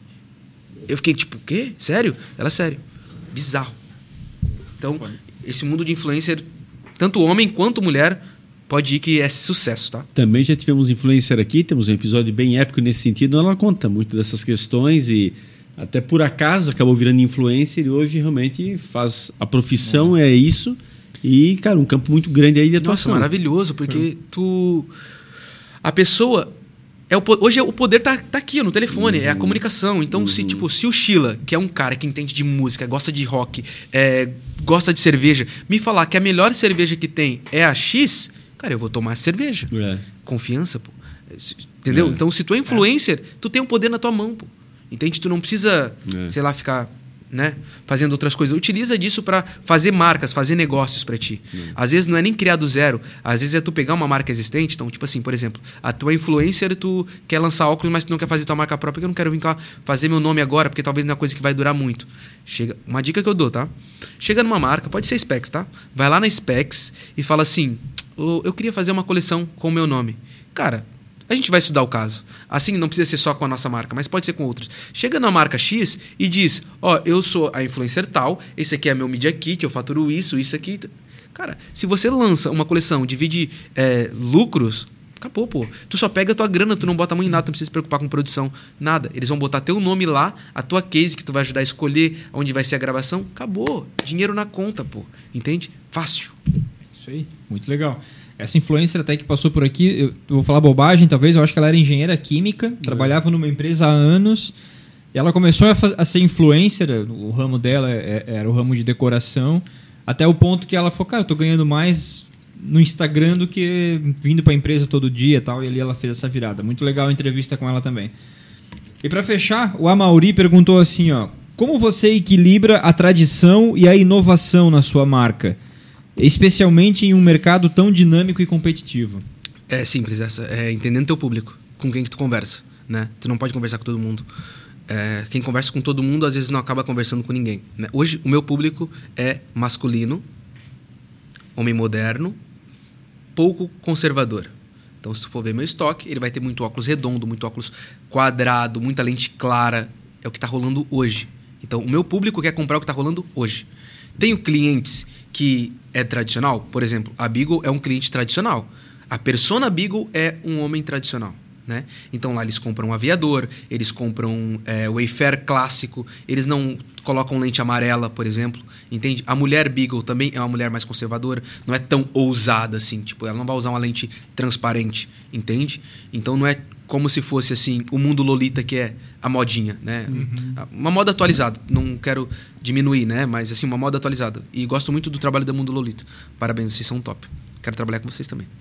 Eu fiquei tipo, o quê? Sério? Ela, sério. Bizarro. Então, esse mundo de influencer, tanto homem quanto mulher, pode ir que é sucesso, tá? Também já tivemos influencer aqui, temos um episódio bem épico nesse sentido. Ela conta muito dessas questões e até por acaso acabou virando influencer e hoje realmente faz a profissão, é isso. E, cara, um campo muito grande aí de atuação. Nossa, maravilhoso, porque a pessoa... Hoje o poder tá aqui, no telefone, é a comunicação. Então, se o Sheila, que é um cara que entende de música, gosta de rock, gosta de cerveja, me falar que a melhor cerveja que tem é a X, cara, eu vou tomar essa cerveja. Confiança, pô. Entendeu? Então, se tu é influencer, tu tem um poder na tua mão, pô. Entende? Tu não precisa, sei lá, ficar né? Fazendo outras coisas. Utiliza disso para fazer marcas, fazer negócios para ti. Às vezes não é nem criar do zero. Às vezes é tu pegar uma marca existente. Então, tipo assim, por exemplo, a tua influencer, tu quer lançar óculos, mas tu não quer fazer tua marca própria, porque eu não quero vir cá fazer meu nome agora, porque talvez não é uma coisa que vai durar muito. Uma dica que eu dou, tá? Chega numa marca, pode ser Specs, tá? Vai lá na Specs e fala assim, eu queria fazer uma coleção com o meu nome. Cara, a gente vai estudar o caso. Assim, não precisa ser só com a nossa marca, mas pode ser com outras. Chega na marca X e diz, eu sou a influencer tal, esse aqui é meu Media Kit, eu faturo isso aqui. Cara, se você lança uma coleção, divide lucros, acabou, pô. Tu só pega a tua grana, tu não bota a mão em nada, tu não precisa se preocupar com produção, nada. Eles vão botar teu nome lá, a tua case que tu vai ajudar a escolher onde vai ser a gravação, acabou. Dinheiro na conta, pô. Entende? Fácil. Isso aí, muito legal. Essa influencer até que passou por aqui, eu vou falar bobagem, talvez, eu acho que ela era engenheira química, trabalhava numa empresa há anos, e ela começou a ser influencer, o ramo dela era o ramo de decoração, até o ponto que ela falou, cara, eu tô ganhando mais no Instagram do que vindo pra empresa todo dia e tal, e ali ela fez essa virada. Muito legal a entrevista com ela também. E para fechar, o Amauri perguntou assim, como você equilibra a tradição e a inovação na sua marca? Especialmente em um mercado tão dinâmico e competitivo. É simples essa. É entendendo teu público, com quem que tu conversa, né? Tu não pode conversar com todo mundo. Quem conversa com todo mundo, às vezes não acaba conversando com ninguém, né? Hoje, o meu público é masculino, homem moderno, pouco conservador. Então, se tu for ver meu estoque, ele vai ter muito óculos redondo, muito óculos quadrado, muita lente clara. É o que está rolando hoje. Então, o meu público quer comprar o que está rolando hoje. Tenho clientes que é tradicional. Por exemplo, a Beagle é um cliente tradicional. A persona Beagle é um homem tradicional, né? Então lá eles compram um aviador, eles compram o Wayfarer clássico, eles não colocam lente amarela, por exemplo, entende? A mulher Beagle também é uma mulher mais conservadora, não é tão ousada assim, tipo, ela não vai usar uma lente transparente, entende? Então não é como se fosse assim o mundo Lolita, que é a modinha, né? Uma moda atualizada, não quero diminuir, né? Mas assim, uma moda atualizada. E gosto muito do trabalho da Mundo Lolita. Parabéns, vocês são top. Quero trabalhar com vocês também.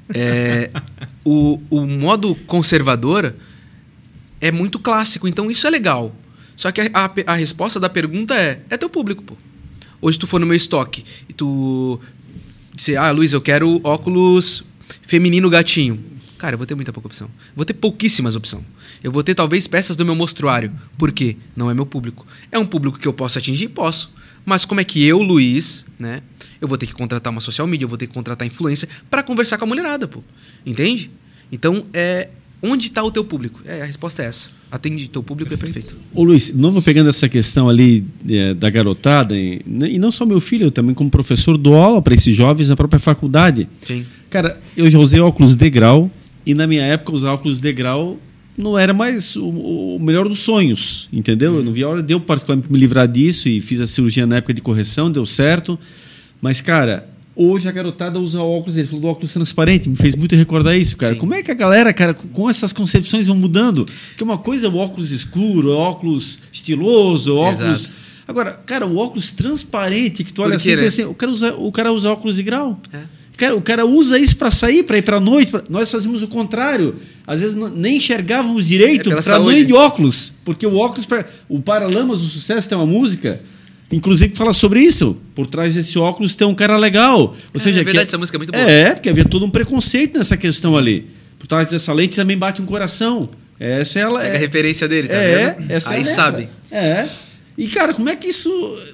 O modo conservador é muito clássico, então isso é legal. Só que a resposta da pergunta é teu público, pô. Hoje tu for no meu estoque e tu disser, Luiz, eu quero óculos feminino gatinho. Cara, eu vou ter muita pouca opção. Vou ter pouquíssimas opções. Eu vou ter talvez peças do meu mostruário. Por quê? Não é meu público. É um público que eu posso atingir? Posso. Mas como é que eu, Luiz, né? Eu vou ter que contratar uma social media, eu vou ter que contratar influencer para conversar com a mulherada, pô. Entende? Então, onde está o teu público? A resposta é essa. Atende teu público, é perfeito. Ô Luiz, de novo pegando essa questão ali da garotada, e não só meu filho, eu também como professor dou aula para esses jovens na própria faculdade. Sim. Cara, eu já usei óculos de grau, e na minha época usar óculos de grau não era mais o melhor dos sonhos, entendeu? Eu não vi a hora de eu particularmente me livrar disso e fiz a cirurgia na época de correção, deu certo. Mas, cara, hoje a garotada usa óculos, ele falou do óculos transparente, me fez muito recordar isso, cara. Sim. Como é que a galera, cara, com essas concepções vão mudando? Porque uma coisa é o óculos escuro, o óculos estiloso, o óculos... Exato. Agora, cara, o óculos transparente que tu olha assim, né? Assim, o cara usa óculos de grau. O cara usa isso para sair, para ir para a noite. Nós fazemos o contrário. Às vezes nem enxergávamos direito para não ir de óculos. Porque o óculos, o Paralamas do Sucesso tem uma música, inclusive, que fala sobre isso. Por trás desse óculos tem um cara legal. Ou seja, verdade, essa música é muito boa. Porque havia todo um preconceito nessa questão ali. Por trás dessa lente também bate um coração. Essa ela é a referência dele, tá vendo? Essa aí sabe. E, cara, como é que isso...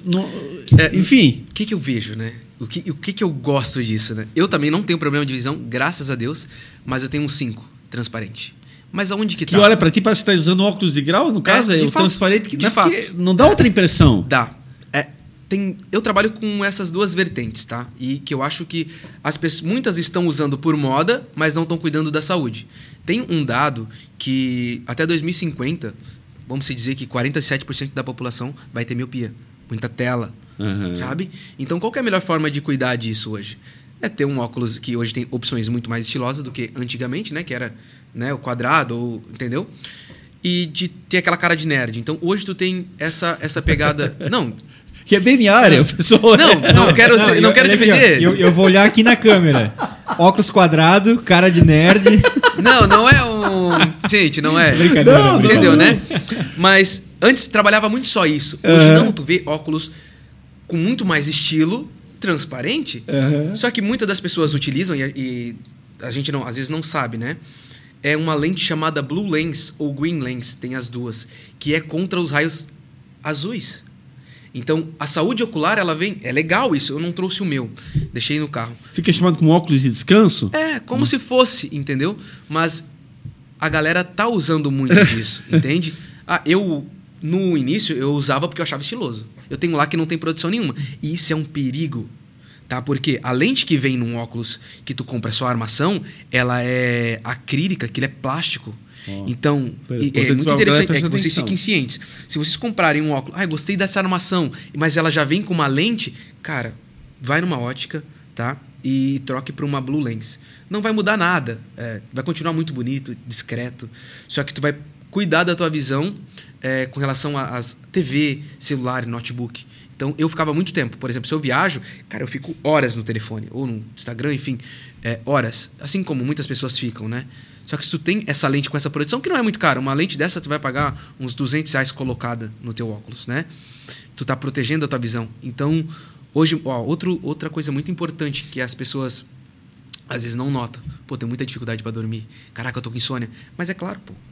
enfim. O que eu vejo, né? O que eu gosto disso, né? Eu também não tenho problema de visão, graças a Deus, mas eu tenho um 5 transparente. Mas aonde que tá? Que olha pra ti, parece que tá usando óculos de grau, no caso, o transparente, que não dá outra impressão. Dá. Eu trabalho com essas duas vertentes, tá? E que eu acho que muitas estão usando por moda, mas não estão cuidando da saúde. Tem um dado que até 2050, vamos dizer que 47% da população vai ter miopia. Muita tela, sabe? Então, qual que é a melhor forma de cuidar disso hoje? É ter um óculos que hoje tem opções muito mais estilosas do que antigamente, né? Que era, né, o quadrado, entendeu? E de ter aquela cara de nerd. Então, hoje tu tem essa pegada... Não... Que é bem minha área, pessoal. Não quero defender. Eu vou olhar aqui na câmera. Óculos quadrado, cara de nerd. Não é um... Gente, não é. Brincadeira. Entendeu, né? Mas... Antes trabalhava muito só isso. Hoje não, tu vê óculos com muito mais estilo, transparente. Só que muitas das pessoas utilizam e a gente não, às vezes não sabe, né? É uma lente chamada Blue Lens ou Green Lens, tem as duas, que é contra os raios azuis. Então, a saúde ocular, ela vem... É legal isso, eu não trouxe o meu. Deixei no carro. Fica chamado como óculos de descanso? É, como se fosse, entendeu? Mas a galera tá usando muito disso, entende? No início, eu usava porque eu achava estiloso. Eu tenho lá que não tem produção nenhuma. E isso é um perigo, tá? Porque a lente que vem num óculos que tu compra só a armação, ela é acrílica, que ele é plástico. Então, é muito interessante que vocês fiquem cientes. Se vocês comprarem um óculos, gostei dessa armação, mas ela já vem com uma lente, cara, vai numa ótica, tá? E troque para uma Blue Lens. Não vai mudar nada, vai continuar muito bonito, discreto, só que tu vai cuidar da tua visão com relação às TV, celular, notebook. Então, eu ficava muito tempo. Por exemplo, se eu viajo, cara, eu fico horas no telefone, ou no Instagram, enfim, horas. Assim como muitas pessoas ficam, né? Só que se tu tem essa lente com essa proteção, que não é muito cara, uma lente dessa tu vai pagar uns R$200 colocada no teu óculos, né? Tu tá protegendo a tua visão. Então, hoje, outra coisa muito importante que as pessoas às vezes não notam. Pô, tem muita dificuldade para dormir. Caraca, eu tô com insônia. Mas é claro, pô,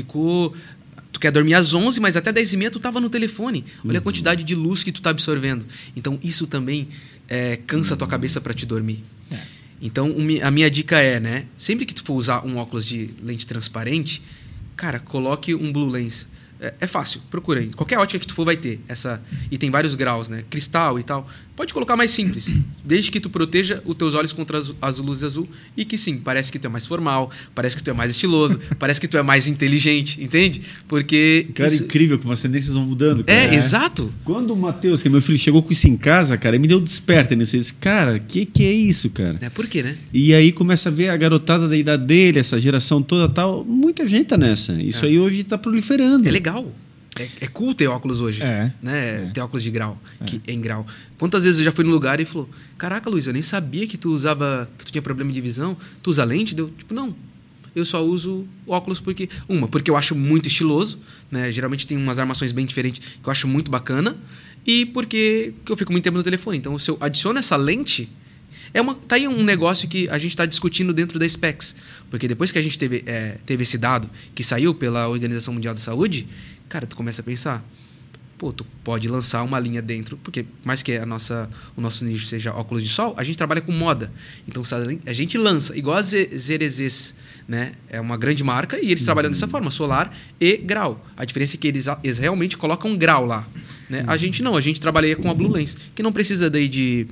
tu quer dormir às 11, mas até 10h30 tu tava no telefone. Olha a quantidade de luz que tu tá absorvendo. Então, isso também cansa a tua cabeça para te dormir. Então, a minha dica né? Sempre que tu for usar um óculos de lente transparente, cara, coloque um Blue Lens. É fácil, procura aí. Qualquer ótica que tu for vai ter essa. E tem vários graus, né? Cristal e tal. Pode colocar mais simples, desde que tu proteja os teus olhos contra as luzes azul e que sim, parece que tu é mais formal, parece que tu é mais estiloso, parece que tu é mais inteligente, entende? Porque... Cara, incrível como as tendências vão mudando. Cara. Exato. Quando o Matheus, que é meu filho, chegou com isso em casa, cara, ele me deu desperta nisso. Ele disse, cara, que é isso, cara? Por quê, né? E aí começa a ver a garotada da idade dele, essa geração toda tal, muita gente tá nessa. Isso aí hoje tá proliferando. É legal. É cool ter óculos hoje, né? Ter óculos de grau, que é em grau. Quantas vezes eu já fui num lugar e falou, caraca, Luiz, eu nem sabia que tu tinha problema de visão, tu usa lente? Deu, tipo, não, eu só uso óculos porque eu acho muito estiloso, né? Geralmente tem umas armações bem diferentes que eu acho muito bacana, e porque eu fico muito tempo no telefone. Então, se eu adiciono essa lente, tá aí um negócio que a gente está discutindo dentro da Specs, porque depois que a gente teve esse dado que saiu pela Organização Mundial da Saúde, cara, tu começa a pensar, pô, tu pode lançar uma linha dentro, porque mais que o nosso nicho seja óculos de sol, a gente trabalha com moda. Então, a gente lança, igual a Zerezes, né? É uma grande marca e eles trabalham dessa forma, solar e grau. A diferença é que eles realmente colocam grau lá, né? A gente não, a gente trabalha com a Blue Lens, que não precisa daí de...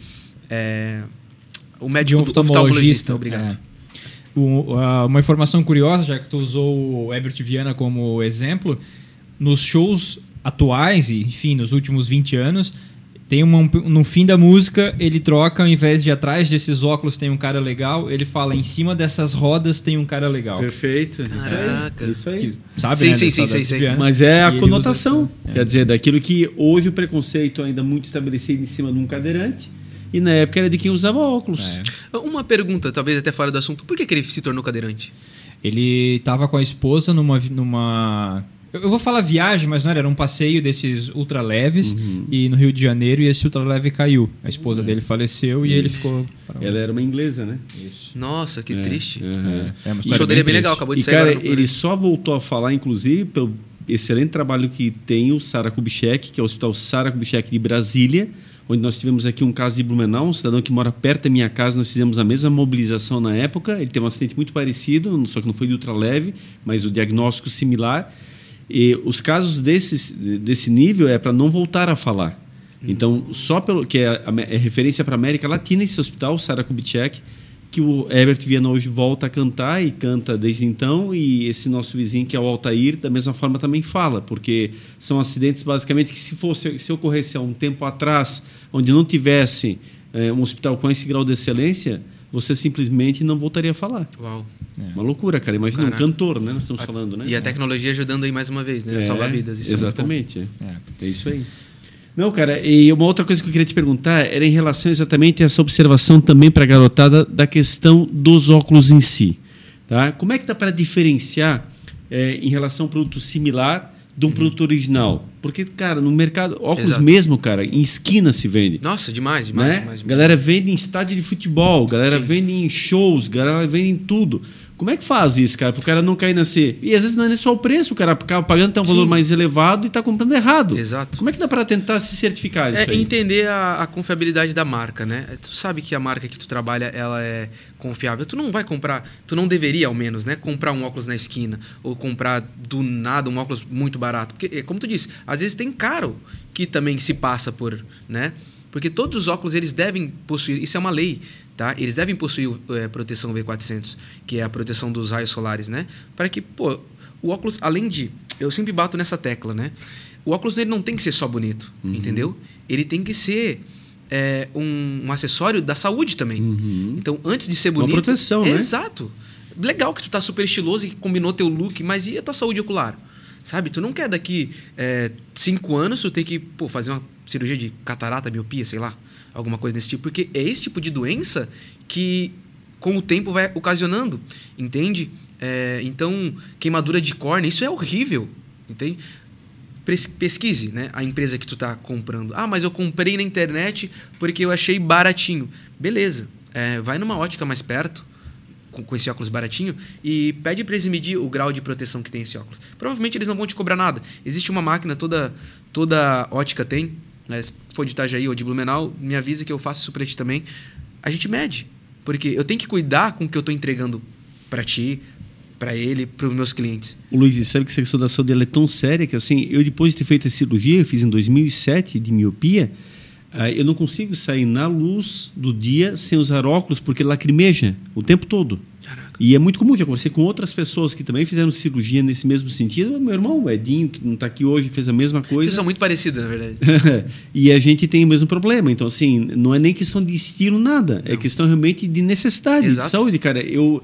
o médico oftalmologista, obrigado. Uma informação curiosa, já que tu usou o Herbert Viana como exemplo, nos shows atuais, e enfim, nos últimos 20 anos, tem no fim da música, ele troca, ao invés de atrás desses óculos tem um cara legal, ele fala, em cima dessas rodas tem um cara legal. Perfeito. Isso aí. Que, sabe, sim, né? Sim. Mas é a conotação. Quer dizer, daquilo que hoje o preconceito ainda muito estabelecido em cima de um cadeirante, e na época era de quem usava óculos. Uma pergunta, talvez até fora do assunto. Por que ele se tornou cadeirante? Ele estava com a esposa numa... Eu vou falar viagem, mas não era um passeio desses ultraleves e no Rio de Janeiro, e esse ultraleve caiu. A esposa dele faleceu e ele ficou... Ela era uma inglesa, né? Isso. Nossa, que triste. O show dele é bem legal, acabou de sair. Cara, ele só voltou a falar, inclusive, pelo excelente trabalho que tem o Sara Kubitschek, que é o Hospital Sara Kubitschek de Brasília, onde nós tivemos aqui um caso de Blumenau, um cidadão que mora perto da minha casa, nós fizemos a mesma mobilização na época, ele teve um acidente muito parecido, só que não foi de ultraleve, mas o diagnóstico similar. E os casos desse nível é para não voltar a falar. Então, só pelo que é referência para a América Latina, esse hospital, Sara Kubitschek, que o Herbert Viana hoje volta a cantar e canta desde então, e esse nosso vizinho, que é o Altair, da mesma forma também fala, porque são acidentes basicamente que se ocorresse há um tempo atrás, onde não tivesse um hospital com esse grau de excelência, você simplesmente não voltaria a falar. Uau. Uma loucura, cara. Imagina, um cantor, né? Nós estamos falando, né? E a tecnologia ajudando aí mais uma vez, né? Salvar vidas. Isso exatamente. É isso aí. Não, cara, e uma outra coisa que eu queria te perguntar era em relação exatamente a essa observação também para a garotada da questão dos óculos em si. Tá? Como é que dá para diferenciar em relação a um produto similar de um produto original? Porque, cara, no mercado, óculos Exato. mesmo, cara, em esquina se vende. Nossa, demais. Galera vende em estádio de futebol, galera Sim. vende em shows, galera vende em tudo. Como é que faz isso, cara? Para o cara não cair nesse... E às vezes não é nem só o preço, o cara acaba pagando até um valor mais elevado e está comprando errado. Exato. Como é que dá para tentar se certificar isso aí? Entender a confiabilidade da marca, né? Tu sabe que a marca que tu trabalha, ela é confiável. Tu não vai comprar, tu não deveria ao menos, né? Comprar um óculos na esquina ou comprar do nada um óculos muito barato. Porque, como tu disse, às vezes tem caro que também se passa por, né? Porque todos os óculos, eles devem possuir, isso é uma lei, tá? Eles devem possuir proteção V400, que é a proteção dos raios solares, né? Para que, pô, o óculos, além de... Eu sempre bato nessa tecla, né? O óculos, ele não tem que ser só bonito, entendeu? Ele tem que ser um acessório da saúde também. Então, antes de ser bonito... Uma proteção, né? Exato. Legal que tu tá super estiloso e que combinou teu look, mas e a tua saúde ocular? Sabe? Tu não quer daqui 5 anos tu ter que fazer uma cirurgia de catarata, miopia, sei lá, alguma coisa desse tipo, porque é esse tipo de doença que com o tempo vai ocasionando, entende? Então, queimadura de córnea, isso é horrível, entende? Pesquise, né, a empresa que tu tá comprando. Ah, mas eu comprei na internet porque eu achei baratinho. Beleza, vai numa ótica mais perto, com esse óculos baratinho, e pede para eles medir o grau de proteção que tem esse óculos. Provavelmente eles não vão te cobrar nada. Existe uma máquina, toda ótica tem, né? Se for de Itajaí ou de Blumenau, me avisa que eu faço isso para ti também. A gente mede, porque eu tenho que cuidar com o que eu estou entregando para ti, para ele, para os meus clientes. O Luiz, sabe que essa questão da saúde ela é tão séria que, assim, eu depois de ter feito a cirurgia, eu fiz em 2007 de miopia, eu não consigo sair na luz do dia sem usar óculos porque lacrimeja o tempo todo. Caraca. E é muito comum, já conversei com outras pessoas que também fizeram cirurgia nesse mesmo sentido. Meu irmão, o Edinho, que não está aqui hoje, fez a mesma coisa. Vocês são muito parecidos, na verdade. E a gente tem o mesmo problema. Então, assim, não é nem questão de estilo, nada. Não. É questão realmente de necessidade, Exato. De saúde, cara. Eu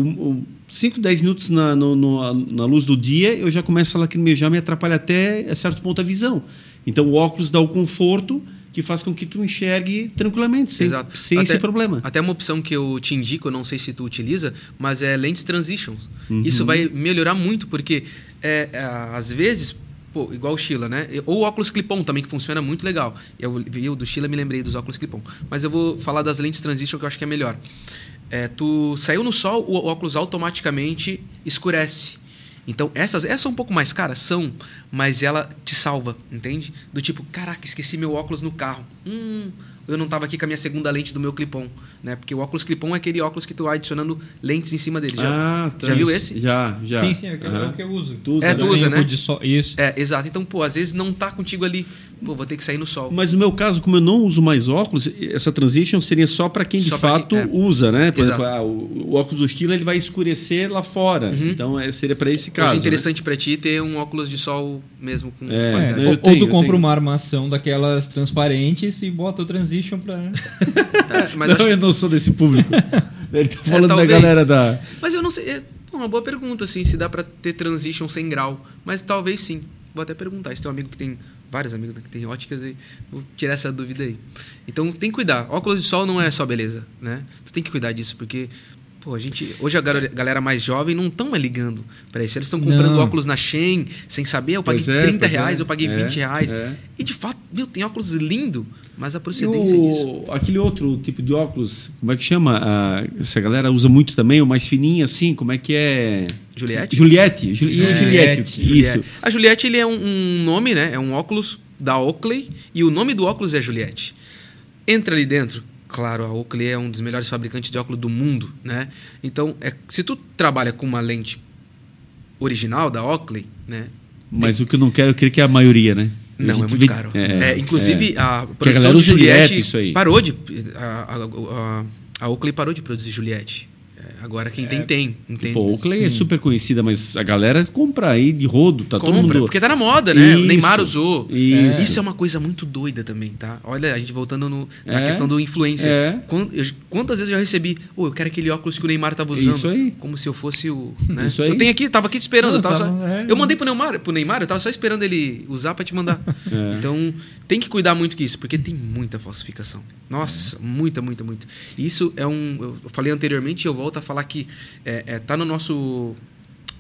5, 10 minutos na luz do dia, eu já começo a lacrimejar, me atrapalha até a certo ponto a visão. Então, o óculos dá o conforto que faz com que tu enxergue tranquilamente, sem esse problema. Até uma opção que eu te indico, eu não sei se tu utiliza, mas é lentes transitions. Isso vai melhorar muito, porque às vezes, igual o Sheila, né? Ou o óculos clip-on também, que funciona muito legal. Eu do Sheila me lembrei dos óculos clip-on. Mas eu vou falar das lentes transition, que eu acho que é melhor. Tu saiu no sol, o óculos automaticamente escurece. Então, essas são um pouco mais caras, mas ela te salva, entende? Do tipo, caraca, esqueci meu óculos no carro. Eu não estava aqui com a minha segunda lente do meu clip-on, né? Porque o óculos clip-on é aquele óculos que tu vai adicionando lentes em cima dele. Já viu esse? Já. Sim, é o que eu uso. Tu usa, né? Isso. Exato. Então, às vezes não tá contigo ali. Vou ter que sair no sol. Mas no meu caso, como eu não uso mais óculos, essa transition seria só para quem de fato usa, né? Por exemplo, o óculos do Stila, ele vai escurecer lá fora. Então, seria para esse caso. É interessante, né? Para ti ter um óculos de sol mesmo com qualidade. Ou tu compra uma armação daquelas transparentes e bota o transition para... mas eu não sou desse público. Ele tá falando da galera da... Mas eu não sei... uma boa pergunta, assim, se dá para ter transition sem grau. Mas talvez sim. Vou até perguntar. Se tem um amigo que tem... Vários amigos, né, que tem óticas, e vou tirar essa dúvida aí. Então tem que cuidar. Óculos de sol não é só beleza, né? Tu tem que cuidar disso, porque hoje a galera mais jovem não estão mais ligando para isso. Eles estão comprando óculos na Shein sem saber. Eu paguei R$30, eu paguei R$20. E de fato, tem óculos lindo, mas a procedência disso. Aquele outro tipo de óculos, como é que chama? Essa galera usa muito também, o mais fininho assim, como é que é? Juliette. Isso. A Juliette, ele é um nome, né? É um óculos da Oakley e o nome do óculos é Juliette. Entra ali dentro. Claro, a Oakley é um dos melhores fabricantes de óculos do mundo, né? Então, se tu trabalha com uma lente original da Oakley, né? Mas o que eu não quero, eu creio que é a maioria, né? Não, é muito caro. Inclusive, a produção de Juliette isso aí. Parou de... A Oakley parou de produzir Juliette. Agora quem tem. Entende? A Oakley é super conhecida, mas a galera compra aí de rodo, todo mundo... Porque tá na moda, né? O Neymar usou. Isso é uma coisa muito doida também, tá? Olha, a gente voltando na questão do influencer. Quantas vezes eu já recebi, eu quero aquele óculos que o Neymar tava usando. Isso aí. Como se eu fosse o... Né? Isso aí. Eu tenho aqui, tava aqui te esperando. Eu mandei pro Neymar, eu tava só esperando ele usar para te mandar. Então, tem que cuidar muito com isso, porque tem muita falsificação. Nossa, muita. Isso é eu falei anteriormente e eu volto a falar que tá no nosso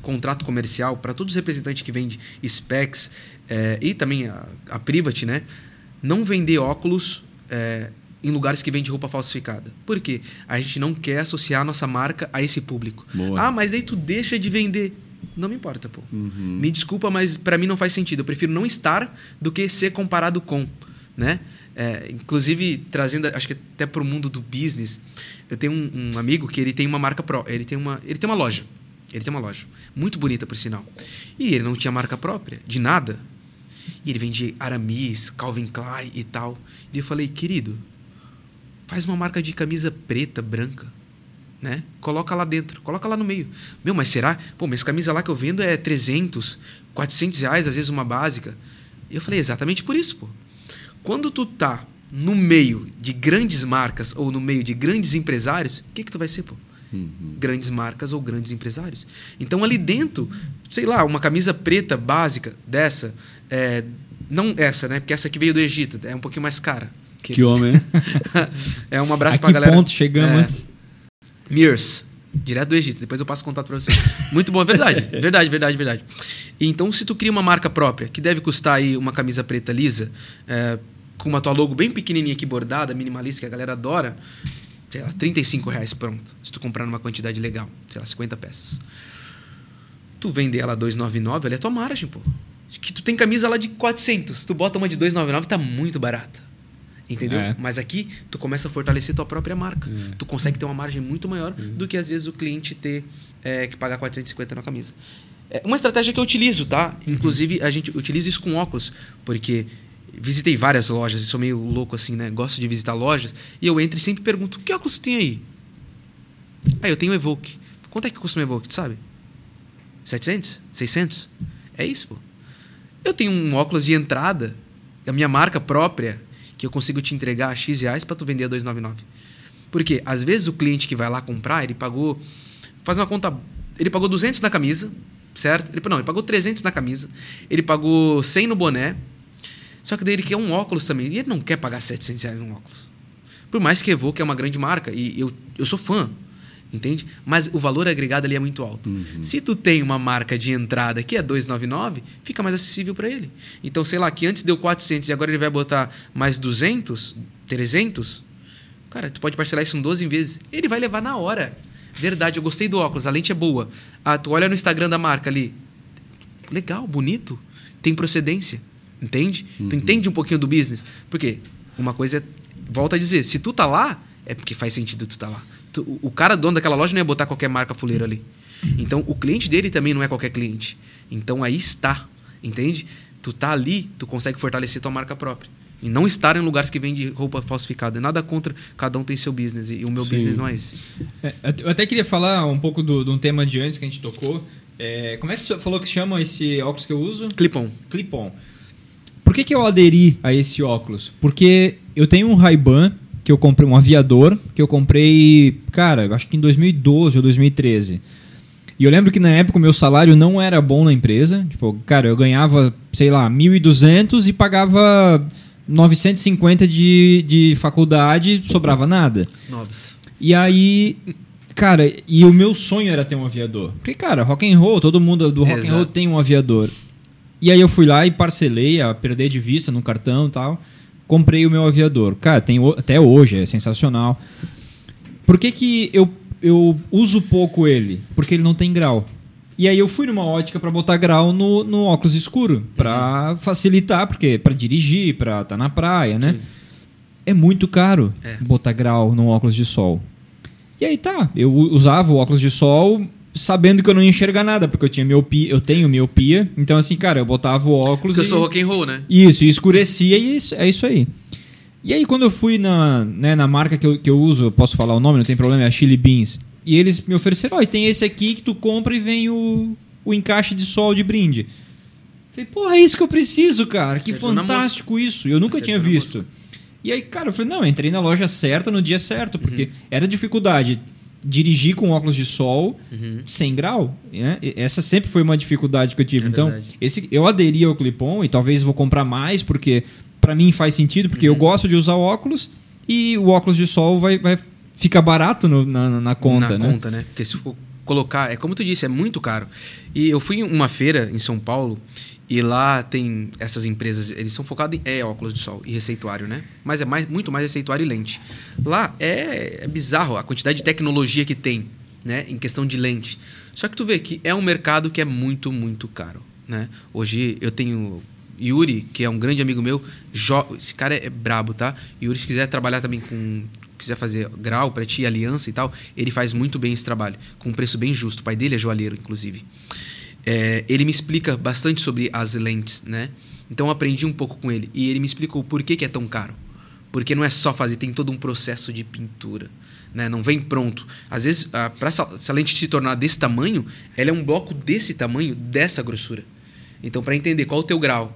contrato comercial para todos os representantes que vendem specs e também a Privat, né? Não vender óculos em lugares que vendem roupa falsificada. Por quê? A gente não quer associar a nossa marca a esse público. Boa. Mas aí tu deixa de vender. Não me importa, pô. Me desculpa, mas para mim não faz sentido. Eu prefiro não estar do que ser comparado com, né? Inclusive, trazendo, acho que até para o mundo do business, eu tenho um amigo que ele tem uma marca ele tem uma loja. Ele tem uma loja. Muito bonita, por sinal. E ele não tinha marca própria, de nada. E ele vendia Aramis, Calvin Klein e tal. E eu falei, querido, faz uma marca de camisa preta, branca, né? Coloca lá dentro, coloca lá no meio. Mas será? Pô, mas camisa lá que eu vendo é 300, 400 reais, às vezes uma básica. E eu falei, exatamente por isso, pô. Quando tu tá no meio de grandes marcas ou no meio de grandes empresários, o que tu vai ser, pô? Grandes marcas ou grandes empresários. Então, ali dentro, sei lá, uma camisa preta básica dessa, não essa, né? Porque essa aqui veio do Egito, é um pouquinho mais cara. Que homem, né? Um abraço pra galera. A que ponto chegamos? Mears, direto do Egito. Depois eu passo contato pra vocês. Muito bom, é verdade. Verdade. Então, se tu cria uma marca própria, que deve custar aí uma camisa preta lisa, com uma tua logo bem pequenininha aqui, bordada, minimalista, que a galera adora, sei lá, R$35 pronto. Se tu comprar numa quantidade legal, sei lá, 50 peças. Tu vender ela R$299, ela é tua margem, pô. Que tu tem camisa lá de 400, tu bota uma de R$299, tá muito barata. Entendeu? Mas aqui, tu começa a fortalecer tua própria marca. Tu consegue ter uma margem muito maior do que, às vezes, o cliente ter que pagar 450 na camisa. Uma estratégia que eu utilizo, tá? Inclusive, a gente utiliza isso com óculos, porque visitei várias lojas, e sou meio louco assim, né? Gosto de visitar lojas, e eu entro e sempre pergunto, que óculos tu tem aí? Eu tenho o Evoque. Quanto é que custa um Evoque, tu sabe? 700? 600? É isso, pô. Eu tenho um óculos de entrada, a minha marca própria, que eu consigo te entregar a X reais para tu vender a 299. Porque às vezes o cliente que vai lá comprar, ele pagou, faz uma conta, ele pagou 200 na camisa, certo? Ele pagou 300 na camisa, ele pagou 100 no boné, só que daí ele quer um óculos também, e ele não quer pagar 700 reais num óculos. Por mais que Evoque é uma grande marca, e eu sou fã, entende? Mas o valor agregado ali é muito alto. Se tu tem uma marca de entrada que é 299, fica mais acessível para ele. Então, sei lá, que antes deu 400 e agora ele vai botar mais 200, 300, cara, tu pode parcelar isso em 12 vezes. Ele vai levar na hora. Verdade, eu gostei do óculos, a lente é boa. Tu olha no Instagram da marca ali, legal, bonito, tem procedência, entende? Tu entende um pouquinho do business. Por quê? Uma coisa é, volta a dizer, se tu tá lá, é porque faz sentido tu tá lá. O cara dono daquela loja não ia botar qualquer marca fuleira ali. Então, o cliente dele também não é qualquer cliente. Então, aí está, entende? Tu tá ali, tu consegue fortalecer tua marca própria. E não estar em lugares que vendem roupa falsificada. Nada contra, cada um tem seu business. E o meu business não é esse. Eu até queria falar um pouco de um tema de antes que a gente tocou. Como é que você falou que chama esse óculos que eu uso? Clip-on. Clip-on. Por que eu aderi a esse óculos? Porque eu tenho um Ray-Ban que eu comprei, um aviador, que eu comprei, cara, acho que em 2012 ou 2013. E eu lembro que na época o meu salário não era bom na empresa. Tipo, cara, eu ganhava, sei lá, 1.200 e pagava 950 de faculdade, sobrava nada. Novos. E aí, cara, e o meu sonho era ter um aviador. Porque, cara, rock and roll, todo mundo do rock and roll tem um aviador. E aí eu fui lá e parcelei, a perder de vista no cartão e tal. Comprei o meu aviador. Cara, tem até hoje, é sensacional. Por que eu uso pouco ele? Porque ele não tem grau. E aí eu fui numa ótica para botar grau no óculos escuro, para facilitar, porque para dirigir, para estar na praia, né? Sim. É muito caro botar grau no óculos de sol. E aí tá, eu usava o óculos de sol sabendo que eu não ia enxergar nada, porque eu tenho miopia. Então, assim, cara, eu botava o óculos. Porque eu sou rock and roll, né? Isso, e escurecia, e é isso aí. E aí, quando eu fui na marca que eu uso, eu posso falar o nome, não tem problema, é a Chili Beans. E eles me ofereceram, e tem esse aqui que tu compra e vem o encaixe de sol de brinde. Falei, porra, é isso que eu preciso, cara. Que fantástico isso. Eu nunca tinha visto. E aí, cara, eu falei, não, eu entrei na loja certa no dia certo, porque era dificuldade dirigir com óculos de sol sem grau, né? Essa sempre foi uma dificuldade que eu tive. Então, eu aderi ao Clip-on e talvez vou comprar mais, porque para mim faz sentido, porque eu gosto de usar óculos e o óculos de sol vai ficar barato na conta, né? Na conta, né? Porque se for colocar... É como tu disse, é muito caro. E eu fui em uma feira em São Paulo e lá tem essas empresas, eles são focados em óculos de sol e receituário, né? Mas é muito mais receituário e lente. Lá é bizarro a quantidade de tecnologia que tem, né? Em questão de lente. Só que tu vê que é um mercado que é muito, muito caro, né? Hoje eu tenho Yuri, que é um grande amigo meu. Esse cara é brabo, tá? Yuri, se quiser trabalhar também quiser fazer grau para ti, aliança e tal, ele faz muito bem esse trabalho, com um preço bem justo. O pai dele é joalheiro, inclusive. Ele me explica bastante sobre as lentes, né? Então eu aprendi um pouco com ele. E ele me explicou por que é tão caro. Porque não é só fazer, tem todo um processo de pintura, né? Não vem pronto. Às vezes, para essa lente se tornar desse tamanho, ela é um bloco desse tamanho, dessa grossura. Então, para entender qual o teu grau,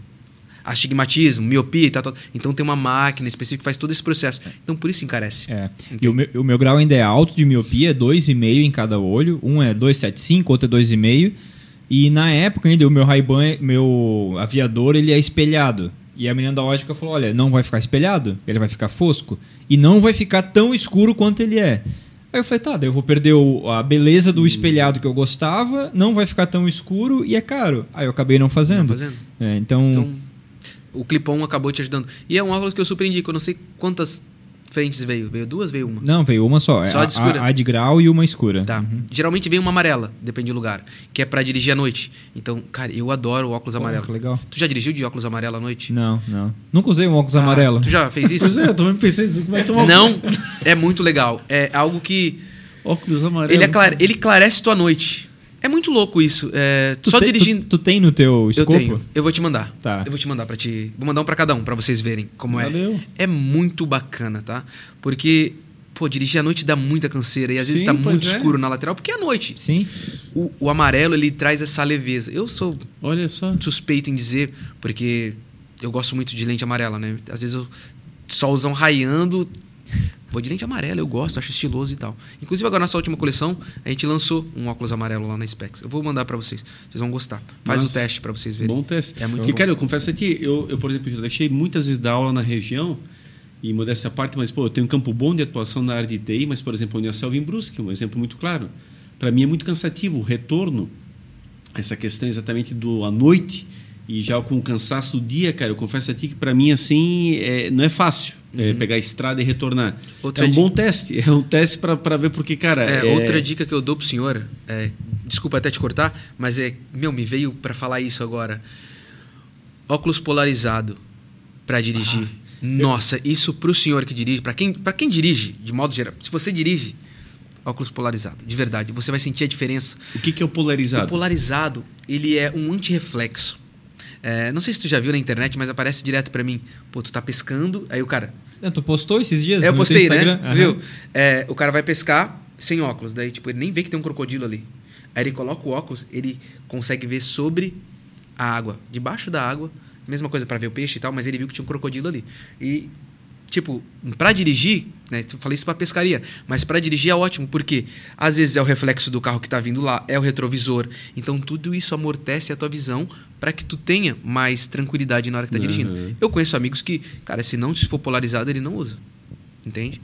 astigmatismo, miopia e tal. Então tem uma máquina específica que faz todo esse processo. Então por isso encarece. E o meu grau ainda é alto de miopia, é 2,5 em cada olho. Um é 2,75, outro é 2,5. E na época ainda o meu Ray-Ban, meu aviador, ele é espelhado. E a menina da ótica falou, olha, não vai ficar espelhado, ele vai ficar fosco. E não vai ficar tão escuro quanto ele é. Aí eu falei, tá, daí eu vou perder a beleza do espelhado que eu gostava, não vai ficar tão escuro e é caro. Aí eu acabei não fazendo. Então o Clip-On acabou te ajudando. E é um óculos que eu super indico. Eu não sei quantas frentes veio. Veio duas, veio uma? Não, veio uma só. Só a de escura? A de grau e uma escura. Tá. Geralmente vem uma amarela, depende do lugar. Que é pra dirigir à noite. Então, cara, eu adoro o óculos amarelo. Que legal. Tu já dirigiu de óculos amarelo à noite? Não. Nunca usei um óculos amarelo. Tu já fez isso? Pois é, eu também pensei nisso. Como é que é um Não, é muito legal. É algo que... Óculos amarelo. Ele esclarece tua noite. É muito louco isso. Dirigindo. Tu tem no teu escopo? Eu tenho. Eu vou te mandar. Tá. Eu vou te mandar pra ti. Vou mandar um pra cada um, pra vocês verem como Valeu. é. É muito bacana, tá? Porque, dirigir à noite dá muita canseira. E às vezes tá muito escuro na lateral, porque é à noite. Sim. O amarelo, ele traz essa leveza. Eu sou Olha só. suspeito em dizer, porque eu gosto muito de lente amarela, né? Às vezes solzão raiando... Vou de lente amarela, eu gosto, acho estiloso e tal. Inclusive, agora, nossa última coleção, a gente lançou um óculos amarelo lá na Specs. Eu vou mandar pra vocês. Vocês vão gostar. Faz o teste pra vocês verem. Bom teste. É muito bom. Cara, eu confesso a ti, eu, por exemplo, já deixei muitas vezes dar aula na região, e modéstia à parte, mas, eu tenho um campo bom de atuação na área de TI, mas, por exemplo, a Uniaselv em Brusque, um exemplo muito claro. Para mim é muito cansativo o retorno, essa questão exatamente à noite, e já com o cansaço do dia, cara, eu confesso a ti que para mim, assim, não é fácil. Pegar a estrada e retornar. Bom teste. É um teste para ver porque, cara... Outra dica que eu dou pro senhor, desculpa até te cortar, mas me veio para falar isso agora. Óculos polarizado para dirigir. Nossa, isso pro senhor que dirige, para quem dirige, de modo geral, se você dirige, óculos polarizado, de verdade, você vai sentir a diferença. O que é o polarizado? O polarizado, ele é um antirreflexo. Não sei se tu já viu na internet, mas aparece direto pra mim. Tu tá pescando, aí o cara... Tu postou esses dias eu no postei, Instagram? Né? Viu? O cara vai pescar sem óculos. Daí, ele nem vê que tem um crocodilo ali. Aí ele coloca o óculos, ele consegue ver sobre a água. Debaixo da água. Mesma coisa pra ver o peixe e tal, mas ele viu que tinha um crocodilo ali. E... pra dirigir, né? Eu falei isso pra pescaria, mas pra dirigir é ótimo, porque às vezes é o reflexo do carro que tá vindo lá, é o retrovisor. Então tudo isso amortece a tua visão para que tu tenha mais tranquilidade na hora que tá dirigindo. Eu conheço amigos que, cara, se for polarizado, ele não usa. Entende?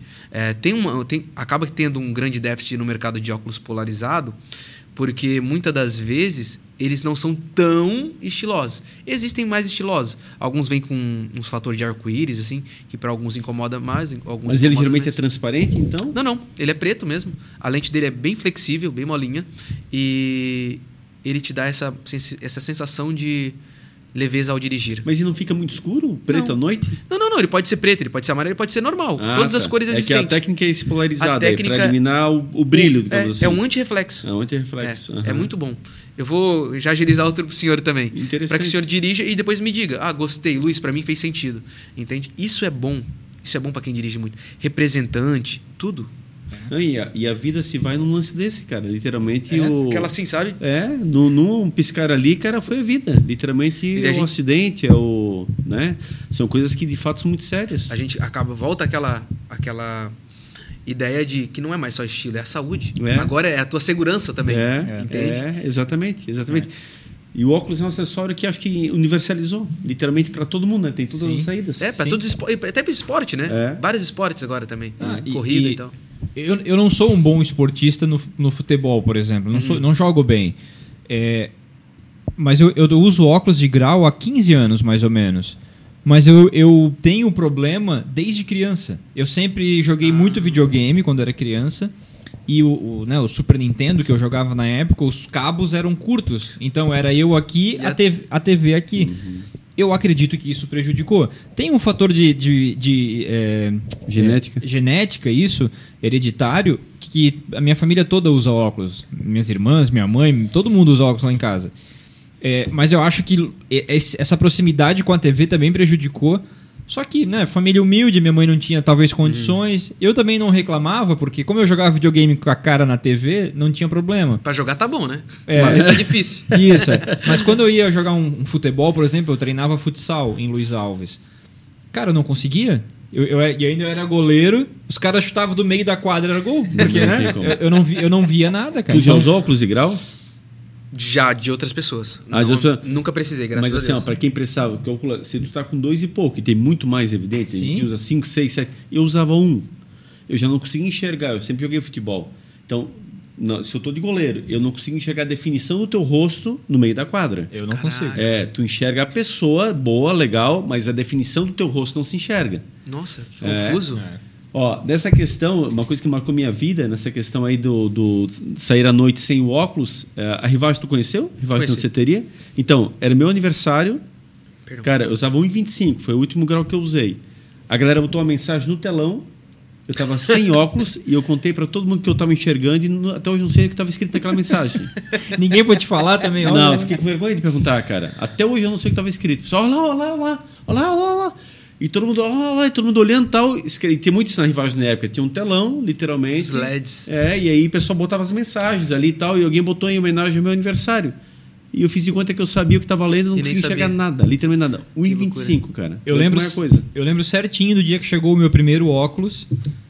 Acaba tendo um grande déficit no mercado de óculos polarizado, porque muitas das vezes eles não são tão estilosos. Existem mais estilosos. Alguns vêm com uns fatores de arco-íris, assim, que para alguns incomoda mais. Mas ele geralmente é transparente, então? Não. Ele é preto mesmo. A lente dele é bem flexível, bem molinha. E ele te dá essa sensação de leveza ao dirigir. Mas ele não fica muito escuro? Preto à noite? Não. Ele pode ser preto, ele pode ser amarelo, ele pode ser normal. Todas as cores existentes. É que a técnica é esse polarizado, para eliminar o brilho, digamos assim. É um antirreflexo. É um antirreflexo. É muito bom. Eu vou já agilizar outro pro senhor também. Interessante. Para que o senhor dirija e depois me diga. Gostei, Luiz, para mim fez sentido. Entende? Isso é bom. Isso é bom para quem dirige muito. Representante, tudo. E a vida se vai num lance desse, cara. Literalmente aquela assim, sabe? Num piscar ali, cara, foi a vida. Literalmente é um acidente, né? São coisas que de fato são muito sérias. A gente volta aquela ideia de que não é mais só estilo, é a saúde. Agora é a tua segurança também. Entende? Exatamente. E o óculos é um acessório que acho que universalizou, literalmente para todo mundo, né? Tem todas as saídas. Para todos, até para esporte, né? Vários esportes agora também. Corrida e tal. Eu não sou um bom esportista no futebol, por exemplo. Não jogo bem. Mas eu uso óculos de grau há 15 anos, mais ou menos. Mas eu tenho problema desde criança. Eu sempre joguei muito videogame quando era criança. E o Super Nintendo que eu jogava na época, os cabos eram curtos. Então era eu aqui, a TV aqui. Eu acredito que isso prejudicou. Tem um fator genética, isso, hereditário, que a minha família toda usa óculos. Minhas irmãs, minha mãe, todo mundo usa óculos lá em casa. Mas eu acho que essa proximidade com a TV também prejudicou. Só que, né, família humilde, minha mãe não tinha talvez condições. Eu também não reclamava, porque como eu jogava videogame com a cara na TV, não tinha problema. Pra jogar tá bom, né? Tá difícil. Isso, Mas quando eu ia jogar um futebol, por exemplo, eu treinava futsal em Luiz Alves. Cara, eu não conseguia. E ainda eu era goleiro, os caras chutavam do meio da quadra, era gol. Porque, né, eu não via nada, cara. Tu já usou óculos de grau? Já, de outras pessoas. Nunca precisei, graças a Deus. Mas assim, para quem precisava, se tu tá com 2 e pouco, e tem muito mais evidente, tem que usa 5, 6, 7. Eu usava 1. Eu já não conseguia enxergar, eu sempre joguei futebol. Então, se eu tô de goleiro, eu não consigo enxergar a definição do teu rosto no meio da quadra. Eu não consigo. Tu enxerga a pessoa, boa, legal, mas a definição do teu rosto não se enxerga. Nossa, que confuso. Nessa questão, uma coisa que marcou minha vida, nessa questão aí do sair à noite sem o óculos, a Rivage tu conheceu? Rivage de danceteria? Então, era meu aniversário. Perdão. Cara, eu usava 1,25, foi o último grau que eu usei. A galera botou uma mensagem no telão, eu tava sem óculos e eu contei para todo mundo que eu tava enxergando e até hoje não sei o que tava escrito naquela mensagem. Ninguém pode te falar também? Não, eu fiquei com vergonha de perguntar, cara. Até hoje eu não sei o que tava escrito. Só olá. E todo mundo, todo mundo olhando e tal. E tem muito isso na Rivage na época. Tinha um telão, literalmente. Os LEDs. E aí o pessoal botava as mensagens ali e tal. E alguém botou em homenagem ao meu aniversário. E eu fiz de conta que eu sabia o que estava lendo e não conseguia enxergar nada. Literalmente nada. 1,25, cara. Eu lembro certinho do dia que chegou o meu primeiro óculos.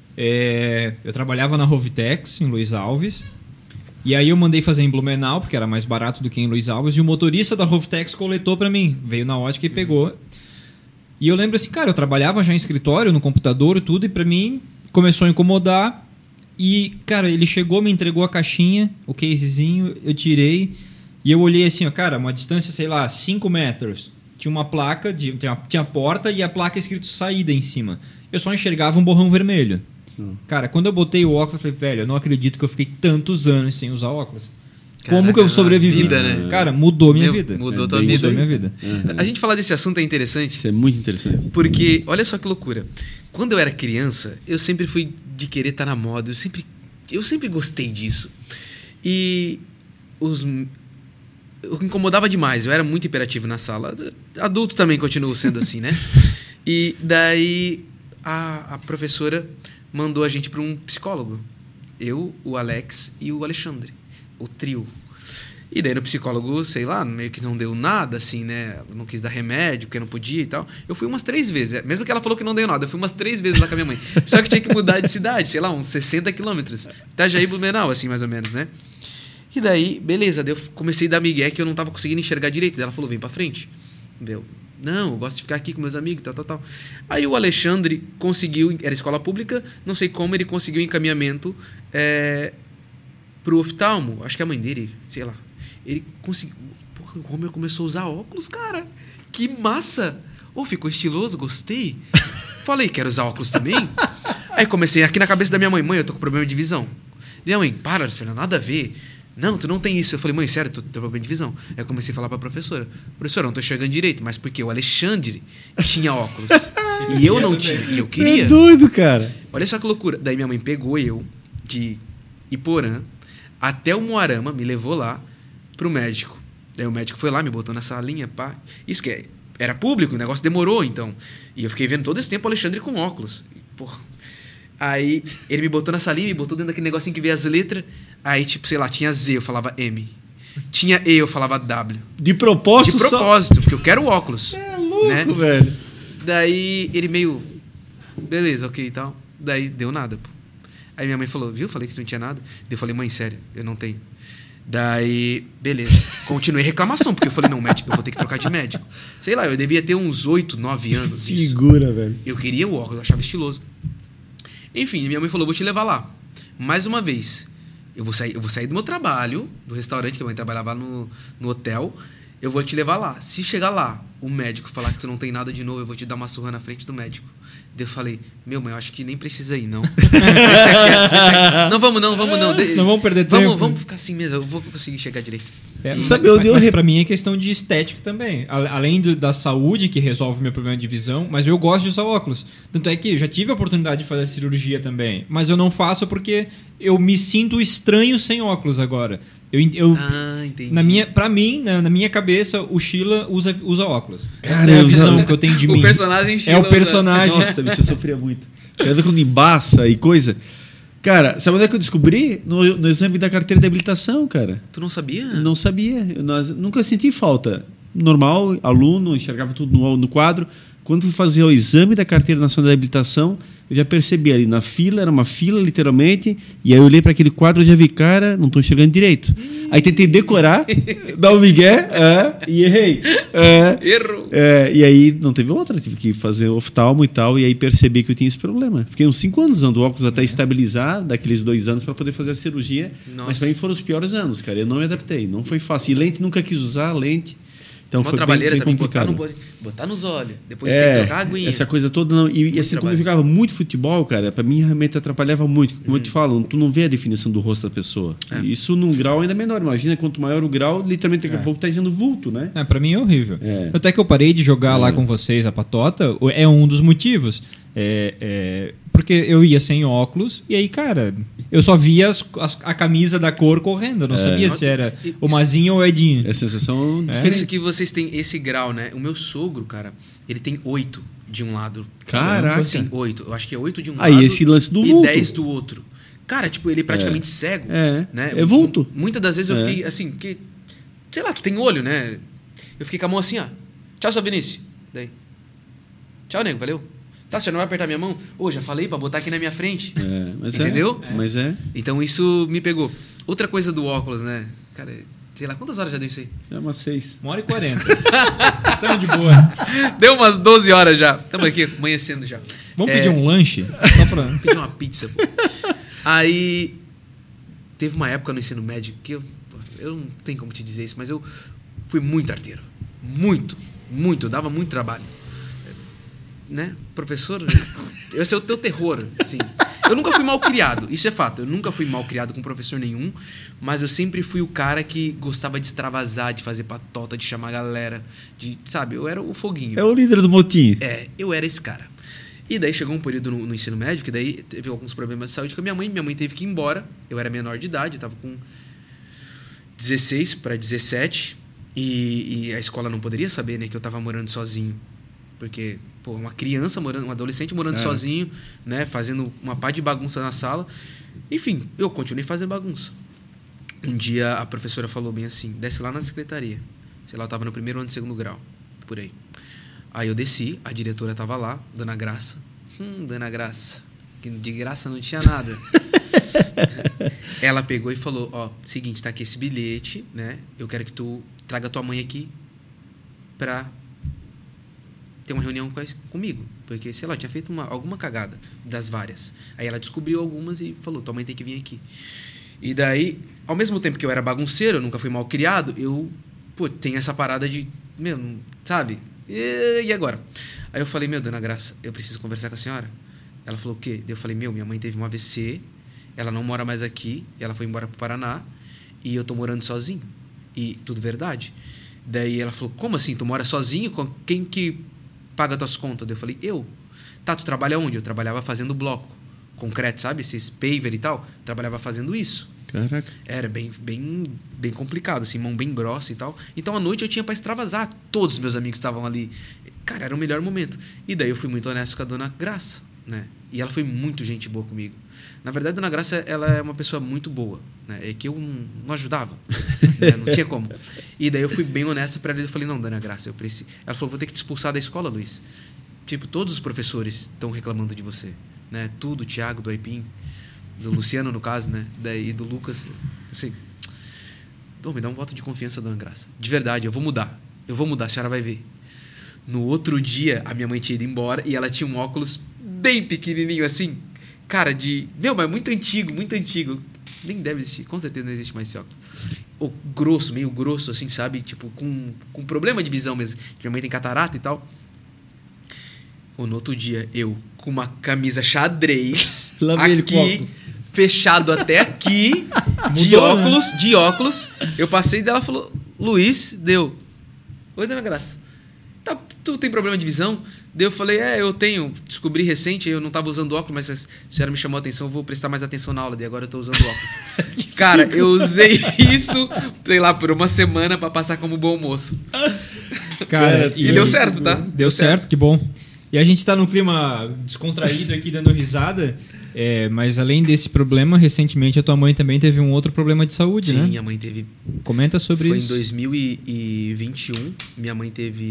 Eu trabalhava na Rovitex, em Luiz Alves. E aí eu mandei fazer em Blumenau, porque era mais barato do que em Luiz Alves. E o motorista da Rovitex coletou para mim. Veio na ótica e pegou. E eu lembro assim, cara, eu trabalhava já em escritório, no computador e tudo, e pra mim começou a incomodar. E, cara, ele chegou, me entregou a caixinha, o casezinho, eu tirei. E eu olhei assim, cara, uma distância, sei lá, 5 metros. Tinha uma placa, tinha porta e a placa escrito saída em cima. Eu só enxergava um borrão vermelho. Cara, quando eu botei o óculos, eu falei, velho, eu não acredito que eu fiquei tantos anos sem usar óculos. Como que eu sobrevivi? Vida, né? Cara, mudou minha vida. Mudou tua vida. Mudou minha vida. A gente falar desse assunto é interessante. Isso é muito interessante. Porque, olha só que loucura. Quando eu era criança, eu sempre fui de querer estar na moda. Eu sempre gostei disso. E o que incomodava demais. Eu era muito hiperativo na sala. Adulto também continuo sendo assim, né? E daí a professora mandou a gente para um psicólogo. Eu, o Alex e o Alexandre. O trio. E daí no psicólogo, sei lá, meio que não deu nada, assim, né? Ela não quis dar remédio, porque não podia e tal. Eu fui umas 3 vezes. Mesmo que ela falou que não deu nada, eu fui umas 3 vezes lá com a minha mãe. Só que tinha que mudar de cidade, sei lá, uns 60 quilômetros. Itajaí, Blumenau, assim, mais ou menos, né? E daí, beleza, daí eu comecei a dar migué que eu não tava conseguindo enxergar direito. Daí ela falou, vem pra frente. Não, eu gosto de ficar aqui com meus amigos, tal. Aí o Alexandre conseguiu, era escola pública, não sei como, ele conseguiu encaminhamento pro oftalmo. Acho que a mãe dele, sei lá, ele conseguiu. Porra, o Homer começou a usar óculos, cara. Que massa! Ficou estiloso, gostei. Falei, quero usar óculos também. Aí comecei aqui na cabeça da minha mãe, eu tô com problema de visão. E a mãe, para, Fernando, nada a ver. Não, tu não tem isso. Eu falei, mãe, sério, tu tem problema de visão. Aí eu comecei a falar pra professora. Professora, não tô enxergando direito, mas porque o Alexandre tinha óculos. E eu não tinha. E eu queria. É doido, cara. Olha só que loucura. Daí minha mãe pegou eu de Iporã até o Moarama, me levou lá pro médico. Daí o médico foi lá, me botou na salinha, pá. Isso que era público, o negócio demorou, então. E eu fiquei vendo todo esse tempo o Alexandre com óculos. Porra. Aí ele me botou na salinha, me botou dentro daquele negocinho que vê as letras. Aí, tipo, sei lá, tinha Z, eu falava M. Tinha E, eu falava W. De propósito? De propósito, porque eu quero óculos. É louco, né? velho. Daí ele meio... Beleza, ok e tal. Daí deu nada, pô. Aí minha mãe falou, viu? Falei que não tinha nada. Daí eu falei, mãe, sério, eu não tenho. Daí, beleza. Continuei reclamação, porque eu falei, não, médico, eu vou ter que trocar de médico. Sei lá, eu devia ter uns 8, 9 anos. Figura, velho. Eu queria o óculos, eu achava estiloso. Enfim, minha mãe falou, vou te levar lá. Mais uma vez, eu vou sair do meu trabalho, do restaurante, que a mãe trabalhava no hotel, eu vou te levar lá. Se chegar lá, o médico falar que tu não tem nada de novo, eu vou te dar uma surra na frente do médico. Daí eu falei, mãe, eu acho que nem precisa ir, não. Deixa quieto. Não, vamos não. Não vamos perder tempo. Vamos ficar assim mesmo, eu vou conseguir chegar direito. Mas pra mim é questão de estética também. Além da saúde, que resolve o meu problema de visão, mas eu gosto de usar óculos. Tanto é que eu já tive a oportunidade de fazer a cirurgia também, mas eu não faço porque eu me sinto estranho sem óculos agora. Entendi. Na minha cabeça, o Sheila usa óculos. Essa é a visão que eu tenho de mim. O personagem Sheila. É o personagem. Nossa, bicho, eu sofria muito. Quando embaça e coisa. Cara, sabe onde é que eu descobri? No exame da carteira de habilitação, cara. Tu não sabia? Não sabia. Nunca senti falta. Normal, aluno, enxergava tudo no quadro. Quando fui fazer o exame da carteira nacional de habilitação, eu já percebi ali na fila, era uma fila literalmente, e aí eu olhei para aquele quadro e já vi, cara, não estou enxergando direito. Aí tentei decorar, dar um migué, e errei. Erro. E aí não teve outra, tive que fazer oftalmo e tal, e aí percebi que eu tinha esse problema. Fiquei uns 5 anos usando óculos até estabilizar, daqueles 2 anos para poder fazer a cirurgia. Nossa. Mas para mim foram os piores anos, cara. Eu não me adaptei, não foi fácil. E lente, nunca quis usar lente. Então foi trabalheira bem também, complicado. botar nos olhos, depois tem que trocar a aguinha. Essa coisa toda não. E assim, como eu jogava muito futebol, cara, pra mim realmente atrapalhava muito. Como eu te falo, tu não vê a definição do rosto da pessoa. Isso num grau ainda menor. Imagina, quanto maior o grau, literalmente daqui a pouco tá vendo vulto, né? Pra mim é horrível. Até que eu parei de jogar lá com vocês a patota, é um dos motivos. Porque eu ia sem óculos e aí, cara, eu só via a camisa da cor correndo. Eu não sabia se era o Mazinho ou o Edinho. É a sensação diferente. Isso que vocês têm esse grau, né? O meu sogro, cara, ele tem 8 de um lado. Caraca. Sim, 8. Eu acho que é 8 de um lado. Aí esse lance do vulto. E 10 do outro. Cara, tipo, ele é praticamente cego. Né? É vulto. Muitas das vezes eu fiquei assim, porque, sei lá, tu tem olho, né? Eu fiquei com a mão assim, ó. Tchau, seu Vinícius. Daí. Tchau, nego, valeu. Tá, você não vai apertar minha mão? Já falei pra botar aqui na minha frente. Entendeu? Mas Então isso me pegou. Outra coisa do óculos, né? Cara, sei lá, quantas horas já deu isso aí? É umas 6. 1h40. Tamo de boa. Deu umas 12 horas já. Tamo aqui amanhecendo já. Vamos pedir um lanche? Só pra... pedir uma pizza, pô. Aí teve uma época no ensino médio que eu não tenho como te dizer isso, mas eu fui muito arteiro. Muito. Eu dava muito trabalho. Né? Professor, esse é o teu terror, assim. Eu nunca fui mal criado, isso é fato. Eu nunca fui mal criado com professor nenhum, mas eu sempre fui o cara que gostava de extravasar, de fazer patota, de chamar a galera, sabe? Eu era o foguinho. É o líder do motim. Eu era esse cara. E daí chegou um período no ensino médio que daí teve alguns problemas de saúde com a minha mãe. Minha mãe teve que ir embora. Eu era menor de idade, eu tava com 16 para 17 e a escola não poderia saber, né, que eu tava morando sozinho. Porque, uma criança morando, um adolescente morando sozinho, né? Fazendo uma pá de bagunça na sala. Enfim, eu continuei fazendo bagunça. Um dia a professora falou bem assim, desce lá na secretaria. Sei lá, eu tava no 1º ano de 2º grau, por aí. Aí eu desci, a diretora tava lá, Dona Graça. Dona Graça, que de graça não tinha nada. Ela pegou e falou, seguinte, tá aqui esse bilhete, né? Eu quero que tu traga tua mãe aqui pra... ter uma reunião comigo, porque, sei lá, eu tinha feito alguma cagada das várias. Aí ela descobriu algumas e falou, tua mãe tem que vir aqui. E daí, ao mesmo tempo que eu era bagunceiro, eu nunca fui mal criado, eu, tenho essa parada de, sabe? E agora? Aí eu falei, Dona Graça, eu preciso conversar com a senhora. Ela falou, o quê? Eu falei, minha mãe teve um AVC, ela não mora mais aqui, ela foi embora pro Paraná, e eu tô morando sozinho. E tudo verdade. Daí ela falou, como assim? Tu mora sozinho? Com quem que paga tuas contas? Eu falei, eu. Tá, tu trabalha onde? Eu trabalhava fazendo bloco. Concreto, sabe? Esses paver e tal. Trabalhava fazendo isso. Caraca. Era bem complicado, assim, mão bem grossa e tal. Então, à noite eu tinha pra extravasar. Todos os meus amigos estavam ali. Cara, era o melhor momento. E daí eu fui muito honesto com a Dona Graça, né? E ela foi muito gente boa comigo. Na verdade, a Dona Graça, ela é uma pessoa muito boa, né? É que eu não ajudava, né? Não tinha como. E daí eu fui bem honesto para ela e falei, não, Dona Graça, eu preciso... Ela falou, vou ter que te expulsar da escola, Luiz. Tipo, todos os professores estão reclamando de você, né? Tu, do Thiago, do Aipim, do Luciano, no caso, né? Daí do Lucas, assim... me dá um voto de confiança, Dona Graça. De verdade, eu vou mudar, a senhora vai ver. No outro dia, a minha mãe tinha ido embora e ela tinha um óculos bem pequenininho assim. Cara, mas muito antigo, muito antigo. Nem deve existir, com certeza não existe mais esse óculos. O grosso, meio grosso, assim, sabe? Tipo, com problema de visão mesmo. Que minha mãe tem catarata e tal. No outro dia, eu com uma camisa xadrez, aqui, fechado até aqui, de óculos. Eu passei e ela falou, Luiz, deu. Oi, dona Graça. Tá, tu tem problema de visão? Daí eu falei, eu tenho, descobri recente, eu não tava usando óculos, mas a senhora me chamou a atenção, eu vou prestar mais atenção na aula, daí agora eu tô usando óculos. Cara, eu usei isso, sei lá, por uma semana pra passar como bom moço. Cara, e deu certo, tá? Deu certo, que bom. E a gente tá num clima descontraído aqui, dando risada, mas além desse problema, recentemente a tua mãe também teve um outro problema de saúde, né? Sim, minha mãe teve... Comenta sobre isso. Foi em 2021, minha mãe teve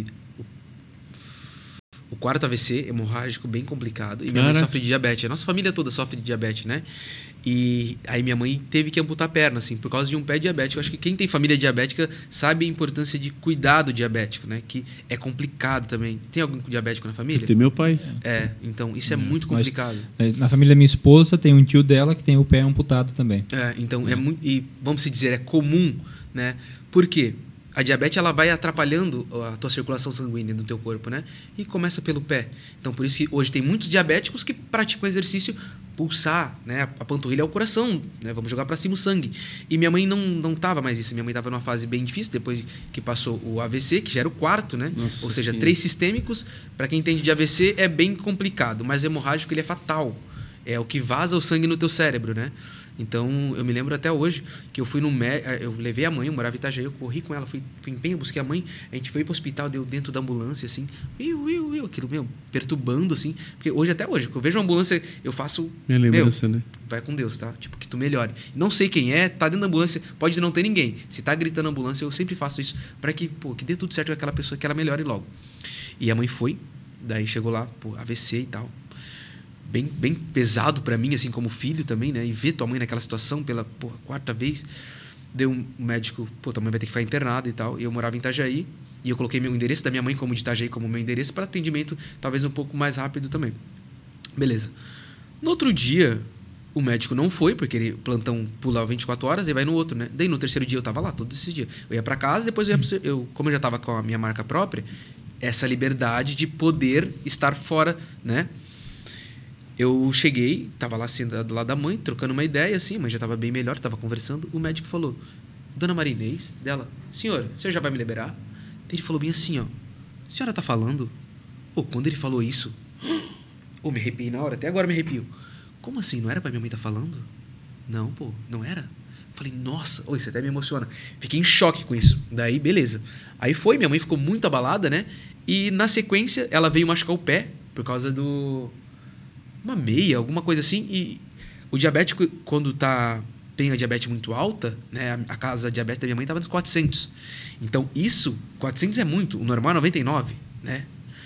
o quarto AVC hemorrágico bem complicado. E minha mãe sofre de diabetes. A nossa família toda sofre de diabetes, né? E aí minha mãe teve que amputar a perna, assim, por causa de um pé diabético. Eu acho que quem tem família diabética sabe a importância de cuidado diabético, né? Que é complicado também. Tem algum diabético na família? Tem meu pai. Então isso é muito complicado. Na família da minha esposa tem um tio dela que tem o pé amputado também. Então é muito... E vamos dizer, é comum, né? Por quê? A diabetes ela vai atrapalhando a tua circulação sanguínea no teu corpo, né? E começa pelo pé. Então, por isso que hoje tem muitos diabéticos que praticam exercício pulsar, né? A panturrilha é o coração, né? Vamos jogar para cima o sangue. E minha mãe não tava mais isso. Minha mãe estava numa fase bem difícil, depois que passou o AVC, que já era o quarto, né? Nossa, ou seja, sim. 3 sistêmicos. Para quem entende de AVC, é bem complicado. Mas o hemorrágico, ele é fatal. É o que vaza o sangue no teu cérebro, né? Então, eu me lembro até hoje que eu fui no médico, eu levei a mãe, eu morava em Itajaí, eu corri com ela, fui em Penha, busquei a mãe, a gente foi pro hospital, deu dentro da ambulância, assim, aquilo, perturbando, assim, porque até hoje, que eu vejo uma ambulância, eu faço... Minha lembrança, né? Vai com Deus, tá? Tipo, que tu melhore. Não sei quem tá dentro da ambulância, pode não ter ninguém. Se tá gritando ambulância, eu sempre faço isso para que dê tudo certo com aquela pessoa, que ela melhore logo. E a mãe foi, daí chegou lá, AVC e tal. Bem pesado para mim, assim, como filho também, né? E ver tua mãe naquela situação pela quarta vez. Deu um médico, tua mãe vai ter que ficar internada e tal. E eu morava em Itajaí. E eu coloquei o endereço da minha mãe como de Itajaí, como meu endereço, para atendimento talvez um pouco mais rápido também. Beleza. No outro dia, o médico não foi, porque ele plantão pulava 24 horas e vai no outro, né? Daí no terceiro dia eu tava lá, todos esses dias. Eu ia para casa, depois como eu já tava com a minha marca própria, essa liberdade de poder estar fora, né? Eu cheguei, estava lá sentado do lado da mãe, trocando uma ideia, assim, a mãe já estava bem melhor, estava conversando. O médico falou, Dona Marinês, dela, senhor, o senhor já vai me liberar? Ele falou bem assim, ó, a senhora está falando? Quando ele falou isso, me arrepiei na hora, até agora me arrepio. Como assim, não era para minha mãe estar falando? Não, não era. Falei, nossa, isso até me emociona. Fiquei em choque com isso. Daí, beleza. Aí minha mãe ficou muito abalada, né? E na sequência, ela veio machucar o pé por causa uma meia, alguma coisa assim, e o diabético, quando tem a diabetes muito alta, né, a casa diabetes da minha mãe estava nos 400. Então, 400 é muito, o normal é 99, né?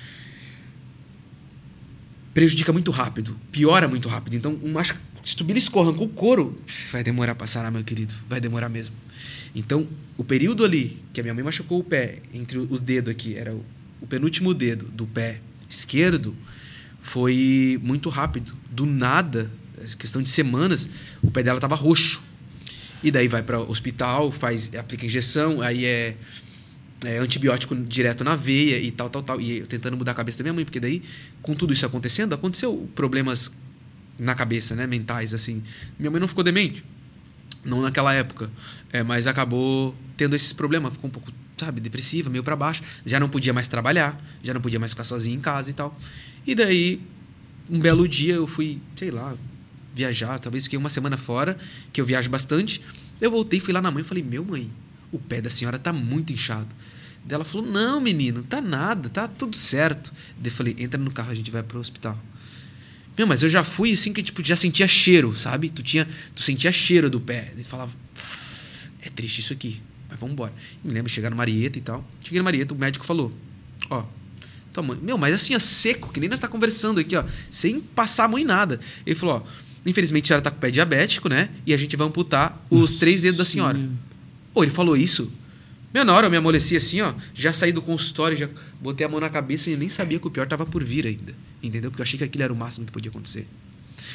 Prejudica muito rápido, piora muito rápido. Então, se tu beliscou, arrancou o couro, vai demorar para sarar, meu querido, vai demorar mesmo. Então, o período ali que a minha mãe machucou o pé, entre os dedos aqui, era o penúltimo dedo do pé esquerdo, foi muito rápido. Do nada, questão de semanas, o pé dela estava roxo. E daí vai para o hospital, aplica injeção, aí é antibiótico direto na veia e tal. E eu tentando mudar a cabeça da minha mãe, porque daí, com tudo isso acontecendo, aconteceu problemas na cabeça, né, mentais, assim. Minha mãe não ficou demente, não naquela época, mas acabou tendo esses problemas, ficou um pouco, depressiva, meio para baixo, já não podia mais trabalhar, já não podia mais ficar sozinha em casa e tal. E daí, um belo dia, eu fui, viajar, talvez fiquei uma semana fora, que eu viajo bastante. Eu voltei, fui lá na mãe e falei, mãe, o pé da senhora tá muito inchado. Daí ela falou, não, menino, tá nada, tá tudo certo. Daí eu falei, entra no carro, a gente vai pro hospital. Mas eu já fui assim que, já sentia cheiro, sabe? Tu sentia cheiro do pé. Daí tu falava, é triste isso aqui, mas vamos embora. E me lembro de chegar no Marieta e tal. Cheguei no Marieta, o médico falou, tua mãe, mas assim, seco, que nem nós tá conversando aqui, sem passar a mão em nada. Ele falou, infelizmente a senhora tá com o pé diabético, né? E a gente vai amputar os 3 dedos da senhora. Ele falou isso. Na hora eu me amoleci assim, já saí do consultório, já botei a mão na cabeça e eu nem sabia que o pior tava por vir ainda. Entendeu? Porque eu achei que aquilo era o máximo que podia acontecer.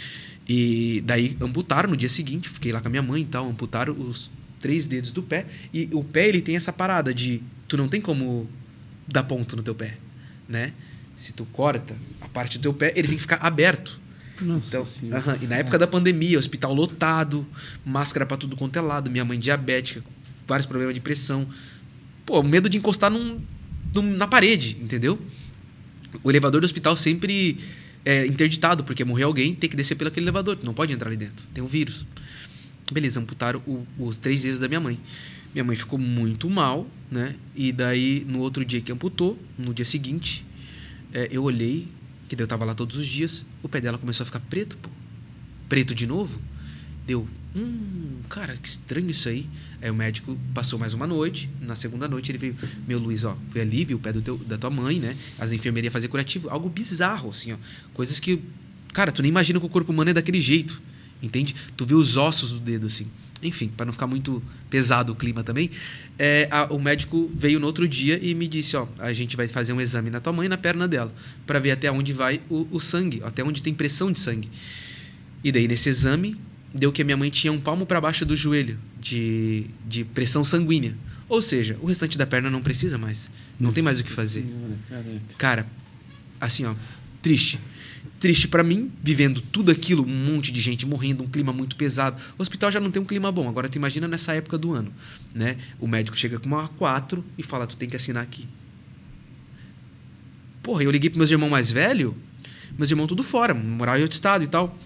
E daí amputaram no dia seguinte, fiquei lá com a minha mãe e tal, amputaram os 3 dedos do pé. E o pé, ele tem essa parada de... Tu não tem como dar ponto no teu pé, né? Se tu corta a parte do teu pé, ele tem que ficar aberto. Nossa então, E na época da pandemia, hospital lotado, máscara pra tudo quanto é lado, minha mãe diabética, vários problemas de pressão. Pô, medo de encostar na parede, entendeu? O elevador do hospital sempre é interditado, porque morrer alguém, tem que descer pelo aquele elevador, tu não pode entrar ali dentro, tem um vírus. Beleza, amputaram os 3 dedos da minha mãe. Minha mãe ficou muito mal, né? E daí, no outro dia que amputou, no dia seguinte, eu olhei, que daí eu tava lá todos os dias, o pé dela começou a ficar preto, pô. Preto de novo. Deu, cara, que estranho isso aí. Aí o médico passou mais uma noite. Na segunda noite ele veio, meu Luiz, ó, foi ali, viu o pé da tua mãe, né? As enfermeiras fazer curativo. Algo bizarro, assim, ó. Coisas que, cara, tu nem imagina que o corpo humano é daquele jeito. Entende? Tu vê os ossos do dedo, assim. Enfim, para não ficar muito pesado o clima também, o médico veio no outro dia e me disse, ó, a gente vai fazer um exame na tua mãe e na perna dela, para ver até onde vai o sangue, até onde tem pressão de sangue. E daí, nesse exame, deu que a minha mãe tinha um palmo para baixo do joelho de pressão sanguínea. Ou seja, o restante da perna não precisa mais. Não tem mais o que fazer. Senhora, cara, assim, ó, triste. Triste pra mim, vivendo tudo aquilo, um monte de gente morrendo, um clima muito pesado. O hospital já não tem um clima bom. Agora, tu imagina nessa época do ano, né? O médico chega com uma A4 e fala, tu tem que assinar aqui. Porra, eu liguei pros meus irmãos mais velhos, meus irmãos tudo fora, moravam em outro estado e tal.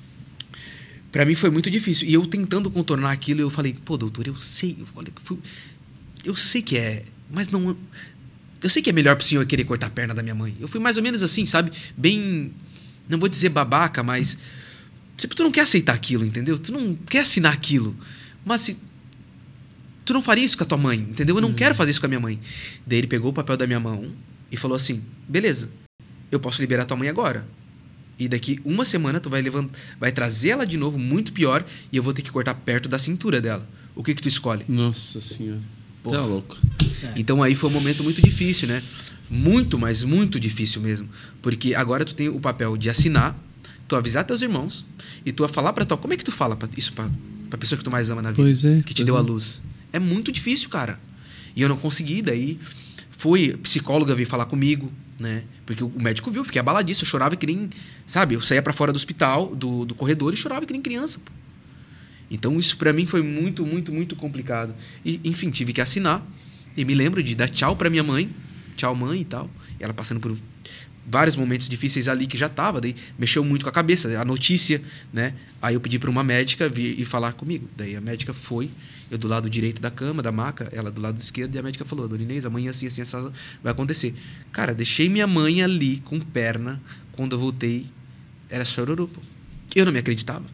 Pra mim foi muito difícil. E eu tentando contornar aquilo, eu falei, pô, doutor, eu sei, olha, eu sei que é, mas não... Eu sei que é melhor pro senhor querer cortar a perna da minha mãe. Eu fui mais ou menos assim, sabe? Bem... Não vou dizer babaca, mas... Tu não quer aceitar aquilo, entendeu? Tu não quer assinar aquilo. Mas tu não faria isso com a tua mãe, entendeu? Eu não quero fazer isso com a minha mãe. Daí ele pegou o papel da minha mão e falou assim, beleza, eu posso liberar tua mãe agora. E daqui uma semana tu vai trazer ela de novo, muito pior, e eu vou ter que cortar perto da cintura dela. O que tu escolhe? Nossa senhora. Porra. Tá louco. Então aí foi um momento muito difícil, né? Muito, mas muito difícil mesmo. Porque agora tu tem o papel de assinar, tu avisar teus irmãos e tu falar pra tua... Como é que tu fala isso pra pessoa que tu mais ama na vida? Pois é. Que te deu a luz. É muito difícil, cara. E eu não consegui, daí... Fui, psicóloga veio falar comigo, né? Porque o médico viu, fiquei abaladíssimo. Eu chorava que nem... Sabe? Eu saía pra fora do hospital, do corredor e chorava que nem criança, pô. Então isso pra mim foi muito, muito, muito complicado. E, enfim, tive que assinar. E me lembro de dar tchau pra minha mãe. Tchau, mãe e tal. E ela passando por vários momentos difíceis ali que já tava. Daí mexeu muito com a cabeça, a notícia, né? Aí eu pedi pra uma médica vir e falar comigo. Daí a médica foi, eu do lado direito da cama, da maca, ela do lado esquerdo. E a médica falou, dona Inês, amanhã assim, assim, essa vai acontecer. Cara, deixei minha mãe ali com perna. Quando eu voltei, era chororô, pô. Eu não me acreditava.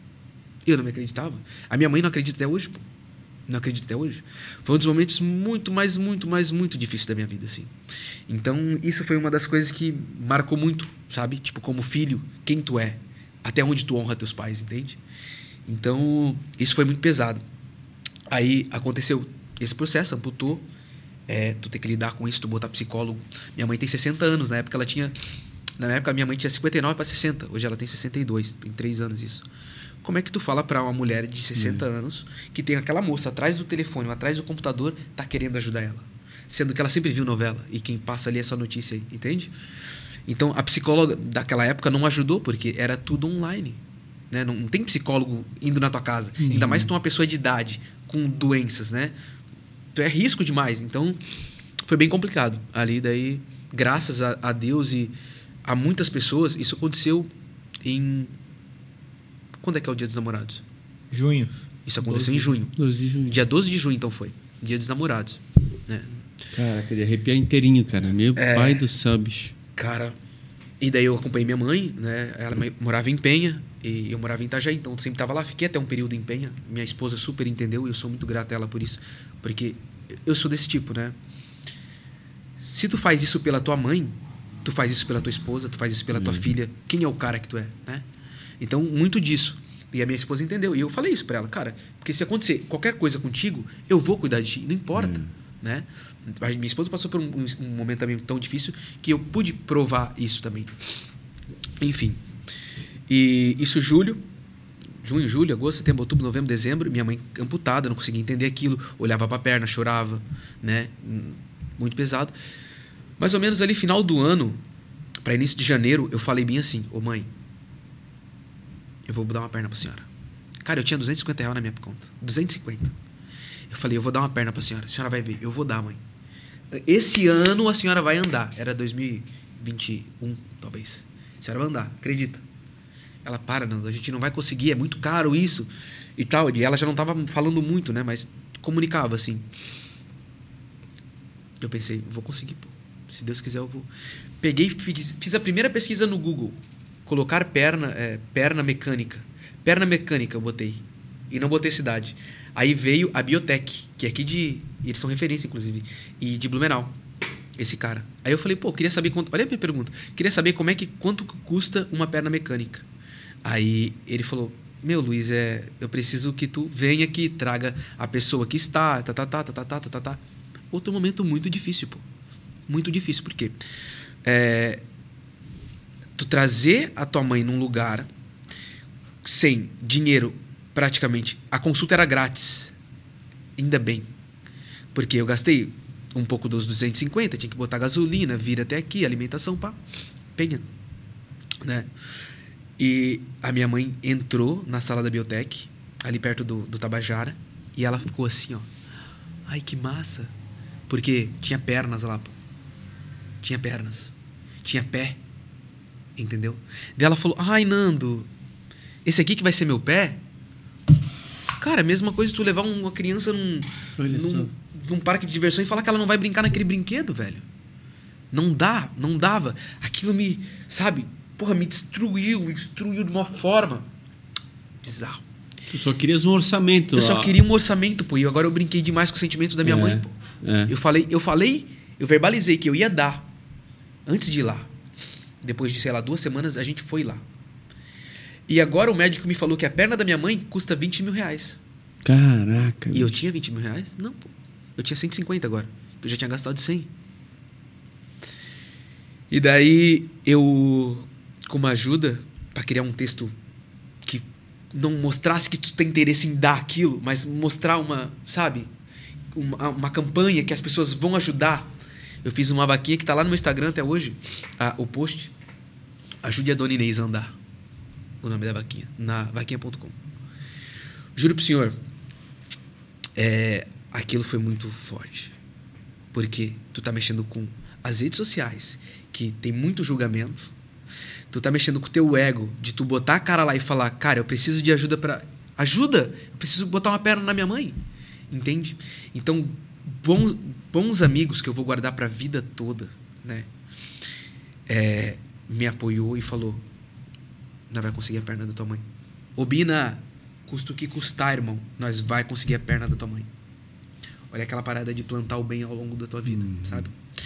A minha mãe não acredita até hoje, pô. Não acredito até hoje. Foi um dos momentos muito, mas muito, mas muito difíceis da minha vida, assim. Então, isso foi uma das coisas que marcou muito, sabe? Tipo, como filho, quem tu é. Até onde tu honra teus pais, entende? Então, isso foi muito pesado. Aí, aconteceu esse processo, amputou. Tu tem que lidar com isso, tu botar psicólogo. Minha mãe tem 60 anos, na época ela tinha... Na época, minha mãe tinha 59 para 60. Hoje ela tem 62, tem 3 anos isso. Como é que tu fala para uma mulher de 60 anos que tem aquela moça atrás do telefone ou atrás do computador tá querendo ajudar ela? Sendo que ela sempre viu novela e quem passa ali é só notícia aí, entende? Então, a psicóloga daquela época não ajudou porque era tudo online. Né? Não tem psicólogo indo na tua casa. Sim. Ainda mais se tu é uma pessoa de idade, com doenças, né? Tu é risco demais. Então, foi bem complicado. Ali, daí, graças a Deus e a muitas pessoas, isso aconteceu em... Quando é que é o Dia dos Namorados? Junho. Isso aconteceu em junho. 12 de junho. Dia 12 de junho, então foi. Dia dos Namorados. Né? Caraca, de arrepiar inteirinho, cara. Meu pai do céu, bicho. Cara, e daí eu acompanhei minha mãe, né? Ela morava em Penha e eu morava em Itajaí, então eu sempre estava lá. Fiquei até um período em Penha. Minha esposa super entendeu e eu sou muito grato a ela por isso. Porque eu sou desse tipo, né? Se tu faz isso pela tua mãe, tu faz isso pela tua esposa, tu faz isso pela tua filha, quem é o cara que tu é, né? Então, muito disso. E a minha esposa entendeu. E eu falei isso pra ela, cara, porque se acontecer qualquer coisa contigo, eu vou cuidar de ti, não importa, né? A minha esposa passou por um momento também tão difícil que eu pude provar isso também. Enfim. E isso, julho, junho, julho, agosto, setembro, outubro, novembro, dezembro, minha mãe amputada, não conseguia entender aquilo, olhava pra perna, chorava, né? Muito pesado. Mais ou menos ali, final do ano, para início de janeiro, eu falei bem assim: ô mãe, eu vou dar uma perna pra senhora. Cara, eu tinha R$250 na minha conta. 250. Eu falei: eu vou dar uma perna pra senhora. A senhora vai ver. Eu vou dar, mãe. Esse ano a senhora vai andar. Era 2021, talvez. A senhora vai andar, acredita? Ela: para, Nando, a gente não vai conseguir, é muito caro isso e tal. E ela já não tava falando muito, né? Mas comunicava assim. Eu pensei: vou conseguir, pô. Se Deus quiser, eu vou. Peguei, fiz a primeira pesquisa no Google. Colocar perna mecânica. Perna mecânica eu botei. E não botei cidade. Aí veio a Biotech, que é aqui de... Eles são referência, inclusive. E de Blumenau. Esse cara. Aí eu falei: pô, queria saber quanto... Olha a minha pergunta. Queria saber quanto custa uma perna mecânica. Aí ele falou: meu, Luiz, eu preciso que tu venha aqui, traga a pessoa que está... Outro momento muito difícil, pô. Muito difícil. Por quê? Tu trazer a tua mãe num lugar sem dinheiro, praticamente. A consulta era grátis. Ainda bem. Porque eu gastei um pouco dos 250, tinha que botar gasolina, vir até aqui, alimentação, pá. Penha. Né? E a minha mãe entrou na sala da Biotech, ali perto do Tabajara, e ela ficou assim, ó. Ai, que massa. Porque tinha pernas lá, pô. Tinha pernas. Tinha pé. Entendeu? Daí ela falou: ai, Nando, esse aqui que vai ser meu pé? Cara, a mesma coisa tu levar uma criança num parque de diversão e falar que ela não vai brincar naquele brinquedo, velho. Não dava. Aquilo me, sabe, porra, me destruiu de uma forma bizarro. Tu só querias um orçamento. Eu só queria um orçamento, pô. E agora eu brinquei demais com o sentimento da minha mãe, pô. Eu verbalizei que eu ia dar antes de ir lá. Depois de, sei lá, 2 semanas, a gente foi lá. E agora o médico me falou que a perna da minha mãe custa R$20 mil. Caraca. E eu tinha R$20 mil? Não, pô. Eu tinha 150 agora. Eu já tinha gastado 100. E daí eu, com uma ajuda, para criar um texto que não mostrasse que tu tem interesse em dar aquilo, mas mostrar uma, sabe, uma campanha que as pessoas vão ajudar. Eu fiz uma vaquinha que está lá no meu Instagram até hoje, o post. Ajude a Dona Inês a andar. O nome da vaquinha. Na vaquinha.com. Juro pro senhor, aquilo foi muito forte. Porque tu tá mexendo com as redes sociais, que tem muito julgamento. Tu tá mexendo com o teu ego, de tu botar a cara lá e falar: cara, eu preciso de ajuda pra... Ajuda! Eu preciso botar uma perna na minha mãe. Entende? Então, bons amigos que eu vou guardar pra vida toda, né? Me apoiou e falou: nós vai conseguir a perna da tua mãe. Ô Bina, custa o que custar, irmão, nós vai conseguir a perna da tua mãe. Olha aquela parada de plantar o bem ao longo da tua vida, sabe?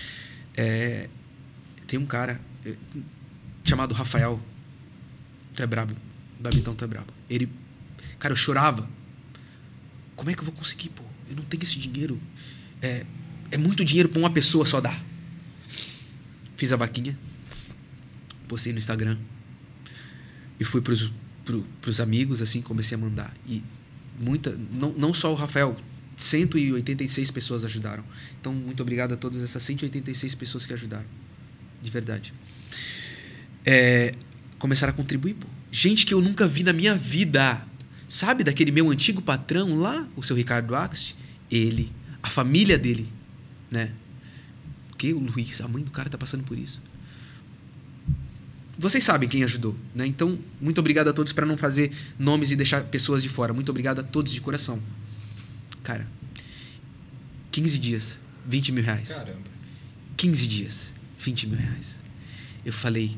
Tem um cara chamado Rafael. Tu é brabo. Babitão, tu é brabo. Ele... Cara, eu chorava. Como é que eu vou conseguir, pô? Eu não tenho esse dinheiro. É muito dinheiro pra uma pessoa só dar. Fiz a vaquinha. Postei no Instagram. E fui pros amigos, assim, comecei a mandar. E não só o Rafael, 186 pessoas ajudaram. Então, muito obrigado a todas essas 186 pessoas que ajudaram. De verdade. Começaram a contribuir, pô. Gente que eu nunca vi na minha vida. Sabe daquele meu antigo patrão lá, o seu Ricardo Axt? Ele, a família dele, né? Porque o Luiz, a mãe do cara, tá passando por isso. Vocês sabem quem ajudou, né? Então, muito obrigado a todos, para não fazer nomes e deixar pessoas de fora. Muito obrigado a todos de coração. Cara, 15 dias, R$20 mil. Caramba. 15 dias, R$20 mil. Eu falei: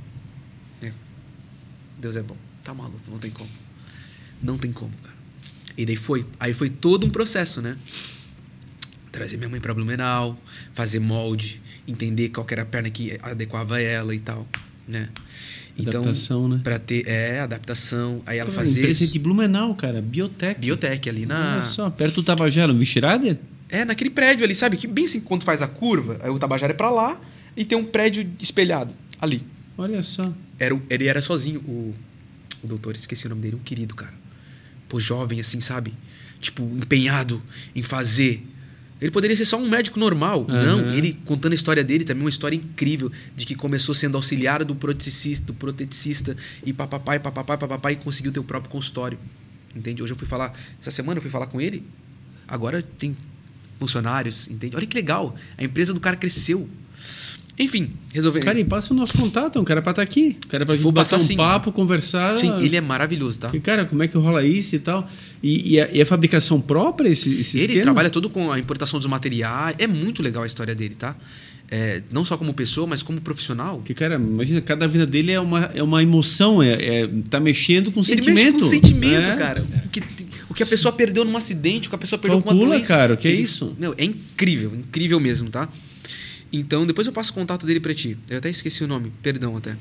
Deus é bom. Tá maluco, não tem como. Não tem como, cara. E daí foi. Aí foi todo um processo, né? Trazer minha mãe pra Blumenau, fazer molde, entender qual que era a perna que adequava ela e tal, né? Então, adaptação, né? Pra ter... adaptação. Aí ela Pô, fazia... Empresa de Blumenau, cara. Biotech. Biotech, ali na... Olha só, perto do Tabajara, no Vichirader? Naquele prédio ali, sabe? Que bem assim, quando faz a curva, aí o Tabajara é pra lá e tem um prédio espelhado ali. Olha só. Ele era sozinho, o doutor, esqueci o nome dele, um querido, cara. Pô, jovem, assim, sabe? Tipo, empenhado em fazer. Ele poderia ser só um médico normal. Não, ele contando a história dele, também uma história incrível, de que começou sendo auxiliar do proteticista e papapai, e conseguiu ter o próprio consultório. Entende? Hoje eu fui falar, essa semana eu fui falar com ele, agora tem funcionários, entende? Olha que legal, a empresa do cara cresceu. Enfim, resolveu. Cara, e passa o nosso contato, um cara pra estar aqui. Um cara pra vir bater um papo, conversar. Sim, ele é maravilhoso, tá? E, cara, como é que rola isso e tal? E a fabricação própria, esse esquema? Ele trabalha todo com a importação dos materiais. É muito legal a história dele, tá? Não só como pessoa, mas como profissional. Porque, cara, imagina, cada vida dele é uma emoção, tá mexendo com sentimento. Ele mexe com sentimento, cara. O que a pessoa perdeu num acidente, o que a pessoa perdeu com uma doença. Cara, o que é isso? Meu, é incrível, incrível mesmo, tá? Então, depois eu passo o contato dele pra ti. Eu até esqueci o nome, perdão até.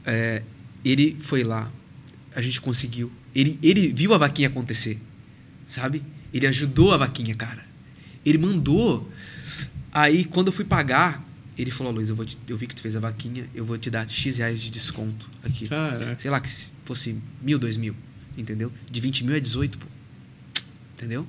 Ele foi lá, a gente conseguiu. Ele viu a vaquinha acontecer, sabe? Ele ajudou a vaquinha, cara. Ele mandou. Aí, quando eu fui pagar, ele falou: Luiz, eu vi que tu fez a vaquinha, eu vou te dar X reais de desconto aqui. Caraca. Sei lá, que se fosse 1.000, 2.000, entendeu? De 20 mil é 18, pô. Entendeu?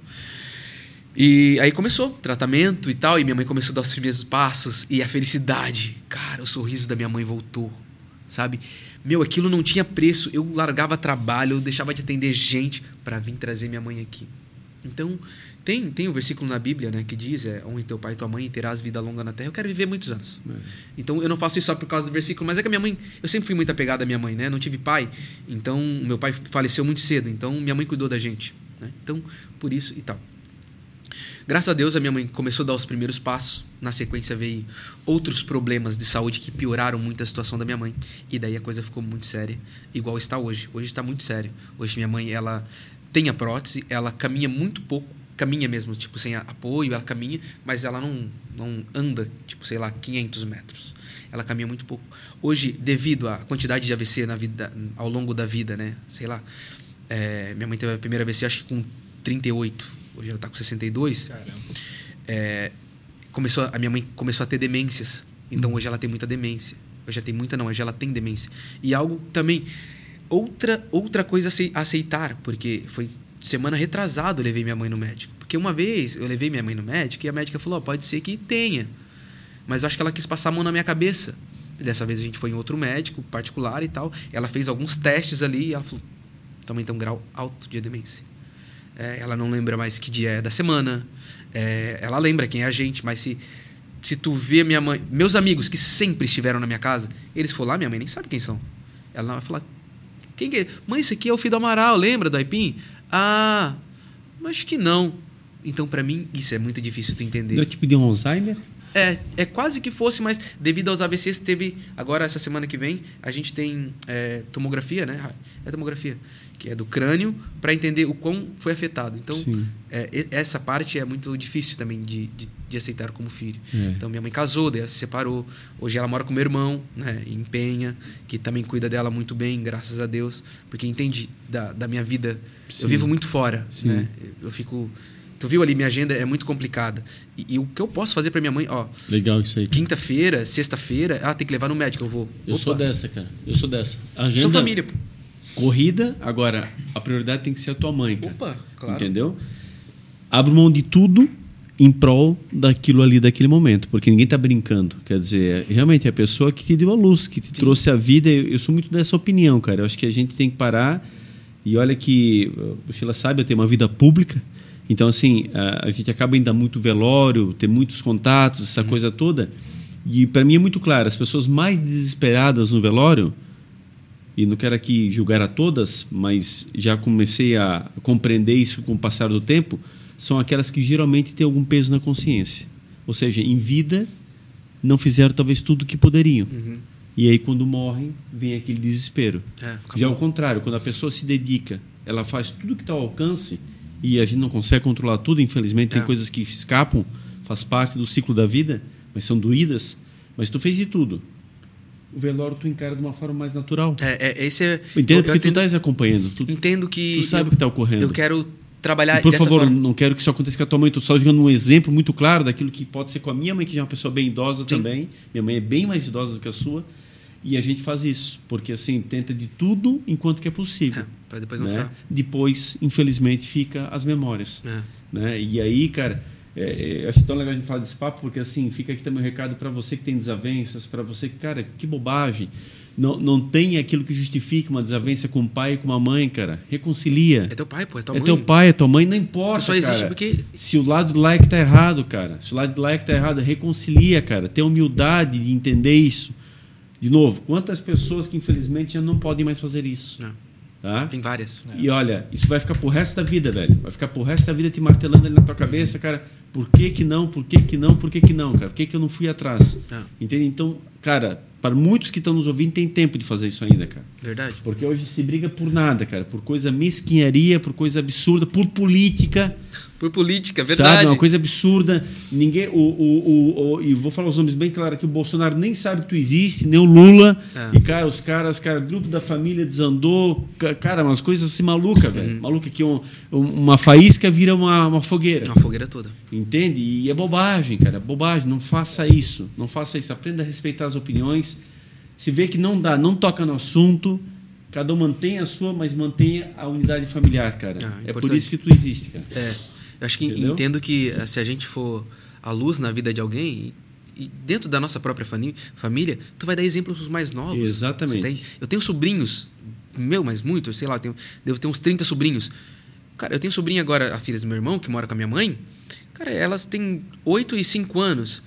E aí começou o tratamento e tal, e minha mãe começou a dar os primeiros passos, e a felicidade, cara, o sorriso da minha mãe voltou, sabe? Meu, aquilo não tinha preço, eu largava trabalho, eu deixava de atender gente para vir trazer minha mãe aqui. Então, tem um versículo na Bíblia, né, que diz, honre teu pai e tua mãe e terás vida longa na terra. Eu quero viver muitos anos. Então, eu não faço isso só por causa do versículo, mas é que a minha mãe, eu sempre fui muito apegado à minha mãe, né? Não tive pai, então meu pai faleceu muito cedo, então minha mãe cuidou da gente, né? Então, por isso e tal. Graças a Deus, a minha mãe começou a dar os primeiros passos. Na sequência, veio outros problemas de saúde que pioraram muito a situação da minha mãe. E daí a coisa ficou muito séria, igual está hoje. Hoje está muito sério. Hoje minha mãe, ela tem a prótese, ela caminha muito pouco. Caminha mesmo, tipo, sem apoio, ela caminha, mas ela não anda, tipo, sei lá, 500 metros. Ela caminha muito pouco. Hoje, devido à quantidade de AVC na vida, ao longo da vida, né? Sei lá, minha mãe teve a primeira AVC, acho que com 38. Hoje ela está com 62. Caramba. A minha mãe começou a ter demências. Então hoje ela tem muita demência. Hoje ela tem demência. E algo também... Outra coisa a aceitar, porque foi semana retrasada eu levei minha mãe no médico. Porque uma vez eu levei minha mãe no médico e a médica falou, pode ser que tenha. Mas eu acho que ela quis passar a mão na minha cabeça. E dessa vez a gente foi em outro médico particular e tal. Ela fez alguns testes ali e ela falou, também tem um grau alto de demência. Ela não lembra mais que dia é da semana. Ela lembra quem é a gente, mas se tu vê minha mãe... Meus amigos que sempre estiveram na minha casa, eles foram lá, minha mãe nem sabe quem são. Ela vai falar, quem que é? Mãe, esse aqui é o filho do Amaral, lembra do Aipim? Ah, mas acho que não. Então, para mim, isso é muito difícil tu entender. Deu tipo de um Alzheimer? É quase que fosse, mas devido aos AVCs teve... Agora, essa semana que vem, a gente tem tomografia, né? Tomografia, que é do crânio, para entender o quão foi afetado. Então, essa parte é muito difícil também de aceitar como filho. Então, minha mãe casou, daí ela se separou. Hoje ela mora com meu irmão, né? Em Penha, que também cuida dela muito bem, graças a Deus. Porque entende da minha vida. Sim. Eu vivo muito fora, né? Eu fico... Tu viu ali, minha agenda é muito complicada. E o que eu posso fazer pra minha mãe, ó... Legal isso aí. Quinta-feira, sexta-feira, ela tem que levar no médico, eu vou. Eu sou dessa, cara. Eu sou dessa. Agenda... Sou família, pô. Corrida, agora, a prioridade tem que ser a tua mãe, cara. Opa, claro. Entendeu? Abro mão de tudo em prol daquilo ali, daquele momento. Porque ninguém tá brincando. Quer dizer, realmente é a pessoa que te deu a luz, que te trouxe a vida. Eu sou muito dessa opinião, cara. Eu acho que a gente tem que parar. E olha que, o Sheila sabe, eu tenho uma vida pública. Então, assim, a gente acaba indo a muito velório, ter muitos contatos, essa coisa toda. E, para mim, é muito claro, as pessoas mais desesperadas no velório, e não quero aqui julgar a todas, mas já comecei a compreender isso com o passar do tempo, são aquelas que geralmente têm algum peso na consciência. Ou seja, em vida, não fizeram talvez tudo o que poderiam. E aí, quando morrem, vem aquele desespero. Já ao contrário, quando a pessoa se dedica, ela faz tudo que está ao alcance, e a gente não consegue controlar tudo, infelizmente tem coisas que escapam, faz parte do ciclo da vida, mas são doídas, mas tu fez de tudo. O velório tu encara de uma forma mais natural. Entendo, porque tu estás acompanhando. Entendo que... Tu sabe o que está ocorrendo. Eu quero trabalhar e, por favor, forma. Não quero que isso aconteça com a tua mãe, estou só jogando um exemplo muito claro daquilo que pode ser com a minha mãe, que já é uma pessoa bem idosa também. Minha mãe é bem mais idosa do que a sua. E a gente faz isso, porque assim, tenta de tudo enquanto que é possível. Para depois não né? ficar. Depois, infelizmente, fica as memórias. É. Né? E aí, cara, acho tão legal a gente falar desse papo, porque assim, fica aqui também um recado para você que tem desavenças, para você que, cara, que bobagem. Não tem aquilo que justifique uma desavença com o pai e com a mãe, cara. Reconcilia. É teu pai, pô, é tua mãe. É teu pai, é tua mãe, não importa, só existe cara. porque... Se o lado do like tá errado, cara. Se o lado do like tá errado, reconcilia, cara. Tem humildade de entender isso. De novo, quantas pessoas que infelizmente já não podem mais fazer isso? Não. Tá? Tem várias. E olha, isso vai ficar pro resto da vida, velho. Vai ficar pro resto da vida te martelando ali na tua cabeça, cara. Por que que não? Por que que não? Por que que não, cara? Por que que eu não fui atrás? Entende? Então, cara, para muitos que estão nos ouvindo, tem tempo de fazer isso ainda, cara. Verdade. Porque hoje se briga por nada, cara. Por coisa mesquinharia, por coisa absurda, por política. Por política, verdade. Sabe? Uma coisa absurda. Ninguém. E vou falar os nomes bem claros aqui: o Bolsonaro nem sabe que tu existe, nem o Lula. E, cara, os caras, grupo da família desandou. Cara, umas coisas assim malucas, velho. Maluca que uma faísca vira uma fogueira. Uma fogueira toda. Entende? E é bobagem, cara. Bobagem. Não faça isso. Não faça isso. Aprenda a respeitar as opiniões. Se vê que não dá, não toca no assunto. Cada um mantenha a sua, mas mantenha a unidade familiar, cara. É por isso que tu existe, cara. Eu acho que entendo que se a gente for a luz na vida de alguém, e dentro da nossa própria família, tu vai dar exemplos os mais novos. Exatamente. Eu tenho sobrinhos, mas muito, sei lá, devo ter uns 30 sobrinhos. Cara, eu tenho sobrinha agora, a filha do meu irmão, que mora com a minha mãe. Cara, elas têm 8 e 5 anos.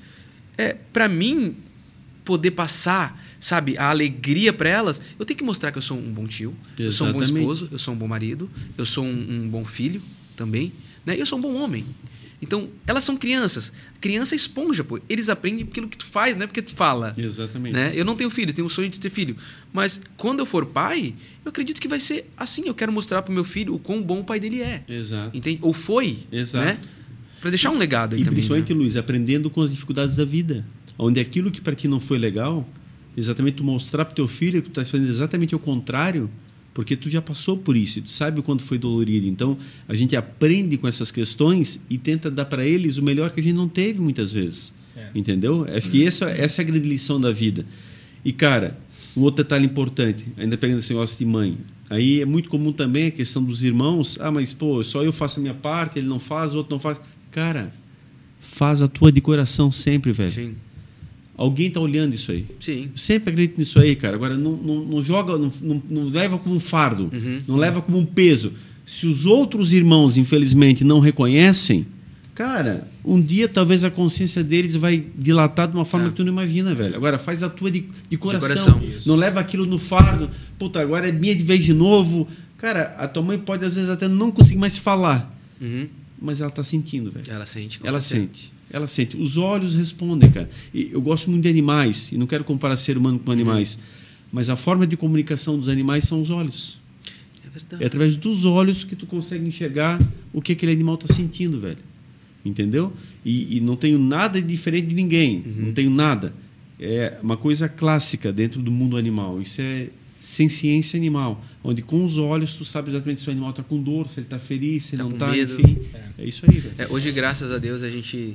Pra mim, poder passar, sabe, a alegria para elas, eu tenho que mostrar que eu sou um bom tio, eu sou um bom esposo, eu sou um bom marido, eu sou um bom filho também. Né? Eu sou um bom homem. Então, elas são crianças. Criança é esponja, pô. Eles aprendem aquilo que tu faz, não é porque tu fala. Exatamente. Né? Eu não tenho filho, tenho um sonho de ter filho. Mas quando eu for pai, eu acredito que vai ser assim. Eu quero mostrar pro meu filho o quão bom o pai dele é. Exato. Entende? Ou foi. Exato. Né? Para deixar um legado aí e também. E principalmente, né? Luiz, aprendendo com as dificuldades da vida. Onde aquilo que para ti não foi legal, exatamente tu mostrar pro teu filho que tu tá fazendo exatamente o contrário, porque tu já passou por isso e tu sabe o quanto foi dolorido. Então, a gente aprende com essas questões e tenta dar para eles o melhor que a gente não teve muitas vezes. Entendeu? Acho que essa é a grande lição da vida. E, cara, um outro detalhe importante, ainda pegando esse negócio de mãe. Aí é muito comum também a questão dos irmãos. Mas, pô, só eu faço a minha parte, ele não faz, o outro não faz. Cara, faz a tua de coração sempre, velho. Sim. Alguém está olhando isso aí. Sim. Sempre acredito nisso aí, cara. Agora, não joga, não leva como um fardo, não leva como um peso. Se os outros irmãos, infelizmente, não reconhecem, cara, um dia talvez a consciência deles vai dilatar de uma forma que tu não imagina, velho. Agora, faz a tua de coração. Não leva aquilo no fardo. Puta, agora é minha de vez de novo. Cara, a tua mãe pode, às vezes, até não conseguir mais falar. Mas ela está sentindo, velho. Ela sente. Ela sente. Os olhos respondem, cara. E eu gosto muito de animais, e não quero comparar ser humano com animais, mas a forma de comunicação dos animais são os olhos. É verdade. É através dos olhos que tu consegue enxergar o que aquele animal está sentindo, velho. Entendeu? E não tenho nada diferente de ninguém. Não tenho nada. É uma coisa clássica dentro do mundo animal. Isso é sem ciência animal, onde com os olhos tu sabe exatamente se o animal está com dor, se ele está feliz, se ele não está, enfim. É isso aí, velho. Hoje, graças a Deus, a gente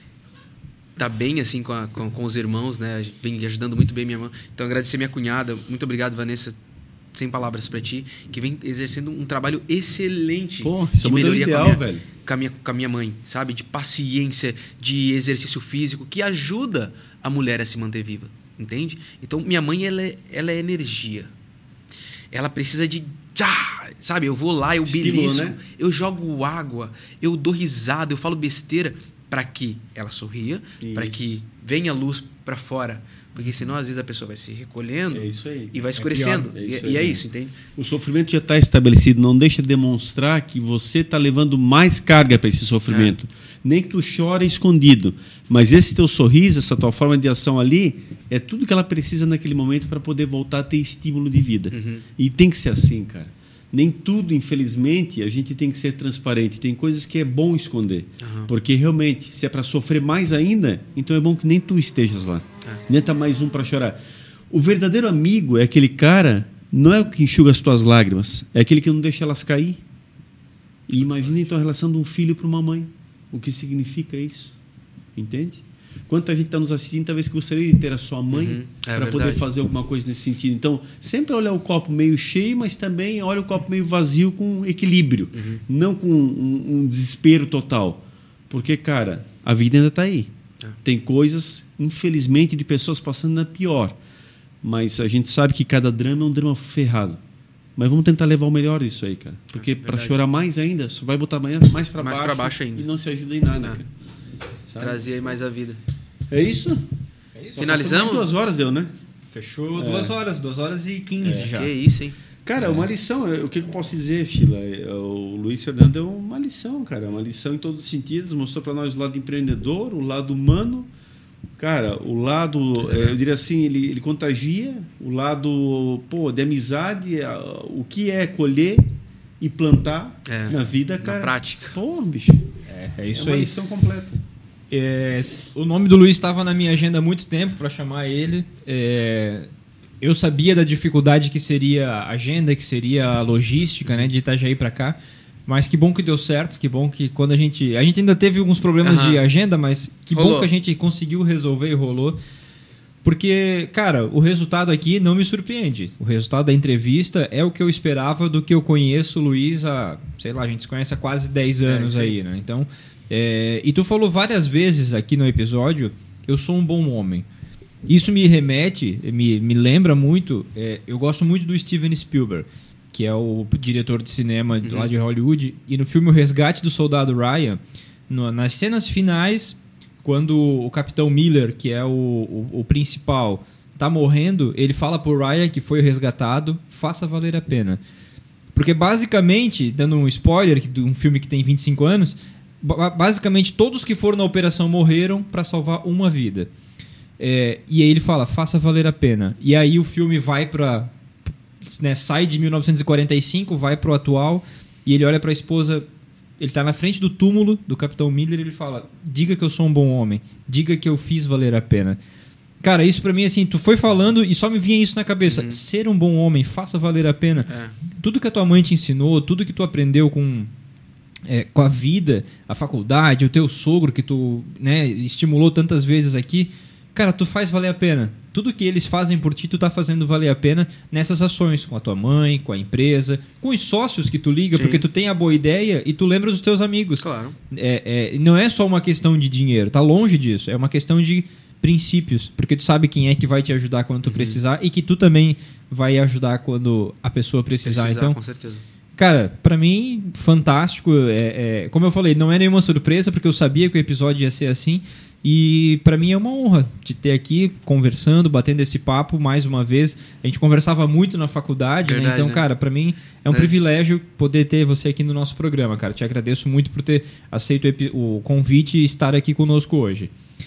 tá bem assim com os irmãos, né? A gente vem ajudando muito bem minha irmã. Então, agradecer minha cunhada. Muito obrigado, Vanessa. Sem palavras para ti, que vem exercendo um trabalho excelente de melhoria ideal, velho. Com a minha mãe, sabe? De paciência, de exercício físico, que ajuda a mulher a se manter viva, entende? Então, minha mãe, ela é energia. Ela precisa de... Sabe? Eu vou lá, eu belisco, né? Eu jogo água, eu dou risada, eu falo besteira para que ela sorria, para que venha luz para fora. Porque senão, às vezes, a pessoa vai se recolhendo e vai escurecendo. É isso, entende? O sofrimento já está estabelecido. Não deixa de demonstrar que você está levando mais carga para esse sofrimento. Nem que tu chore escondido. Mas esse teu sorriso, essa tua forma de ação ali, é tudo que ela precisa naquele momento para poder voltar a ter estímulo de vida. E tem que ser assim, cara. Nem tudo, infelizmente, a gente tem que ser transparente. Tem coisas que é bom esconder. Porque, realmente, se é para sofrer mais ainda, então é bom que nem tu estejas lá. Nem tá mais um para chorar. O verdadeiro amigo é aquele cara, não é o que enxuga as tuas lágrimas, é aquele que não deixa elas cair. E imagina, então, a relação de um filho para uma mãe. O que significa isso? Entende? Quanta gente está nos assistindo, talvez que gostaria de ter a sua mãe para poder fazer alguma coisa nesse sentido. Então, sempre olhar o copo meio cheio, mas também olha o copo meio vazio com equilíbrio, não com um desespero total. Porque, cara, a vida ainda está aí. Tem coisas, infelizmente, de pessoas passando na pior. Mas a gente sabe que cada drama é um drama ferrado. Mas vamos tentar levar o melhor disso aí, cara. Porque para chorar mais ainda, só vai botar mais para baixo ainda. E não se ajuda em nada, cara. Trazer aí mais a vida. É isso? Finalizamos? 2 horas deu, né? Fechou 2 horas, 2 horas e 15 já. Que isso, hein? Cara, uma lição, o que eu posso dizer, Sheila? O Luiz Fernando deu uma lição, cara. Uma lição em todos os sentidos. Mostrou para nós o lado empreendedor, o lado humano. Cara, o lado, eu diria assim, ele contagia. O lado, de amizade, o que é colher e plantar na vida, cara. Na prática. Pô, bicho. É isso aí. É uma lição completa. O nome do Luiz estava na minha agenda há muito tempo para chamar ele. Eu sabia da dificuldade que seria a agenda, que seria a logística, né, de Itajaí para cá. Mas que bom que deu certo, que bom que quando a gente ainda teve alguns problemas de agenda, mas que rolou. Bom que a gente conseguiu resolver e rolou. Porque, cara, o resultado aqui não me surpreende. O resultado da entrevista é o que eu esperava do que eu conheço o Luiz há, sei lá, a gente se conhece há quase 10 anos aí, né? Então, e tu falou várias vezes aqui no episódio, eu sou um bom homem. Isso me remete, me lembra muito, eu gosto muito do Steven Spielberg, que é o diretor de cinema lá de Hollywood, e no filme O Resgate do Soldado Ryan, nas cenas finais, quando o Capitão Miller, que é o principal, tá morrendo, ele fala pro Ryan que foi resgatado, faça valer a pena. Porque basicamente, dando um spoiler de um filme que tem 25 anos, basicamente todos que foram na operação morreram para salvar uma vida. E aí ele fala, faça valer a pena. E aí o filme vai para... sai de 1945, vai pro atual, e ele olha para a esposa, ele tá na frente do túmulo do Capitão Miller e ele fala, diga que eu sou um bom homem, diga que eu fiz valer a pena. Cara, isso para mim, assim, tu foi falando e só me vinha isso na cabeça, ser um bom homem, faça valer a pena. Tudo que a tua mãe te ensinou, tudo que tu aprendeu com a vida, a faculdade, o teu sogro que tu, né, estimulou tantas vezes aqui, cara, tu faz valer a pena. Tudo que eles fazem por ti, tu tá fazendo valer a pena nessas ações, com a tua mãe, com a empresa, com os sócios que tu liga, porque tu tem a boa ideia e tu lembra dos teus amigos. Claro. Não é só uma questão de dinheiro, tá longe disso. É uma questão de princípios, porque tu sabe quem é que vai te ajudar quando tu precisar e que tu também vai ajudar quando a pessoa precisar. Então, com certeza. Cara, pra mim, fantástico. Como eu falei, não é nenhuma surpresa, porque eu sabia que o episódio ia ser assim. E para mim é uma honra te ter aqui conversando, batendo esse papo mais uma vez. A gente conversava muito na faculdade, verdade, né? Então, cara, para mim é um privilégio poder ter você aqui no nosso programa, cara. Te agradeço muito por ter aceito o convite e estar aqui conosco hoje.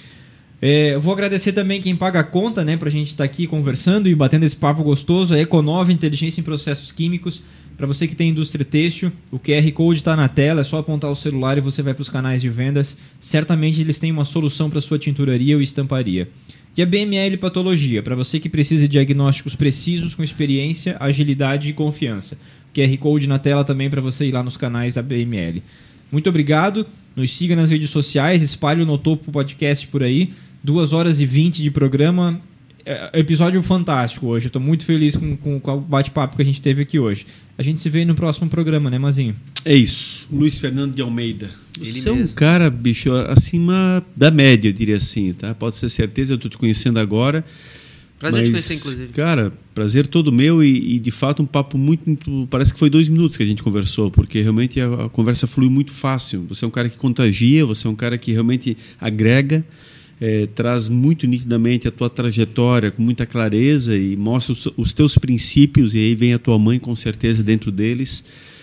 Eu vou agradecer também quem paga a conta, né, pra gente estar aqui conversando e batendo esse papo gostoso. A Econova, Inteligência em Processos Químicos. Para você que tem indústria têxtil, o QR Code está na tela, é só apontar o celular e você vai para os canais de vendas. Certamente eles têm uma solução para sua tinturaria ou estamparia. E a BML Patologia, para você que precisa de diagnósticos precisos com experiência, agilidade e confiança. QR Code na tela também para você ir lá nos canais da BML. Muito obrigado, nos siga nas redes sociais, espalhe o No Topo Podcast por aí. 2 horas e 20 de programa. Episódio fantástico hoje. Eu tô muito feliz com o bate-papo que a gente teve aqui hoje. A gente se vê no próximo programa, né, Mazinho? É isso. Luiz Fernando de Almeida. Você é um mesmo. cara, bicho, acima da média, eu diria assim, tá? Pode ter certeza, eu tô te conhecendo agora. Prazer te conhecer, inclusive. Cara, prazer todo meu e de fato um papo muito... Parece que foi 2 minutos que a gente conversou, porque realmente a conversa flui muito fácil. Você é um cara que contagia, você é um cara que realmente agrega, traz muito nitidamente a tua trajetória com muita clareza e mostra os teus princípios, e aí vem a tua mãe com certeza dentro deles.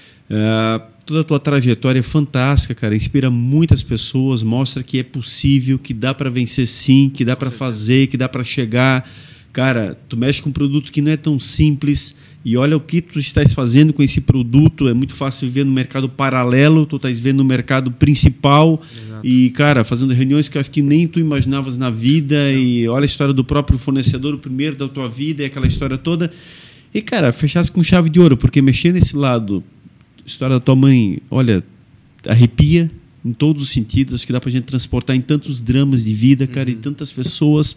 Toda a tua trajetória é fantástica, cara, inspira muitas pessoas, mostra que é possível, que dá para vencer sim, que dá para fazer, que dá para chegar. Cara, tu mexe com um produto que não é tão simples e olha o que tu estás fazendo com esse produto. É muito fácil viver no mercado paralelo, tu estás vendo no mercado principal. Exato. E, cara, fazendo reuniões que eu acho que nem tu imaginavas na vida. E olha a história do próprio fornecedor, o primeiro da tua vida e aquela história toda. E, cara, fechasse com chave de ouro, porque mexer nesse lado, história da tua mãe, olha, arrepia, em todos os sentidos, que dá pra gente transportar em tantos dramas de vida, cara, e tantas pessoas.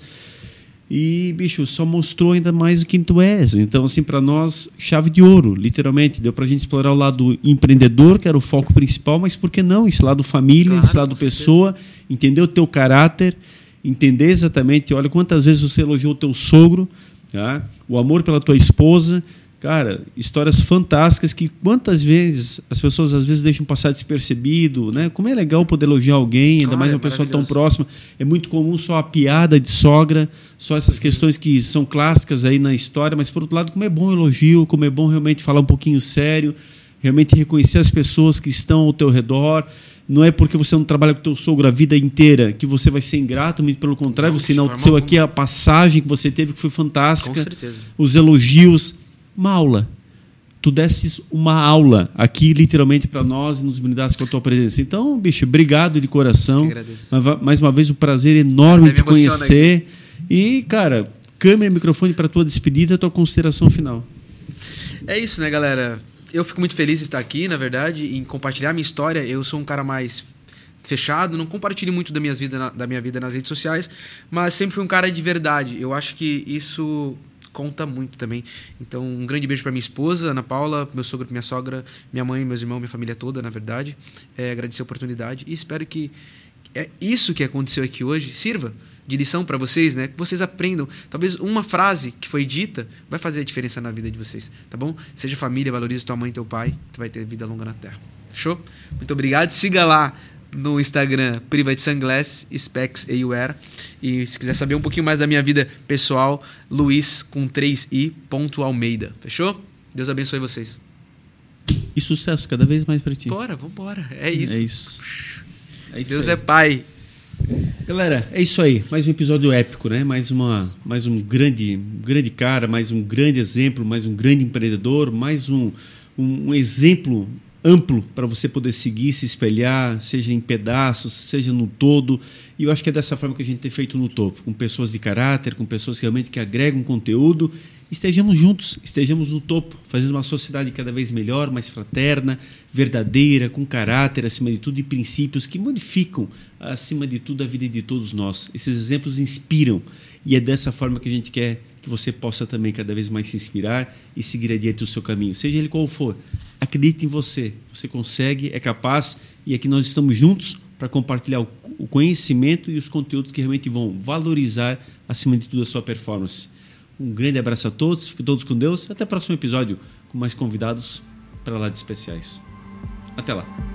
E, bicho, só mostrou ainda mais o que tu és. Então, assim, para nós, chave de ouro, literalmente. Deu pra gente explorar o lado empreendedor, que era o foco principal, mas por que não? Esse lado família, claro, esse lado pessoa, entender o teu caráter, entender exatamente, olha quantas vezes você elogiou o teu sogro, tá? O amor pela tua esposa. Cara, histórias fantásticas que quantas vezes as pessoas às vezes deixam passar despercebido, né? Como é legal poder elogiar alguém, ainda mais uma pessoa tão próxima. É muito comum só a piada de sogra, só essas questões que são clássicas aí na história, mas por outro lado, como é bom o elogio, como é bom realmente falar um pouquinho sério, realmente reconhecer as pessoas que estão ao teu redor. Não é porque você não trabalha com o teu sogro a vida inteira que você vai ser ingrato, muito pelo contrário, você enalteceu aqui a passagem que você teve, que foi fantástica. Com certeza. Os elogios. Uma aula. Tu desses uma aula aqui, literalmente, para nós e nos brindasse com a tua presença. Então, bicho, obrigado de coração. Mais uma vez, um prazer enorme te conhecer. E, cara, câmera e microfone para tua despedida, tua consideração final. É isso, né, galera? Eu fico muito feliz de estar aqui, na verdade, em compartilhar minha história. Eu sou um cara mais fechado, não compartilho muito da minha vida nas redes sociais, mas sempre fui um cara de verdade. Eu acho que isso conta muito também. Então, um grande beijo para minha esposa, Ana Paula, meu sogro, minha sogra, minha mãe, meus irmãos, minha família toda, na verdade. Agradecer a oportunidade e espero que isso que aconteceu aqui hoje sirva de lição para vocês, né? Que vocês aprendam. Talvez uma frase que foi dita vai fazer a diferença na vida de vocês, tá bom? Seja família, valorize tua mãe e teu pai, tu vai ter vida longa na terra. Fechou? Muito obrigado. Siga lá no Instagram, Private Sunglass, Specs AUR. E se quiser saber um pouquinho mais da minha vida pessoal, Luiz com 3i.almeida. Fechou? Deus abençoe vocês. E sucesso cada vez mais para ti. Vambora. É isso. É isso. Deus é Pai. Galera, é isso aí. Mais um episódio épico, né? Mais um grande cara, mais um grande exemplo, mais um grande empreendedor, mais um exemplo amplo para você poder seguir, se espelhar, seja em pedaços, seja no todo. E eu acho que é dessa forma que a gente tem feito no topo, com pessoas de caráter, com pessoas realmente que agregam conteúdo. Estejamos juntos, estejamos no topo, fazendo uma sociedade cada vez melhor, mais fraterna, verdadeira, com caráter, acima de tudo, e princípios que modificam, acima de tudo, a vida de todos nós. Esses exemplos inspiram e é dessa forma que a gente quer que você possa também cada vez mais se inspirar e seguir adiante o seu caminho, seja ele qual for. Acredite em você, você consegue, é capaz, e aqui nós estamos juntos para compartilhar o conhecimento e os conteúdos que realmente vão valorizar, acima de tudo, a sua performance. Um grande abraço a todos, fiquem todos com Deus, até o próximo episódio com mais convidados para lá de especiais. Até lá!